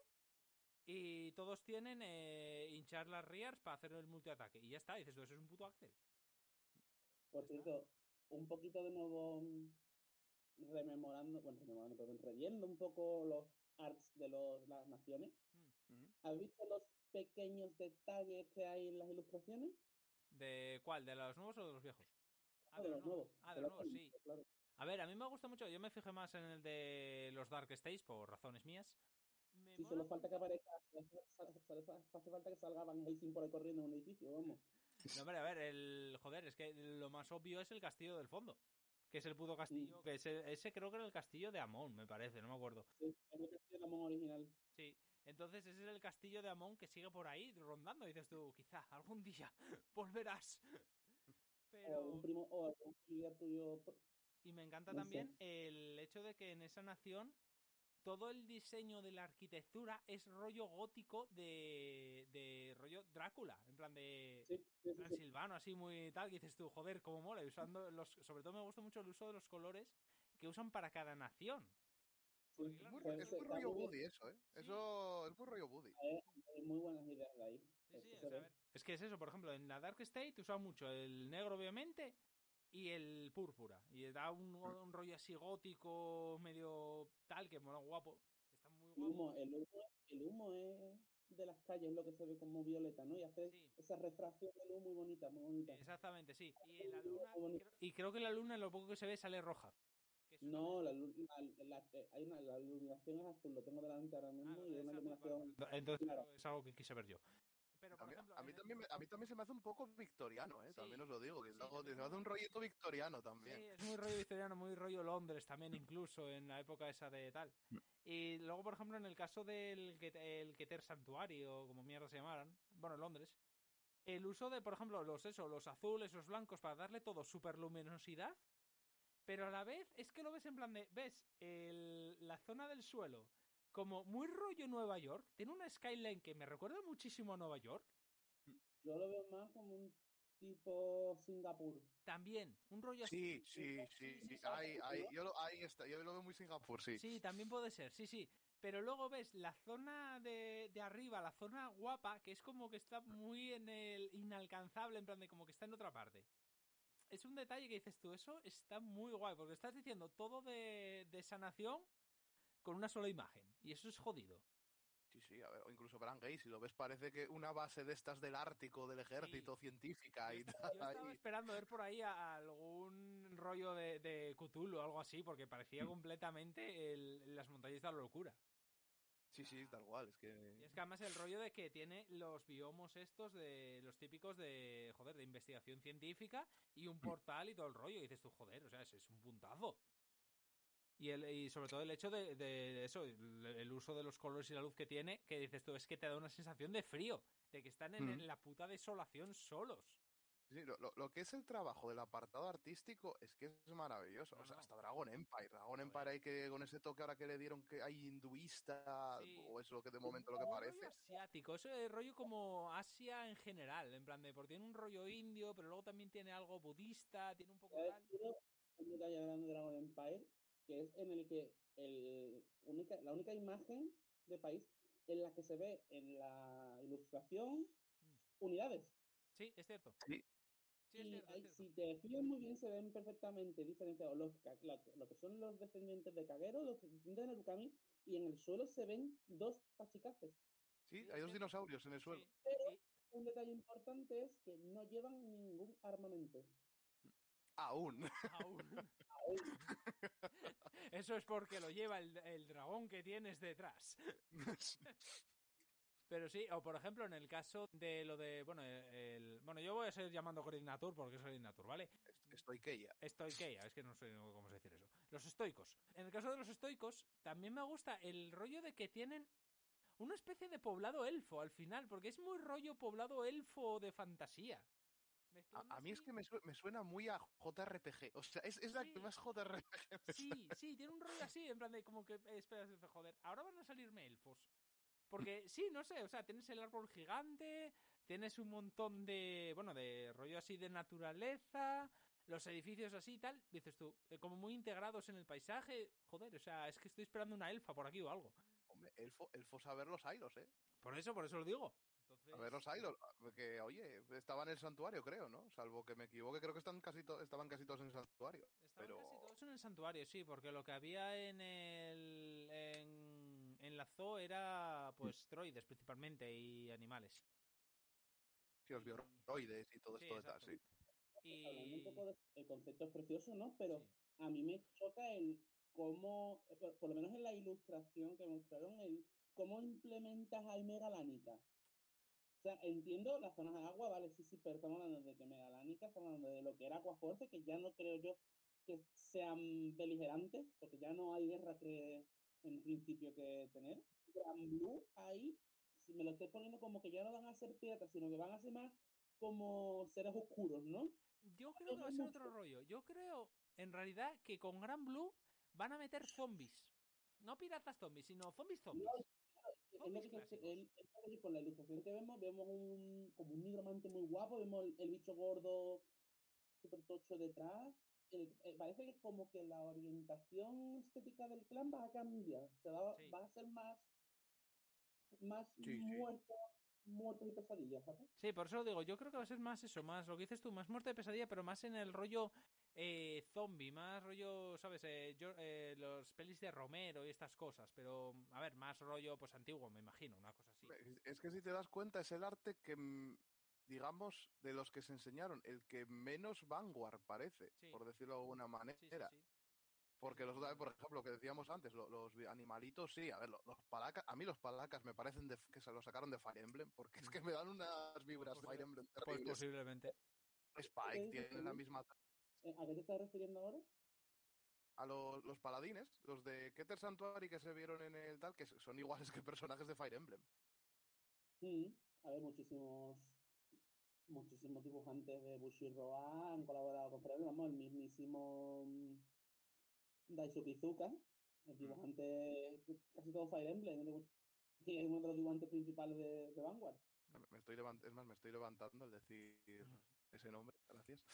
y todos tienen eh, hinchar las Rears para hacer el multiataque. Y ya está, dices, eso es un puto Axel. Ya Por está. cierto, un poquito de nuevo mm, rememorando, bueno, rememorando, perdón, reviendo un poco los arts de los, las naciones. Mm. Ujú. ¿Has visto los pequeños detalles que hay en las ilustraciones. ¿De cuál? ¿De los nuevos o de los viejos? Ah, No, de de los los nuevos. nuevos. Ah, de de los los nuevos, nuevos, sí. claro. A ver, a mí me gusta mucho. Yo me fijé más en el de los Dark Stage por razones mías. Me Si mola solo un falta que montón. aparezca, sale- sale- sale- hace falta que salga Van Helsing por ahí corriendo en un edificio, vamos. No, hombre, a ver, el. Joder, es que lo más obvio es el castillo del fondo. Que es el puto castillo. Mm. Que ese, ese creo que era el castillo de Amon, me parece, no me acuerdo. Sí, es el castillo de Amon original. Sí. Entonces ese es el castillo de Amon que sigue por ahí rondando. Y dices tú, quizá algún día volverás. O algún Pero. primo, o algún familiar tuyo, por- Y me encanta no sé. también el hecho de que en esa nación todo el diseño de la arquitectura es rollo gótico de, de rollo Drácula, en plan de Sí, sí, sí, sí. transilvano, así muy tal, que dices tú, joder, cómo mola, y usando los, sobre todo me gusta mucho el uso de los colores que usan para cada nación. Porque, Sí, Es claro, muy, en el ro- se- es caso... muy se- da rollo muy bien. Woody eso, ¿eh? Sí, Eso es muy rollo Woody. Hay, hay muy buenas ideas de ahí. sí, sí, Eso o se sea, a ve. ver, es que es eso, por ejemplo, en la Dark State usan mucho el negro, obviamente, y el púrpura. Y da un, un rollo así gótico, medio tal, que mola guapo. Está muy El guapo. humo, el humo, el humo es de las calles lo que se ve como violeta, ¿no? Y hace Sí, esa refracción de luz muy bonita, muy bonita. exactamente, sí. Y la Muy luna, y bonita. creo, y creo que la luna, lo poco que se ve, sale roja. Que eso también No, es... la, lu- la, la- eh, hay una, la iluminación es azul, lo tengo delante ahora Ah, mismo lo y es de una azul, vale, iluminación pues entonces clara. es algo que quise ver yo. Pero, A por mí, ejemplo, a mí en el- también, me- a mí también se me hace un poco victoriano, ¿eh? sí, También os lo digo, que sí, luego también se me hace mola un mucho. rollito victoriano Sí, también. es muy rollo victoriano, muy rollo Londres también, incluso en la época esa de tal. Y luego, por ejemplo, en el caso del Ket- el Keter Santuario, como mierda se llamaran, bueno, en Londres, el uso de, por ejemplo, los eso, los azules, los blancos, para darle todo super luminosidad, pero a la vez es que lo ves en plan de, ves el- la zona del suelo como muy rollo Nueva York, tiene una skyline que me recuerda muchísimo a Nueva York, Yo lo veo más como un tipo Singapur. también, un rollo así. Sí, sí, Sí, sí. sí, sí. Ahí, ahí, yo lo, ahí está, yo lo veo muy Singapur, sí. Sí, también puede ser, sí, sí. Pero luego ves la zona de, de arriba, la zona guapa, que es como que está muy en el inalcanzable, en plan de como que está en otra parte. Es un detalle que dices tú, eso está muy guay, porque estás diciendo todo de, de sanación con una sola imagen. Y eso es jodido. Sí, sí, a ver, o incluso Bran Gate, si lo ves, parece que una base de estas del Ártico, del Sí. ejército, científica Yo, y esta- tal. yo estaba ahí. esperando ver por ahí a, a algún rollo de, de Cthulhu o algo así, porque parecía completamente el- las montañas de la locura. Sí, sí, tal cual, es que... Y es que además el rollo de que tiene los biomos estos de los típicos de, joder, de investigación científica y un portal y todo el rollo. Y dices tú, joder, o sea, es, es un puntazo. Y, el, y sobre todo el hecho de, de eso, el, el uso de los colores y la luz que tiene, que dices tú, es que te da una sensación de frío, de que están en, Mm. en la puta desolación solos. Sí, lo, lo- lo que es el trabajo del apartado artístico es que es maravilloso. No, O sea, no. hasta Dragon Empire. Dragon Joder. Empire hay que, con ese toque ahora que le dieron que hay hinduista, Sí. o es lo que de momento lo que O un rollo parece. asiático, eso es rollo como Asia en general, en plan de, porque tiene un rollo indio, pero luego también tiene algo budista, tiene un poco He tal. decidido un detalle grande de Dragon Empire, que es en el que el única, la única imagen de país en la que se ve en la ilustración Mm. unidades. Sí, es cierto. Sí, Sí, es Y cierto, es hay, cierto. si te fijas muy bien, se ven perfectamente diferenciados los, ca- la- lo que son los descendientes de Kagero, los descendientes de Narukami, y en el suelo se ven dos tachicaces. sí, Sí, hay es dos cierto. dinosaurios en el Sí. suelo. Pero Y un detalle importante es que no llevan ningún armamento. Aún. aún. Aún. Eso es porque lo lleva el, el dragón que tienes detrás. Pero sí, o por ejemplo, en el caso de lo de, bueno, el, bueno, yo voy a seguir llamando Coordinatur porque es Coordinatur, ¿vale? Estoy que ya. Estoikeia, es que no sé cómo se decir eso. Los estoicos. En el caso de los estoicos, también me gusta el rollo de que tienen una especie de poblado elfo al final, porque es muy rollo poblado elfo de fantasía. Mezclando A, a mí es así- que me, sue- me suena muy a J R P G. O sea, es, es la Sí. que más J R P G me Sí, sí, tiene un rollo así, en plan de como que, eh, espera, espera, joder, ahora van a salirme elfos. Porque sí, no sé, o sea, tienes el árbol gigante, tienes un montón de, bueno, de rollo así de naturaleza, los edificios así y tal, dices tú, eh, como muy integrados en el paisaje, joder, o sea, es que estoy esperando una elfa por aquí o algo. Hombre, elfo, elfos a ver los Ailos, ¿eh? Por eso, por eso lo digo. Entonces, A ver los Ailos. Que, oye, estaba en el santuario, creo, ¿no? Salvo que me equivoque, creo que están casi to- estaban casi todos en el santuario. estaban Pero... casi todos en el santuario, sí, porque lo que había en el en, en en la zoo era pues droides principalmente y animales. Sí, los bioroides y todo Sí, esto de tal, exacto. sí. Hablando un Y poco de, el concepto es precioso, ¿no? Pero sí. a mí me choca el cómo, por, por lo menos en la ilustración que mostraron, el cómo implementas a Megalánica. O sea, entiendo las zonas de agua, vale, sí, sí, pero estamos hablando de que Megalánica, estamos hablando de lo que era Aquaforce, que ya no creo yo que sean beligerantes, porque ya no hay guerra que en principio que tener. Gran Blue ahí, si me lo estoy poniendo como que ya no van a ser piratas, sino que van a ser más como seres oscuros, ¿no? Yo creo que va a ser otro rollo. Yo creo, en realidad, que con Gran Blue van a meter zombies. No piratas zombies, sino zombies zombies. Es lo Zombies que te- clásicos. el- es lo que con la ilustración que vemos, vemos un, como un nigromante muy guapo, vemos el, el bicho gordo súper tocho detrás. Eh, eh, parece que como que la orientación estética del clan va a cambiar. Se va, Sí. va a ser más, más Sí, sí. muertos, muertos y pesadillas, ¿sabes? Sí, por eso lo digo. Yo creo que va a ser más eso, más lo que dices tú, más muerte de pesadilla, pero más en el rollo eh, zombie, más rollo, ¿sabes? Eh, yo, eh, los pelis de Romero y estas cosas, pero a ver, más rollo pues antiguo, me imagino, una cosa así. Es- Es que si te das cuenta, es el arte que, mm, digamos, de los que se enseñaron, el que menos vanguard parece, Sí, por decirlo de alguna sí, sí, manera. sí. Sí, Porque sí, los otros, por totalmente. ejemplo, que decíamos antes, lo- los, animalitos, sí, a ver, lo- los palacas, a mí los palacas me parecen de- que se los sacaron de Fire Emblem, porque es Mm. que me dan unas Pues, vibras de Fire posible- Emblem pues terribles. posiblemente. ¿Qué Spike dices, tiene la Fermín? misma... Eh, ¿A qué te estás refiriendo ahora? A los, los paladines, los de Keter Sanctuary que se vieron en el tal, que son iguales que personajes de Fire Emblem. Mm, a ver, muchísimos, muchísimos dibujantes de Bushiroad han colaborado con Fred, vamos, el mismísimo mm, Daisuke Izuka, el Mm. dibujante, casi todo Fire Emblem, y es uno de los dibujantes principales de, de Vanguard. Me me estoy levant- es más, me estoy levantando al decir ese nombre, gracias.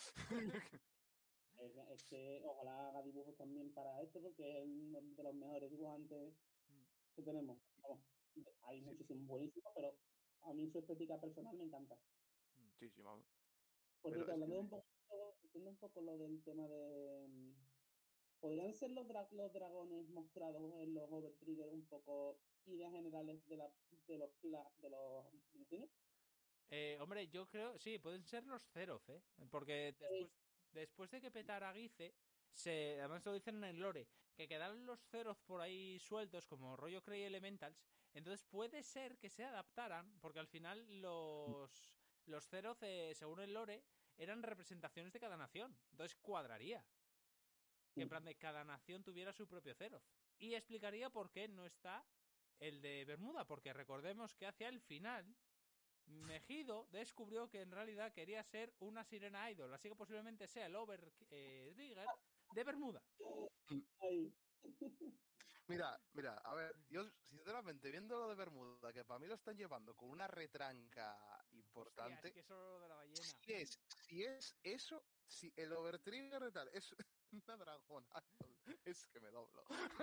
Es, es que ojalá haga dibujos también para esto, porque es uno de los mejores dibujantes Mm. que tenemos. Vamos, hay Sí, muchísimos buenísimos, pero a mí su estética personal me encanta. Mm. sí, sí, vamos. Por Pero cierto, es que hablando de un poco, diciendo un poco lo del tema de... mm, ¿podrían ser los, dra- los dragones mostrados en los Overtrigger un poco ideas generales de, la, de los... cla- de los ¿me entiendes? Eh, hombre, yo creo, sí, pueden ser los Zeroth, ¿eh? Porque Eh, después, después de que petara Guice, se, además lo dicen en el lore, que quedaron los Zeroth por ahí sueltos, como rollo Cray Elementals, entonces puede ser que se adaptaran, porque al final los, los Zeroth, eh, según el lore, eran representaciones de cada nación, entonces cuadraría. Que en plan de cada nación tuviera su propio Zeroth. Y explicaría por qué no está el de Bermuda, porque recordemos que hacia el final Mejido descubrió que en realidad quería ser una sirena idol, así que posiblemente sea el Overtrigger de Bermuda. Ay, Mira, mira, a ver, yo sinceramente viendo lo de Bermuda, que para mí lo están llevando con una retranca Hostia, es importante, que eso lo de la ballena. si es, si es eso, si el Overtrigger de tal es una dragona, es que me doblo.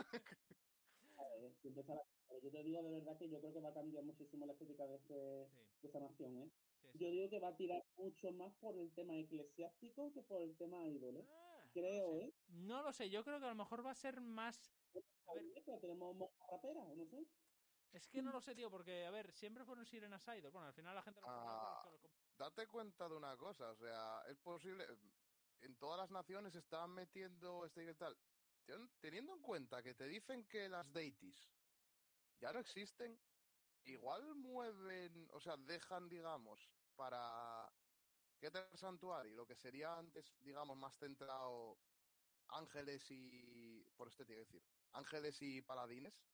eh, siempre está la- pero yo te digo de verdad que yo creo que va a cambiar muchísimo la estética de, ese- Sí, de esa nación, ¿eh? sí, sí, Yo sí. digo que va a tirar mucho más por el tema eclesiástico que por el tema ídolo, ¿eh? Ah, no lo Creo, sé. ¿eh? No lo sé, yo creo que a lo mejor va a ser más... A ver, Pero tenemos monja rapera, no sé. es que no lo sé, tío, porque, a ver, siempre fueron sirenas idol. Bueno, al final la gente los conoce por los que Ah, los... com- date cuenta de una cosa, o sea, es posible, en todas las naciones están metiendo este y tal, Ten- teniendo en cuenta que te dicen que las deities ya no existen, igual mueven, o sea, dejan, digamos, para Keter Sanctuary, lo que sería antes, digamos, más centrado ángeles y, por este tiene que decir, ángeles y paladines,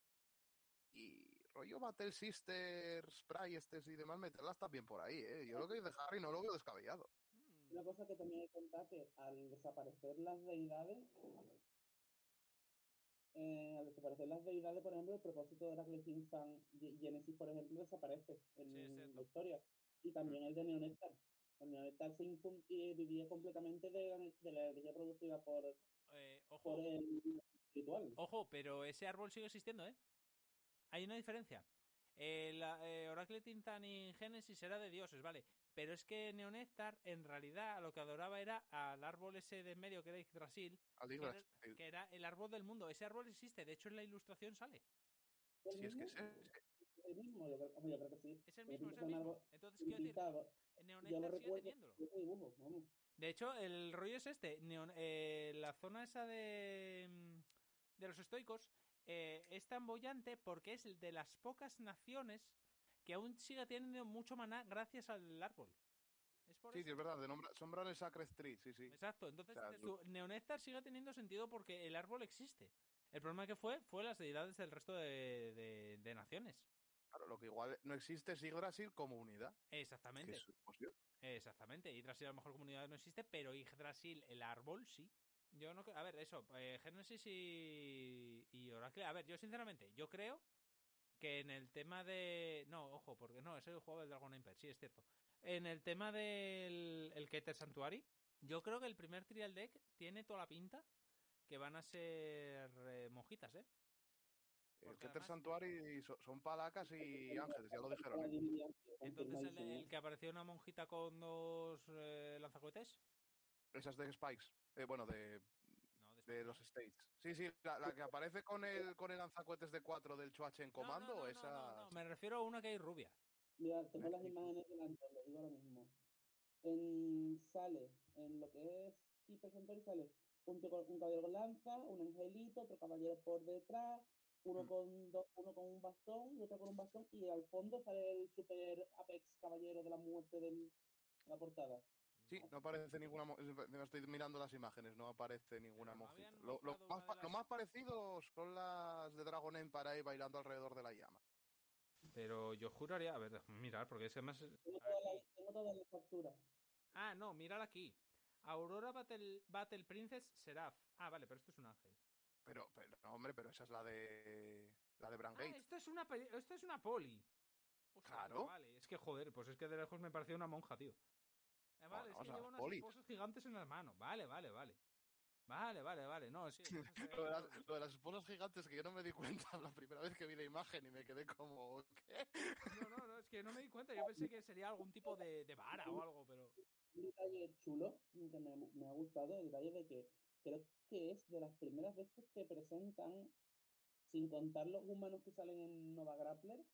y rollo Battle Sisters, Sprite y demás, meterlas también por ahí, ¿eh? Yo lo que dice Harry no lo veo descabellado. Mm, Una cosa que también hay que contar que al desaparecer las deidades, eh, al desaparecer las deidades, por ejemplo, el propósito de Heracles Fan y Genesis, por ejemplo, desaparece sí, es en la cierto. historia. Y Mm. también el de Neonectar. El Neonectar se infun- y vivía completamente de, la- de la energía producida por, Eh, por ojo, el espiritual. ojo, pero ese árbol sigue existiendo, ¿eh? Hay una diferencia. El eh, Oracle Tintan y Génesis era de dioses, ¿vale? Pero es que Neonectar, en realidad, lo que adoraba era al árbol ese de en medio que era Yggdrasil, Al que era, Yggdrasil. que era el árbol del mundo. Ese árbol existe, de hecho en la ilustración sale. ¿Es el Si es que mismo? es ese. ¿Es el mismo? Yo creo, hombre, yo creo que sí. Es el Porque mismo, es siempre el son mismo. algo Entonces, quiero decir, pintado. Yo lo Neonectar sigue recuerdo teniéndolo. de ese dibujo, vamos. De hecho, el rollo es este. Neon- eh, la zona esa de, mm, de los estoicos eh, es tan bollante porque es de las pocas naciones que aún sigue teniendo mucho maná gracias al árbol. Es por Sí, sí, eso. es verdad, de nombra- Sombrar el Sacred Street, sí, sí. Exacto. O Entonces sea, dices tú, Neonéctar sigue teniendo sentido porque el árbol existe. El problema que fue fue las deidades del resto de, de- de naciones. claro, lo que igual no existe es Yggdrasil como unidad, que Exactamente. es posible. Exactamente. Yggdrasil a lo mejor comunidad no existe, pero Yggdrasil, el árbol, sí. Yo no... A ver, eso, eh, Génesis y... y Oracle. A ver, yo sinceramente, yo creo que en el tema de... No, ojo, porque no, ese juego del Dragon Empire, sí, es cierto. En el tema del el Keter Sanctuary, yo creo que el primer trial deck tiene toda la pinta que van a ser eh, monjitas, ¿eh? El Porque Keter además... Sanctuary so- son palacas y ángeles, ya lo dijeron, La ¿eh? divinidad Entonces el, confirmadísimo, el ¿eh? que apareció una monjita con dos eh, lanzacohetes... Esas de Spikes. Eh, bueno, de, No, de de Spikes, los ¿no? States. Sí, sí, la, la que aparece con el con el lanzacohetes de cuatro del Choache en No, no, comando, no, no, no, no. esas. Me refiero a una que hay rubia. Mira, tengo las México. imágenes delante, os lo digo ahora mismo. En, sale, en lo que es Keeper Santori sale un, tío con- un caballero con lanza, un angelito, otro caballero por detrás, uno Mm. con dos, uno con un bastón y otro con un bastón, y al fondo sale el super Apex caballero de la muerte de la portada. Sí, no aparece ninguna. mo- Me estoy mirando las imágenes, no aparece ninguna Pero no monjita. habían Lo, lo mostrado más, una de pa- lo las... más parecido son las de Dragon Empire ahí bailando alrededor de la llama. Pero yo juraría... A ver, déjame mirar, porque es que más... Tengo todas Aquí. las tengo todas las capturas. Ah, no, mírala aquí. Aurora Battle, Battle Princess Seraph. Ah, vale, pero esto es un ángel. Pero, pero, no, hombre, pero esa es la de. La de Ah, Brangate. esto es una, peli- esto es una poli. Hostia puta, Claro. vale. Es que joder, pues es que de lejos me parecía una monja, tío. Eh, No, vale, es no, o que sea, lleva las unas polis. esposas gigantes en las manos. Vale, vale, vale. Vale, vale, vale. No, sí, entonces, eh, Lo de, las, claro. lo de las esposas gigantes que yo no me di cuenta la primera vez que vi la imagen y me quedé como, ¿qué? No, no, no, es que no me di cuenta. Yo pensé que sería algún tipo de, de vara o algo, pero... Un detalle chulo que me, me ha gustado, el detalle de que creo que es de las primeras veces que presentan, sin contar los humanos que salen en Nova Grappler,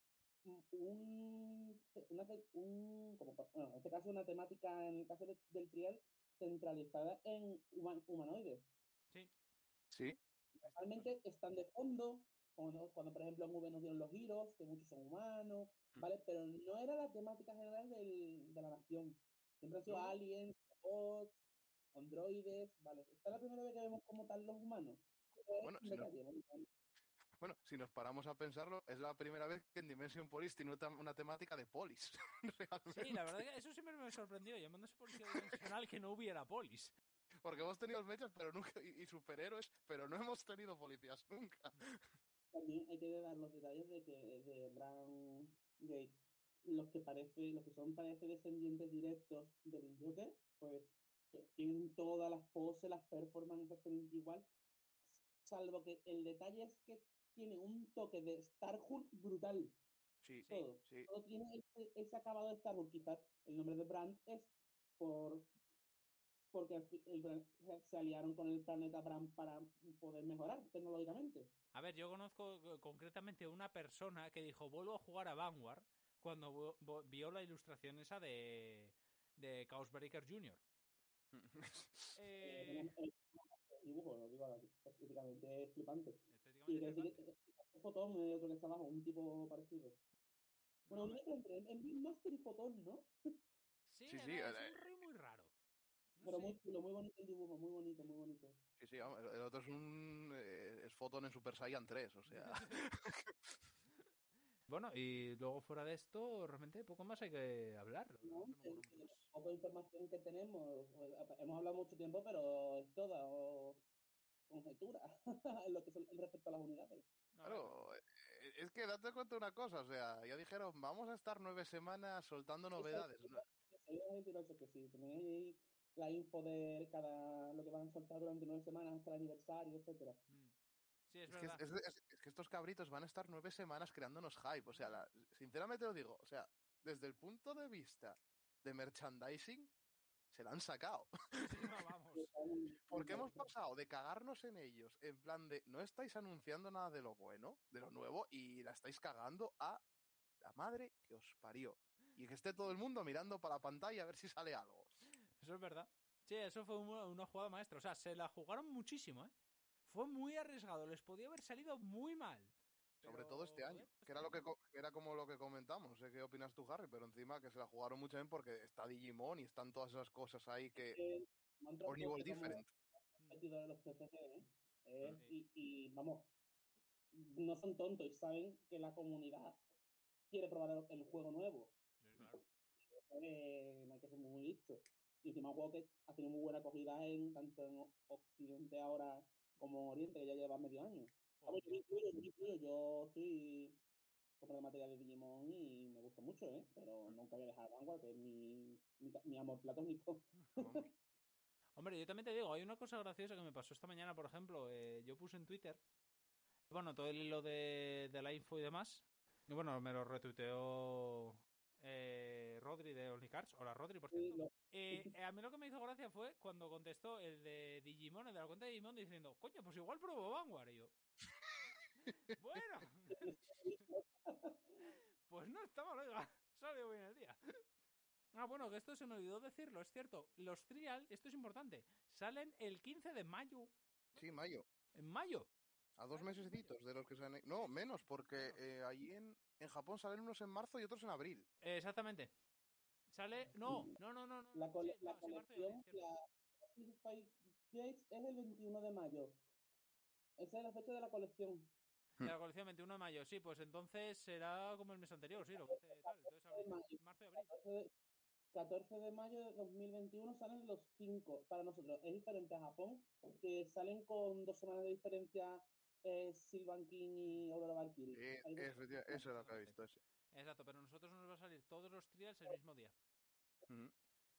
un, una, un como, bueno, en este caso una temática, en el caso de, del trial, centralizada en human, humanoides. Sí, Sí, estas cosas. Normalmente están de fondo, cuando, cuando por ejemplo en V nos dieron los giros, que muchos son humanos, ¿vale? Pero no era la temática general del, de la nación. Siempre han sido no, no. aliens, bots, androides, ¿vale? Esta es la primera vez que vemos como tal los humanos. Es Bueno, un si nos, detalle, ¿no? bueno, si nos paramos a pensarlo, es la primera vez que en Dimension Police tiene una, una temática de polis, Sí, la verdad realmente. que eso siempre me sorprendió, llamándose policía dimensional, que no hubiera polis. Porque hemos tenido mechas pero nunca, y, y superhéroes, pero no hemos tenido policías nunca. También hay que dar los detalles de que de Brown Gate, los que parece, los que son parece descendientes directos del Joker, pues tienen todas las poses, las performances exactamente igual, salvo que el detalle es que tiene un toque de Star Hulk brutal. Sí, Sí, Todo. sí. Todo tiene ese, ese acabado de Star Hulk. Quizás el nombre de Brand es por porque el, el, se aliaron con el planeta Brand para poder mejorar tecnológicamente. a ver, yo conozco concretamente una persona que dijo, vuelvo a jugar a Vanguard cuando vio la ilustración esa de, de Chaos Breaker junior Eh, Eh, el dibujo, lo digo estéticamente es flipante. Y estéticamente es que decir flipante. que un fotón es otro que está abajo, un tipo parecido. Bueno, No, un mezcla entre en Master y fotón, ¿no? sí, Sí, sí, era, es eh, un rey muy raro. No Pero sé. muy chulo, muy bonito el dibujo, muy bonito, muy bonito. sí, sí, vamos, el, el otro es un eh, es Photon en Super Saiyan tres, o sea. Bueno, y luego fuera de esto, realmente poco más hay que hablar. No, No se me ocurre el, mucho el más. poco de información que tenemos, hemos hablado mucho tiempo, pero es toda o conjetura en lo que son respecto a las unidades. No, a ver, Claro, eh, es que date cuenta de una cosa, o sea, ya dijeron, vamos a estar nueve semanas soltando Eso, novedades. ¿No? eso iba a decir eso, que si tenéis ahí la info de cada lo que van a soltar durante nueve semanas hasta el aniversario, etcétera. mm. Sí, es Es que, es, verdad. es- es- es que estos cabritos van a estar nueve semanas creándonos hype, o sea, la- sinceramente lo digo, o sea, desde el punto de vista de merchandising, se la han sacado. Sí, sí, no, vamos. muy- Porque muy hemos guay. pasado de cagarnos en ellos, en plan de no estáis anunciando nada de lo bueno, de lo nuevo, y la estáis cagando a la madre que os parió. Y que esté todo el mundo mirando para la pantalla a ver si sale algo. Eso es verdad. Sí, eso fue una, una jugada maestra. O sea, se la jugaron muchísimo, ¿eh? Fue muy arriesgado. Les podía haber salido muy mal. Sobre Pero, todo este año, joder, que este era, lo que, año. co- que era como lo que comentamos, no sé qué opinas tú, Harry, pero encima que se la jugaron mucho bien porque está Digimon y están todas esas cosas ahí que... Que me han Or New propuesto como Different. Mm, competidores de los T C G, ¿eh? Eh, sí, y, y vamos, no son tontos y saben que la comunidad quiere probar el, el juego nuevo. sí, claro. Eh, no hay que ser muy listo. Y encima un juego que ha tenido muy buena acogida en tanto en Occidente ahora como en Oriente, que ya lleva medio año. A ver, Joder, yo, me incluyo, yo, me incluyo, yo estoy comprando material de Digimon y me gusta mucho, ¿eh? Pero nunca voy a dejar Vanguard, que es mi, mi, mi amor platónico. hombre. Hombre, yo también te digo, hay una cosa graciosa que me pasó esta mañana, por ejemplo. Eh, yo puse en Twitter, bueno, todo el hilo de, de la info y demás. Y bueno, me lo retuiteó eh, Rodri de OnlyCards. Hola, Rodri, por Y cierto. lo- Eh, eh, a mí lo que me hizo gracia fue cuando contestó el de Digimon, el de la cuenta de Digimon, diciendo, coño, pues igual pruebo Vanguard. Y yo, bueno, pues no está mal, oiga, salió bien el día. Ah, bueno, que esto se me olvidó decirlo, es cierto. Los trial, esto es importante, salen el quince de mayo. Sí, mayo. En mayo. A dos Salen en mayo. mesecitos de los que salen... No, menos, porque Menos. eh, allí en, en Japón salen unos en marzo y otros en abril. Eh, exactamente. Sale. No, no, no, no, no. La, Sí, cole- la no, sí, marzo y abril, colección, cierto. la Five Gates es el veintiuno de mayo. Esa es la fecha de la colección. De la colección veintiuno de mayo, sí, pues entonces será como el mes anterior, sí, lo que hace tal. Entonces De abril, mayo. marzo y abril. catorce de, catorce de mayo de dos mil veintiuno salen los cinco para nosotros. Es diferente a Japón, que salen con dos semanas de diferencia eh, Sylvan King y Aurora Valkyrie. Eh, Hay dos efectiva- semanas. eso es lo que he Exactamente. visto. Ese. Exacto, pero a nosotros nos va a salir todos los trials el mismo día. Ujú.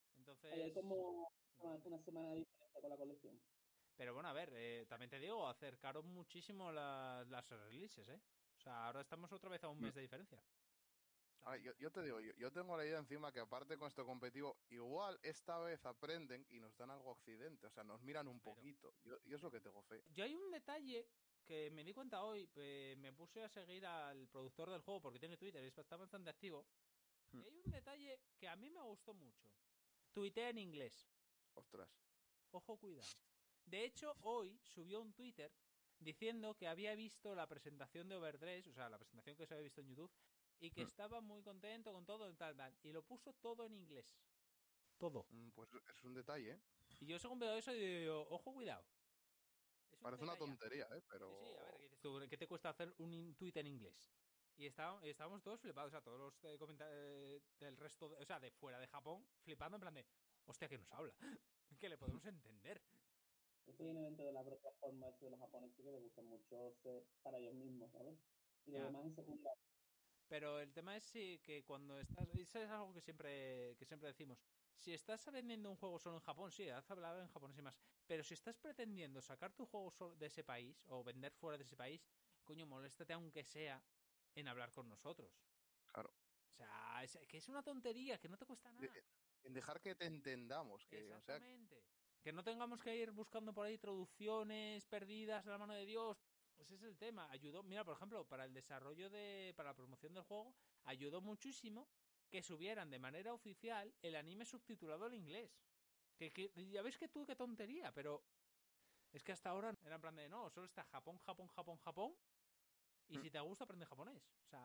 Ahí hay Entonces, como una, importante. una semana de diferencia con la colección. Pero bueno, a ver, eh, también te digo, acercaron muchísimo las, las releases, ¿eh? O sea, ahora estamos otra vez a un Mm. mes de diferencia. Ahora, yo, yo te digo, yo, yo tengo la idea encima que aparte con esto competitivo, igual esta vez aprenden y nos dan algo a Occidente, o sea, nos miran un Espero. poquito. Yo, yo es lo que tengo fe. Yo hay un detalle que me di cuenta hoy, eh, me puse a seguir al productor del juego porque tiene Twitter y está bastante activo. Mm. Y hay un detalle que a mí me gustó mucho. Tuitea en inglés. Ostras. Ojo, cuidado. De hecho, hoy subió un Twitter diciendo que había visto la presentación de Overdress, o sea, la presentación que se había visto en YouTube, y que Mm. estaba muy contento con todo y tal, tal. Y lo puso todo en inglés. Todo. Mm, Pues es un detalle, ¿eh? Y yo según veo eso digo, ojo, cuidado. Es un Parece una detallazo. tontería, ¿eh? Pero... Sí, sí, a ver, ¿qué dices tú? ¿Qué te cuesta hacer un in- tweet en inglés? Y está- estábamos todos flipados, o sea, todos los eh, comenta- eh, del resto, de- o sea, de fuera de Japón, flipando en plan de, hostia, que nos habla, que le podemos entender. Eso viene dentro de la propia forma de los japoneses que les gusta mucho ser para ellos mismos, ¿sabes? Y lo Ya. demás en secundario. Pero el tema es sí, que cuando estás, eso es algo que siempre, que siempre decimos, si estás vendiendo un juego solo en Japón, sí, haz hablar en japonés y más, pero si estás pretendiendo sacar tu juego solo de ese país o vender fuera de ese país, coño, moléstate aunque sea en hablar con nosotros. Claro. O sea, es, que es una tontería, que no te cuesta De- nada. en dejar que te entendamos, que, o sea, Exactamente. Que no tengamos que ir buscando por ahí traducciones perdidas de la mano de Dios. Ese es el tema. Ayudó, mira, por ejemplo, para el desarrollo de, para la promoción del juego, ayudó muchísimo que subieran de manera oficial el anime subtitulado en inglés. Que, que ya ves que tú qué tontería, pero es que hasta ahora era en plan de no, solo está Japón, Japón, Japón, Japón. Y Mm. si te gusta, aprende japonés. O sea,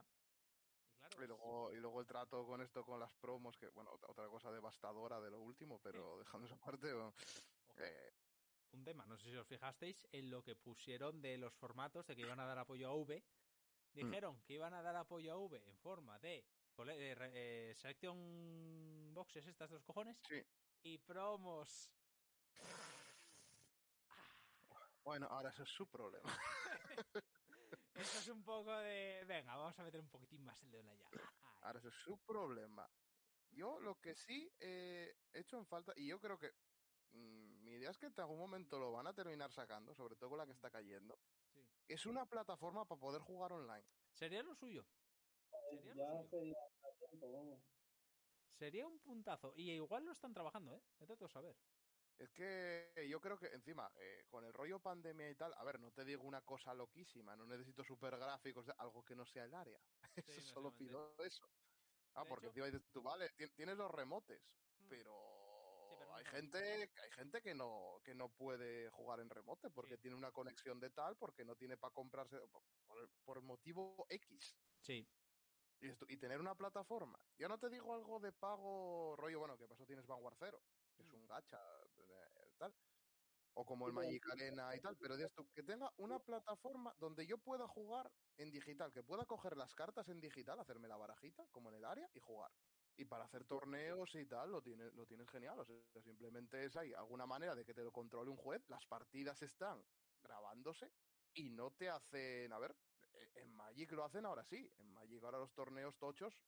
y claro, y es luego, y luego el trato con esto, con las promos, que, bueno, otra otra cosa devastadora de lo último, pero dejando esa parte, bueno, ojo. eh, Un tema, no sé si os fijasteis en lo que pusieron de los formatos de que iban a dar apoyo a V. mm, Dijeron que iban a dar apoyo a V en forma de eh, eh, Selection Boxes, estas dos cojones, sí. y promos. Bueno, ahora eso es su problema. Eso es un poco de... Venga, vamos a meter un poquitín más el dedo en la llaga. Ay. Ahora eso es su problema. Yo lo que sí eh, he hecho en falta, y yo creo que mm, mi idea es que en algún momento lo van a terminar sacando, sobre todo con la que está cayendo, Sí. es una plataforma para poder jugar online. Sería lo suyo. Sería lo Ya suyo. sería tiempo, vamos. Sería un puntazo. Y igual lo están trabajando, ¿eh? Vete tú a saber. Es que yo creo que encima, eh, con el rollo pandemia y tal, a ver, no te digo una cosa loquísima, no necesito super gráficos, algo que no sea el área. Sí, Eso solo básicamente. pido eso. Ah, De porque hecho, encima dices tú, vale, ti- tienes los remotes, mm, sí, pero pero no hay todos. gente, hay gente que no, que no puede jugar en remote porque Sí, tiene una conexión de tal, porque no tiene para comprarse, por, por, por motivo X. sí. Y, esto- y tener una plataforma. Ya no te digo algo de pago rollo, bueno, que pasó tienes Vanguard Zero, que es Mm, un gacha, eh, tal, o como Sí, el pero Magic Arena y tal, pero de esto, que tenga una plataforma donde yo pueda jugar en digital, que pueda coger las cartas en digital, hacerme la barajita, como en el área, y jugar. Y para hacer torneos y tal, lo tienes, lo tienes genial. O sea, simplemente es ahí alguna manera de que te lo controle un juez, las partidas están grabándose y no te hacen. A ver, eh, en Magic lo hacen ahora sí. En Magic ahora los torneos tochos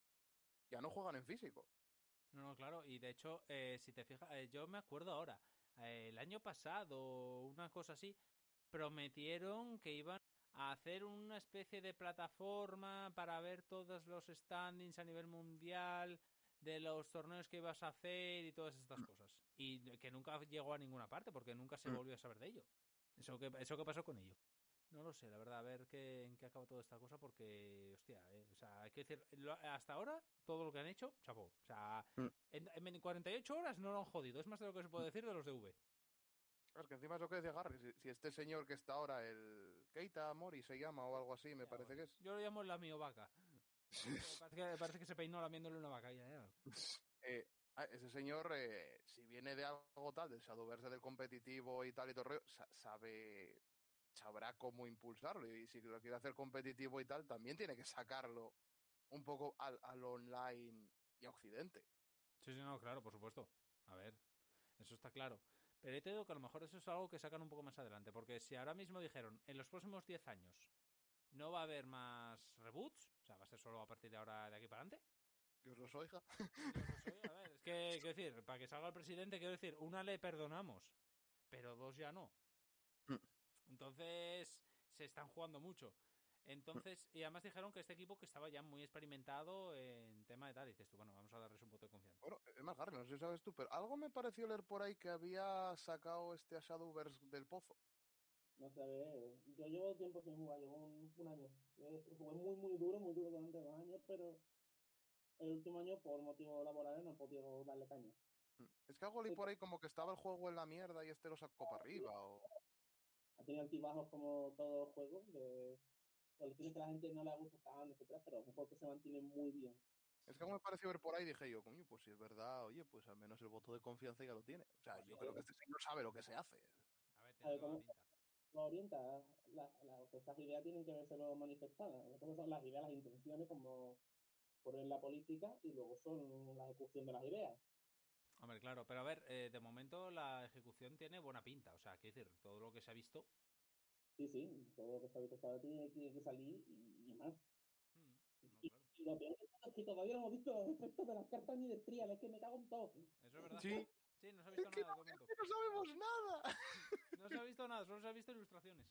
ya no juegan en físico. no, no, claro. Y de hecho, eh, si te fijas, eh, yo me acuerdo ahora, eh, el año pasado, una cosa así, prometieron que iban a hacer una especie de plataforma para ver todos los standings a nivel mundial de los torneos que ibas a hacer y todas estas cosas. Y que nunca llegó a ninguna parte porque nunca se volvió a saber de ello. Eso que, eso que pasó con ello. No lo sé, la verdad, a ver qué, en qué acaba toda esta cosa, porque, hostia, eh, o sea, hay que decir, lo- hasta ahora, todo lo que han hecho, chapó. O sea, en, en cuarenta y ocho horas no lo han jodido, es más de lo que se puede decir de los de V. Es que encima es lo que decía Garry, si, si este señor que está ahora, el Keita Mori se llama o algo así, me Sí, algo parece que así. es. Yo lo llamo la mio vaca. Parece que, parece que se peinó lamiéndole una vaca. Ya, ya. Eh, ah, ese señor, eh, si viene de algo tal, del Shadowverse del competitivo y tal y todo el rollo, sa- sabe, sabrá cómo impulsarlo. Y si lo quiere hacer competitivo y tal, también tiene que sacarlo un poco al, al online y a Occidente. Sí, sí, no, claro, por supuesto. A ver, eso está claro. Pero yo te digo que a lo mejor eso es algo que sacan un poco más adelante, porque si ahora mismo dijeron, en los próximos diez años no va a haber más reboots, o sea, va a ser solo a partir de ahora, de aquí para adelante. Dios los oiga. Dios los oiga, a ver, es que, quiero decir, para que salga el presidente, quiero decir, una le perdonamos, pero dos ya no. Entonces, se están jugando mucho. Entonces, y además dijeron que este equipo que estaba ya muy experimentado en tema de tal, y dices tú, bueno, vamos a darles un voto de confianza. Bueno, es más, Garry, no sé si sabes tú, pero algo me pareció leer por ahí que había sacado este a Shadowverse del pozo. no sé, a ver, yo llevo tiempo sin jugar, llevo un, un año. Eh, Jugué muy, muy duro, muy duro durante dos años, pero el último año, por motivos laborales, no he podido darle caña. Es que algo leí Sí, por ahí como que estaba el juego en la mierda y este lo sacó para arriba. O... ha tenido altibajos como todo juego, de cuestiones que a la gente no le gusta tanto, etcétera, pero es un juego que se mantiene muy bien. Es que algo me pareció ver por ahí y dije yo, coño, pues si es verdad, oye, pues al menos el voto de confianza ya lo tiene. O sea, Pues sí, yo creo que claro. este señor sabe lo que se hace. A ver, A tiene ver toda la cómo pinta. lo orienta, la, la, que esas ideas tienen que verse luego manifestadas. Las cosas son las ideas, las intenciones, como poner la política, y luego son la ejecución de las ideas. Hombre, claro, pero a ver, eh, de momento la ejecución tiene buena pinta, o sea, quiero decir, todo lo que se ha visto. Sí, sí, todo lo que se ha visto hasta ahora tiene, tiene que salir y, y más. Mm, no, Y, claro. y lo peor de todo es que todavía no hemos visto los efectos de las cartas ni de trial, es que me cago en todo. Eso es verdad. Sí, Sí, no se ha es visto que nada no, de es momento. que no sabemos nada. No se ha visto nada, solo se ha visto ilustraciones.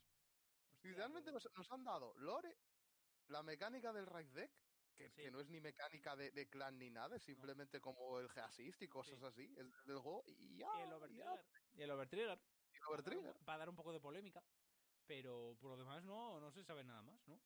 Y Hostia, realmente pues. nos, nos han dado lore, la mecánica del Raid Deck, que, que Sí, no es ni mecánica de, de clan ni nada, es no, simplemente como el Geassist y cosas sí. así, es del juego, y ya, Y el y ya, Overtrigger. Y el Overtrigger. y Para dar, un, Overtrigger. para dar un poco de polémica. Pero por lo demás no, no se sabe nada más, ¿no?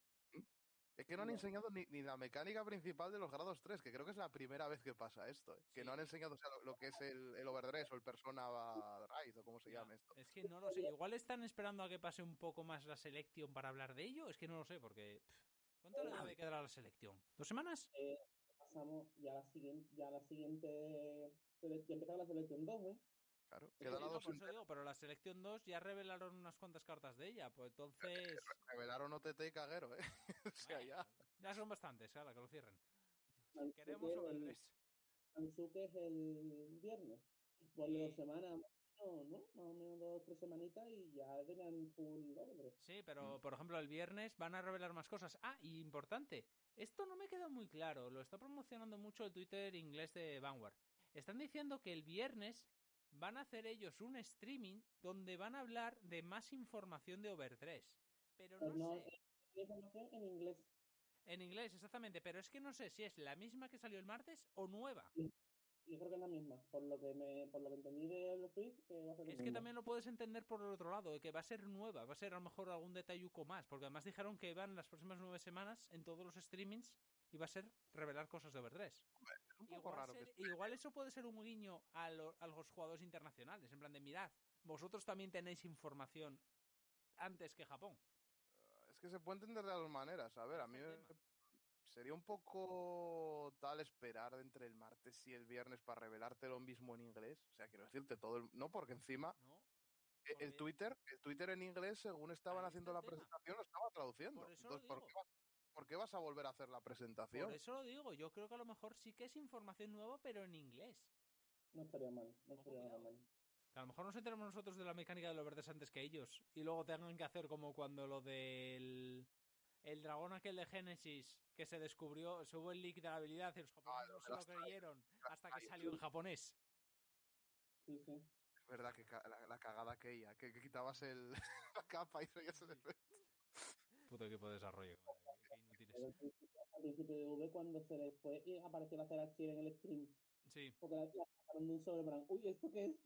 Es que no han No, enseñado ni, ni la mecánica principal de los grados tres, que creo que es la primera vez que pasa esto, ¿eh? Que no Sí, han enseñado, o sea, lo, lo que es el, el overdress o el persona raid o como se ya. llame esto. Es que no lo sé. Igual están esperando a que pase un poco más la selección para hablar de ello. Es que no lo sé, porque. Pff, ¿cuánto le debe quedar a la selección? ¿Dos semanas? eh, pasamos ya a la siguiente, ya a la siguiente, sele- ya empezaba la selección dos, ¿eh? Claro, Sí, quedan sí, a no, dos por eso enteros. digo, pero la selección dos ya revelaron unas cuantas cartas de ella. Pues entonces. Revelaron O T T y caguero, ¿eh? O sea, ya. Bueno, ya son bastantes, ahora que lo cierren. Queremos Mansuke, el, overdress. Mansuke es el viernes. Ponle dos Y. semanas, no, ¿no? Más o menos dos, tres semanitas y ya tenían full orden. Sí, Mm. pero por ejemplo el viernes van a revelar más cosas. Ah, y importante, esto no me queda muy claro, lo está promocionando mucho el Twitter inglés de Vanguard. Están diciendo que el viernes van a hacer ellos un streaming donde van a hablar de más información de Overdress. Pero Pues no no, sé, eh, información en inglés. en inglés exactamente, pero es que no sé si es la misma que salió el martes o nueva. Yo creo que es la misma, por lo que me, por lo que entendí de los tweets, que va a ser lo Es que mismo. también lo puedes entender por el otro lado, de que va a ser nueva, va a ser a lo mejor algún detalluco más, porque además dijeron que van las próximas nueve semanas en todos los streamings y va a ser revelar cosas de Overdress. Es un poco Igual, raro ser- que... igual eso puede ser un guiño a, lo- a los jugadores internacionales, en plan de mirad, vosotros también tenéis información antes que Japón. Es que se puede entender de las dos maneras. A ver, Ahí a está mí el me- tema. sería un poco tal esperar entre el martes y el viernes para revelarte lo mismo en inglés. O sea, quiero decirte todo el... No, porque encima No, eh, el porque Twitter, el Twitter en inglés, según estaban ahí está haciendo el la tema. presentación, lo estaba Por traduciendo. eso lo Entonces, ¿por qué digo. vas, por qué vas a volver a hacer la Por presentación? eso lo digo. Yo creo que a lo mejor sí que es información nueva, pero en inglés. No estaría mal, no Ojo, estaría nada cuidado, ¿eh? mal. Que a lo mejor nos enteramos nosotros de la mecánica de los verdes antes que ellos. Y luego tengan que hacer como cuando lo del... El dragón aquel de Génesis que se descubrió, se hubo el leak de la habilidad y los Ah, japoneses lo no de se lo las creyeron Las hasta que Tires. salió en japonés. Sí, sí. Es verdad que ca- la, la cagada que ella, que, que quitabas el, la capa y veías el Sí. efecto. Puto equipo de desarrollo, madre, qué, qué inútiles. Pero al principio, al principio de V, cuando se le fue y apareció la Cera Chile en el stream, Sí, porque la, la sacaron de un sobre, plan, uy, ¿esto qué es?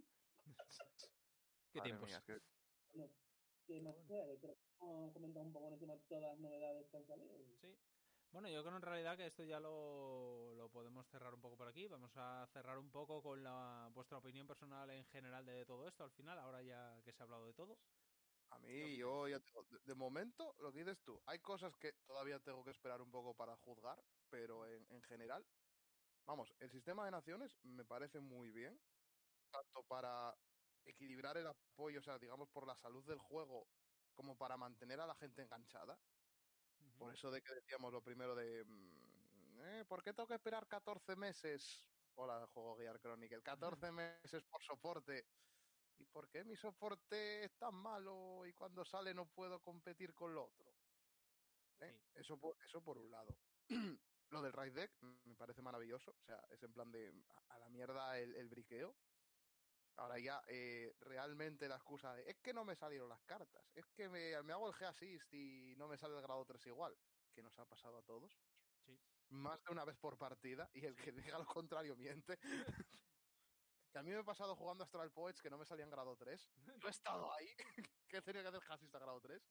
qué Madre mía, tiempos. es que Bueno, ¿qué Pero más bueno, queda? Creo que hemos comentado un poco por encima de todas las novedades que han salido. sí. Bueno, yo creo en realidad que esto ya lo, lo podemos cerrar un poco por aquí. Vamos a cerrar un poco con la, vuestra opinión personal en general de todo esto al final, ahora ya que se ha hablado de todo. a ¿Qué mí, opináis? yo ya tengo- de, de momento, lo que dices tú, hay cosas que todavía tengo que esperar un poco para juzgar, pero en, en general, vamos, el sistema de naciones me parece muy bien, tanto para equilibrar el apoyo, o sea, digamos, por la salud del juego, como para mantener a la gente enganchada. Ujú. Por eso de que decíamos lo primero de, mm, eh, ¿por qué tengo que esperar catorce meses? Hola, juego Gear Chronicle, catorce meses por soporte. ¿Y por qué mi soporte es tan malo y cuando sale no puedo competir con lo otro? ¿Eh? Sí. Eso, por, eso por un lado. Lo del Raid Deck me parece maravilloso. O sea, es en plan de a, a la mierda el, el briqueo. Ahora ya, eh, realmente la excusa de es que no me salieron las cartas, es que me, me hago el G-Assist y no me sale el grado tres igual, que nos ha pasado a todos, Sí. más de una vez por partida, y el Sí. que diga lo contrario miente. Que a mí me ha pasado jugando Astral Poets que no me salía en grado tres. Yo he estado ahí, que tenía que hacer G-Assist a grado tres.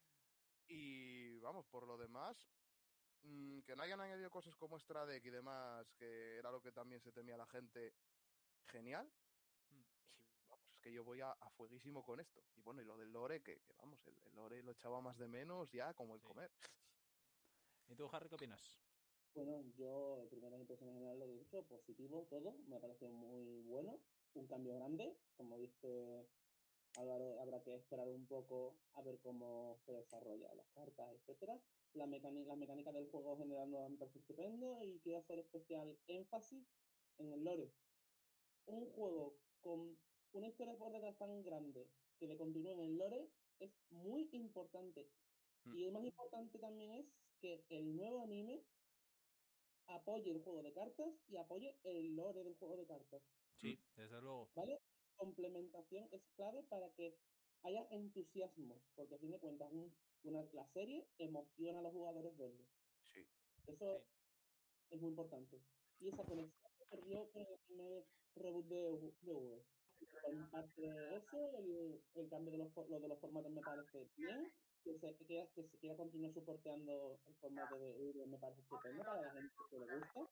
Y vamos, por lo demás, mmm, que no hayan añadido cosas como extra deck y demás, que era lo que también se temía la gente, genial. Mm. Y vamos, es que yo voy a, a fueguísimo con esto. Y bueno, y lo del lore, que, que vamos, el, el lore lo echaba más de menos ya como el Sí. comer. ¿Y tú, Harry, qué opinas? Bueno, yo, primera impresión en general, lo que he dicho, positivo todo, me parece muy bueno, un cambio grande, como dice Álvaro, habrá que esperar un poco a ver cómo se desarrollan las cartas, etcétera. La mecánica, las mecánicas del juego en general no me parece estupendo y quiero hacer especial énfasis en el lore. Un juego con una historia por detrás tan grande que le continúe en el lore es muy importante. Mm. Y lo más importante también es que el nuevo anime apoye el juego de cartas y apoye el lore del juego de cartas. Sí, desde luego. ¿Vale? Complementación es clave para que haya entusiasmo, porque a fin de cuentas un- una, la serie emociona a los jugadores verlo. Sí. Eso Sí. es muy importante. Y esa conexión se perdió con el primer reboot de, U- de V. Por parte de eso, el, el cambio de los, for- lo de los formatos me parece bien. Que se, que, quiera- que se quiera continuar soporteando el formato de V me parece estupendo para la gente que le gusta.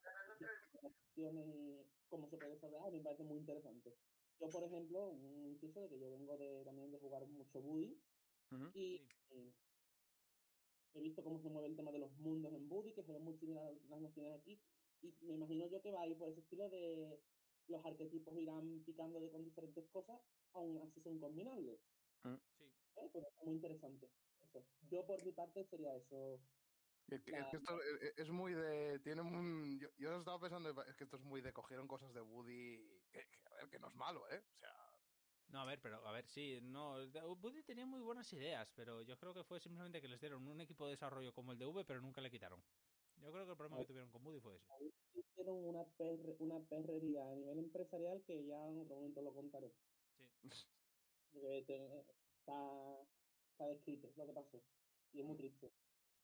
Y cómo se puede desarrollar me parece muy interesante. Yo, por ejemplo, un inciso de que yo vengo de, también de jugar mucho Buddy Ujú. y, Sí. y he visto cómo se mueve el tema de los mundos en Buddy, que se ven muy similares a las naciones aquí, y me imagino yo que va a ir por ese estilo de los arquetipos irán picando de con diferentes cosas, aún así son combinables. Mm. Sí. ¿Eh? Pues es muy interesante. Eso. Yo por mi parte sería eso. Es que, es La, que esto es, es muy de. Tiene un, yo, yo estaba pensando, es que esto es muy de cogieron cosas de Woody, que, que, a ver, que no es malo, ¿eh? O sea, No, a ver, pero a ver, sí, no, Buddy tenía muy buenas ideas, pero yo creo que fue simplemente que les dieron un equipo de desarrollo como el de V, pero nunca le quitaron. Yo creo que el problema que tuvieron con Buddy fue ese. hicieron una, perre, una perrería a nivel empresarial que ya en otro momento lo contaré. Sí. Porque te- está, está descrito lo que pasó. Y es muy Mm. triste.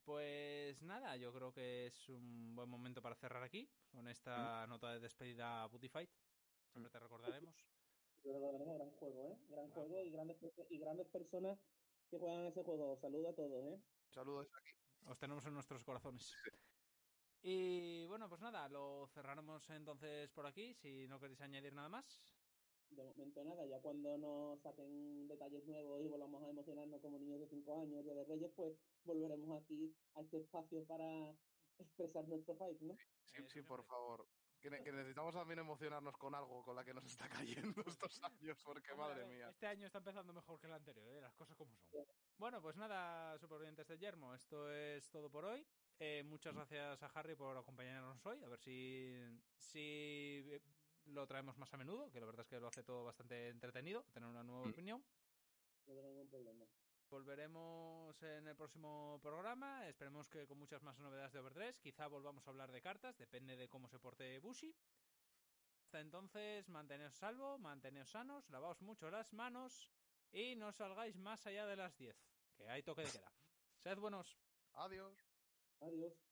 Pues nada, yo creo que es un buen momento para cerrar aquí, con esta nota de despedida a Booty Fight. Siempre te recordaremos. Verdaderamente gran juego, ¿eh? Gran Gran juego juego. y grandes, y grandes personas que juegan ese juego. Saludos a todos, ¿eh? Saludos aquí. Os tenemos en nuestros corazones. Y bueno, pues nada, lo cerraremos entonces por aquí, si no queréis añadir nada más. De momento nada, ya cuando nos saquen detalles nuevos y volvamos a emocionarnos como niños de cinco años, Día de Reyes, pues volveremos aquí a este espacio para expresar nuestro hype, ¿no? Sí, Eso sí, por siempre. favor. Que, ne- que necesitamos también emocionarnos con algo con la que nos está cayendo estos años, porque Hombre, a madre ver, mía. este año está empezando mejor que el anterior, ¿eh? Las cosas como son. Bueno, pues nada, supervivientes de Yermo, esto es todo por hoy. Eh, muchas gracias a Harry por acompañarnos hoy. A ver si, si eh, lo traemos más a menudo, que la verdad es que lo hace todo bastante entretenido, tener una nueva Mm. opinión. No tengo ningún problema. Volveremos en el próximo programa. Esperemos que con muchas más novedades de Overdress. Quizá volvamos a hablar de cartas, depende de cómo se porte Bushi. Hasta entonces, manteneos salvo, manteneos sanos, lavaos mucho las manos y no salgáis más allá de las diez, que hay toque de queda. Sed buenos. Adiós. Adiós.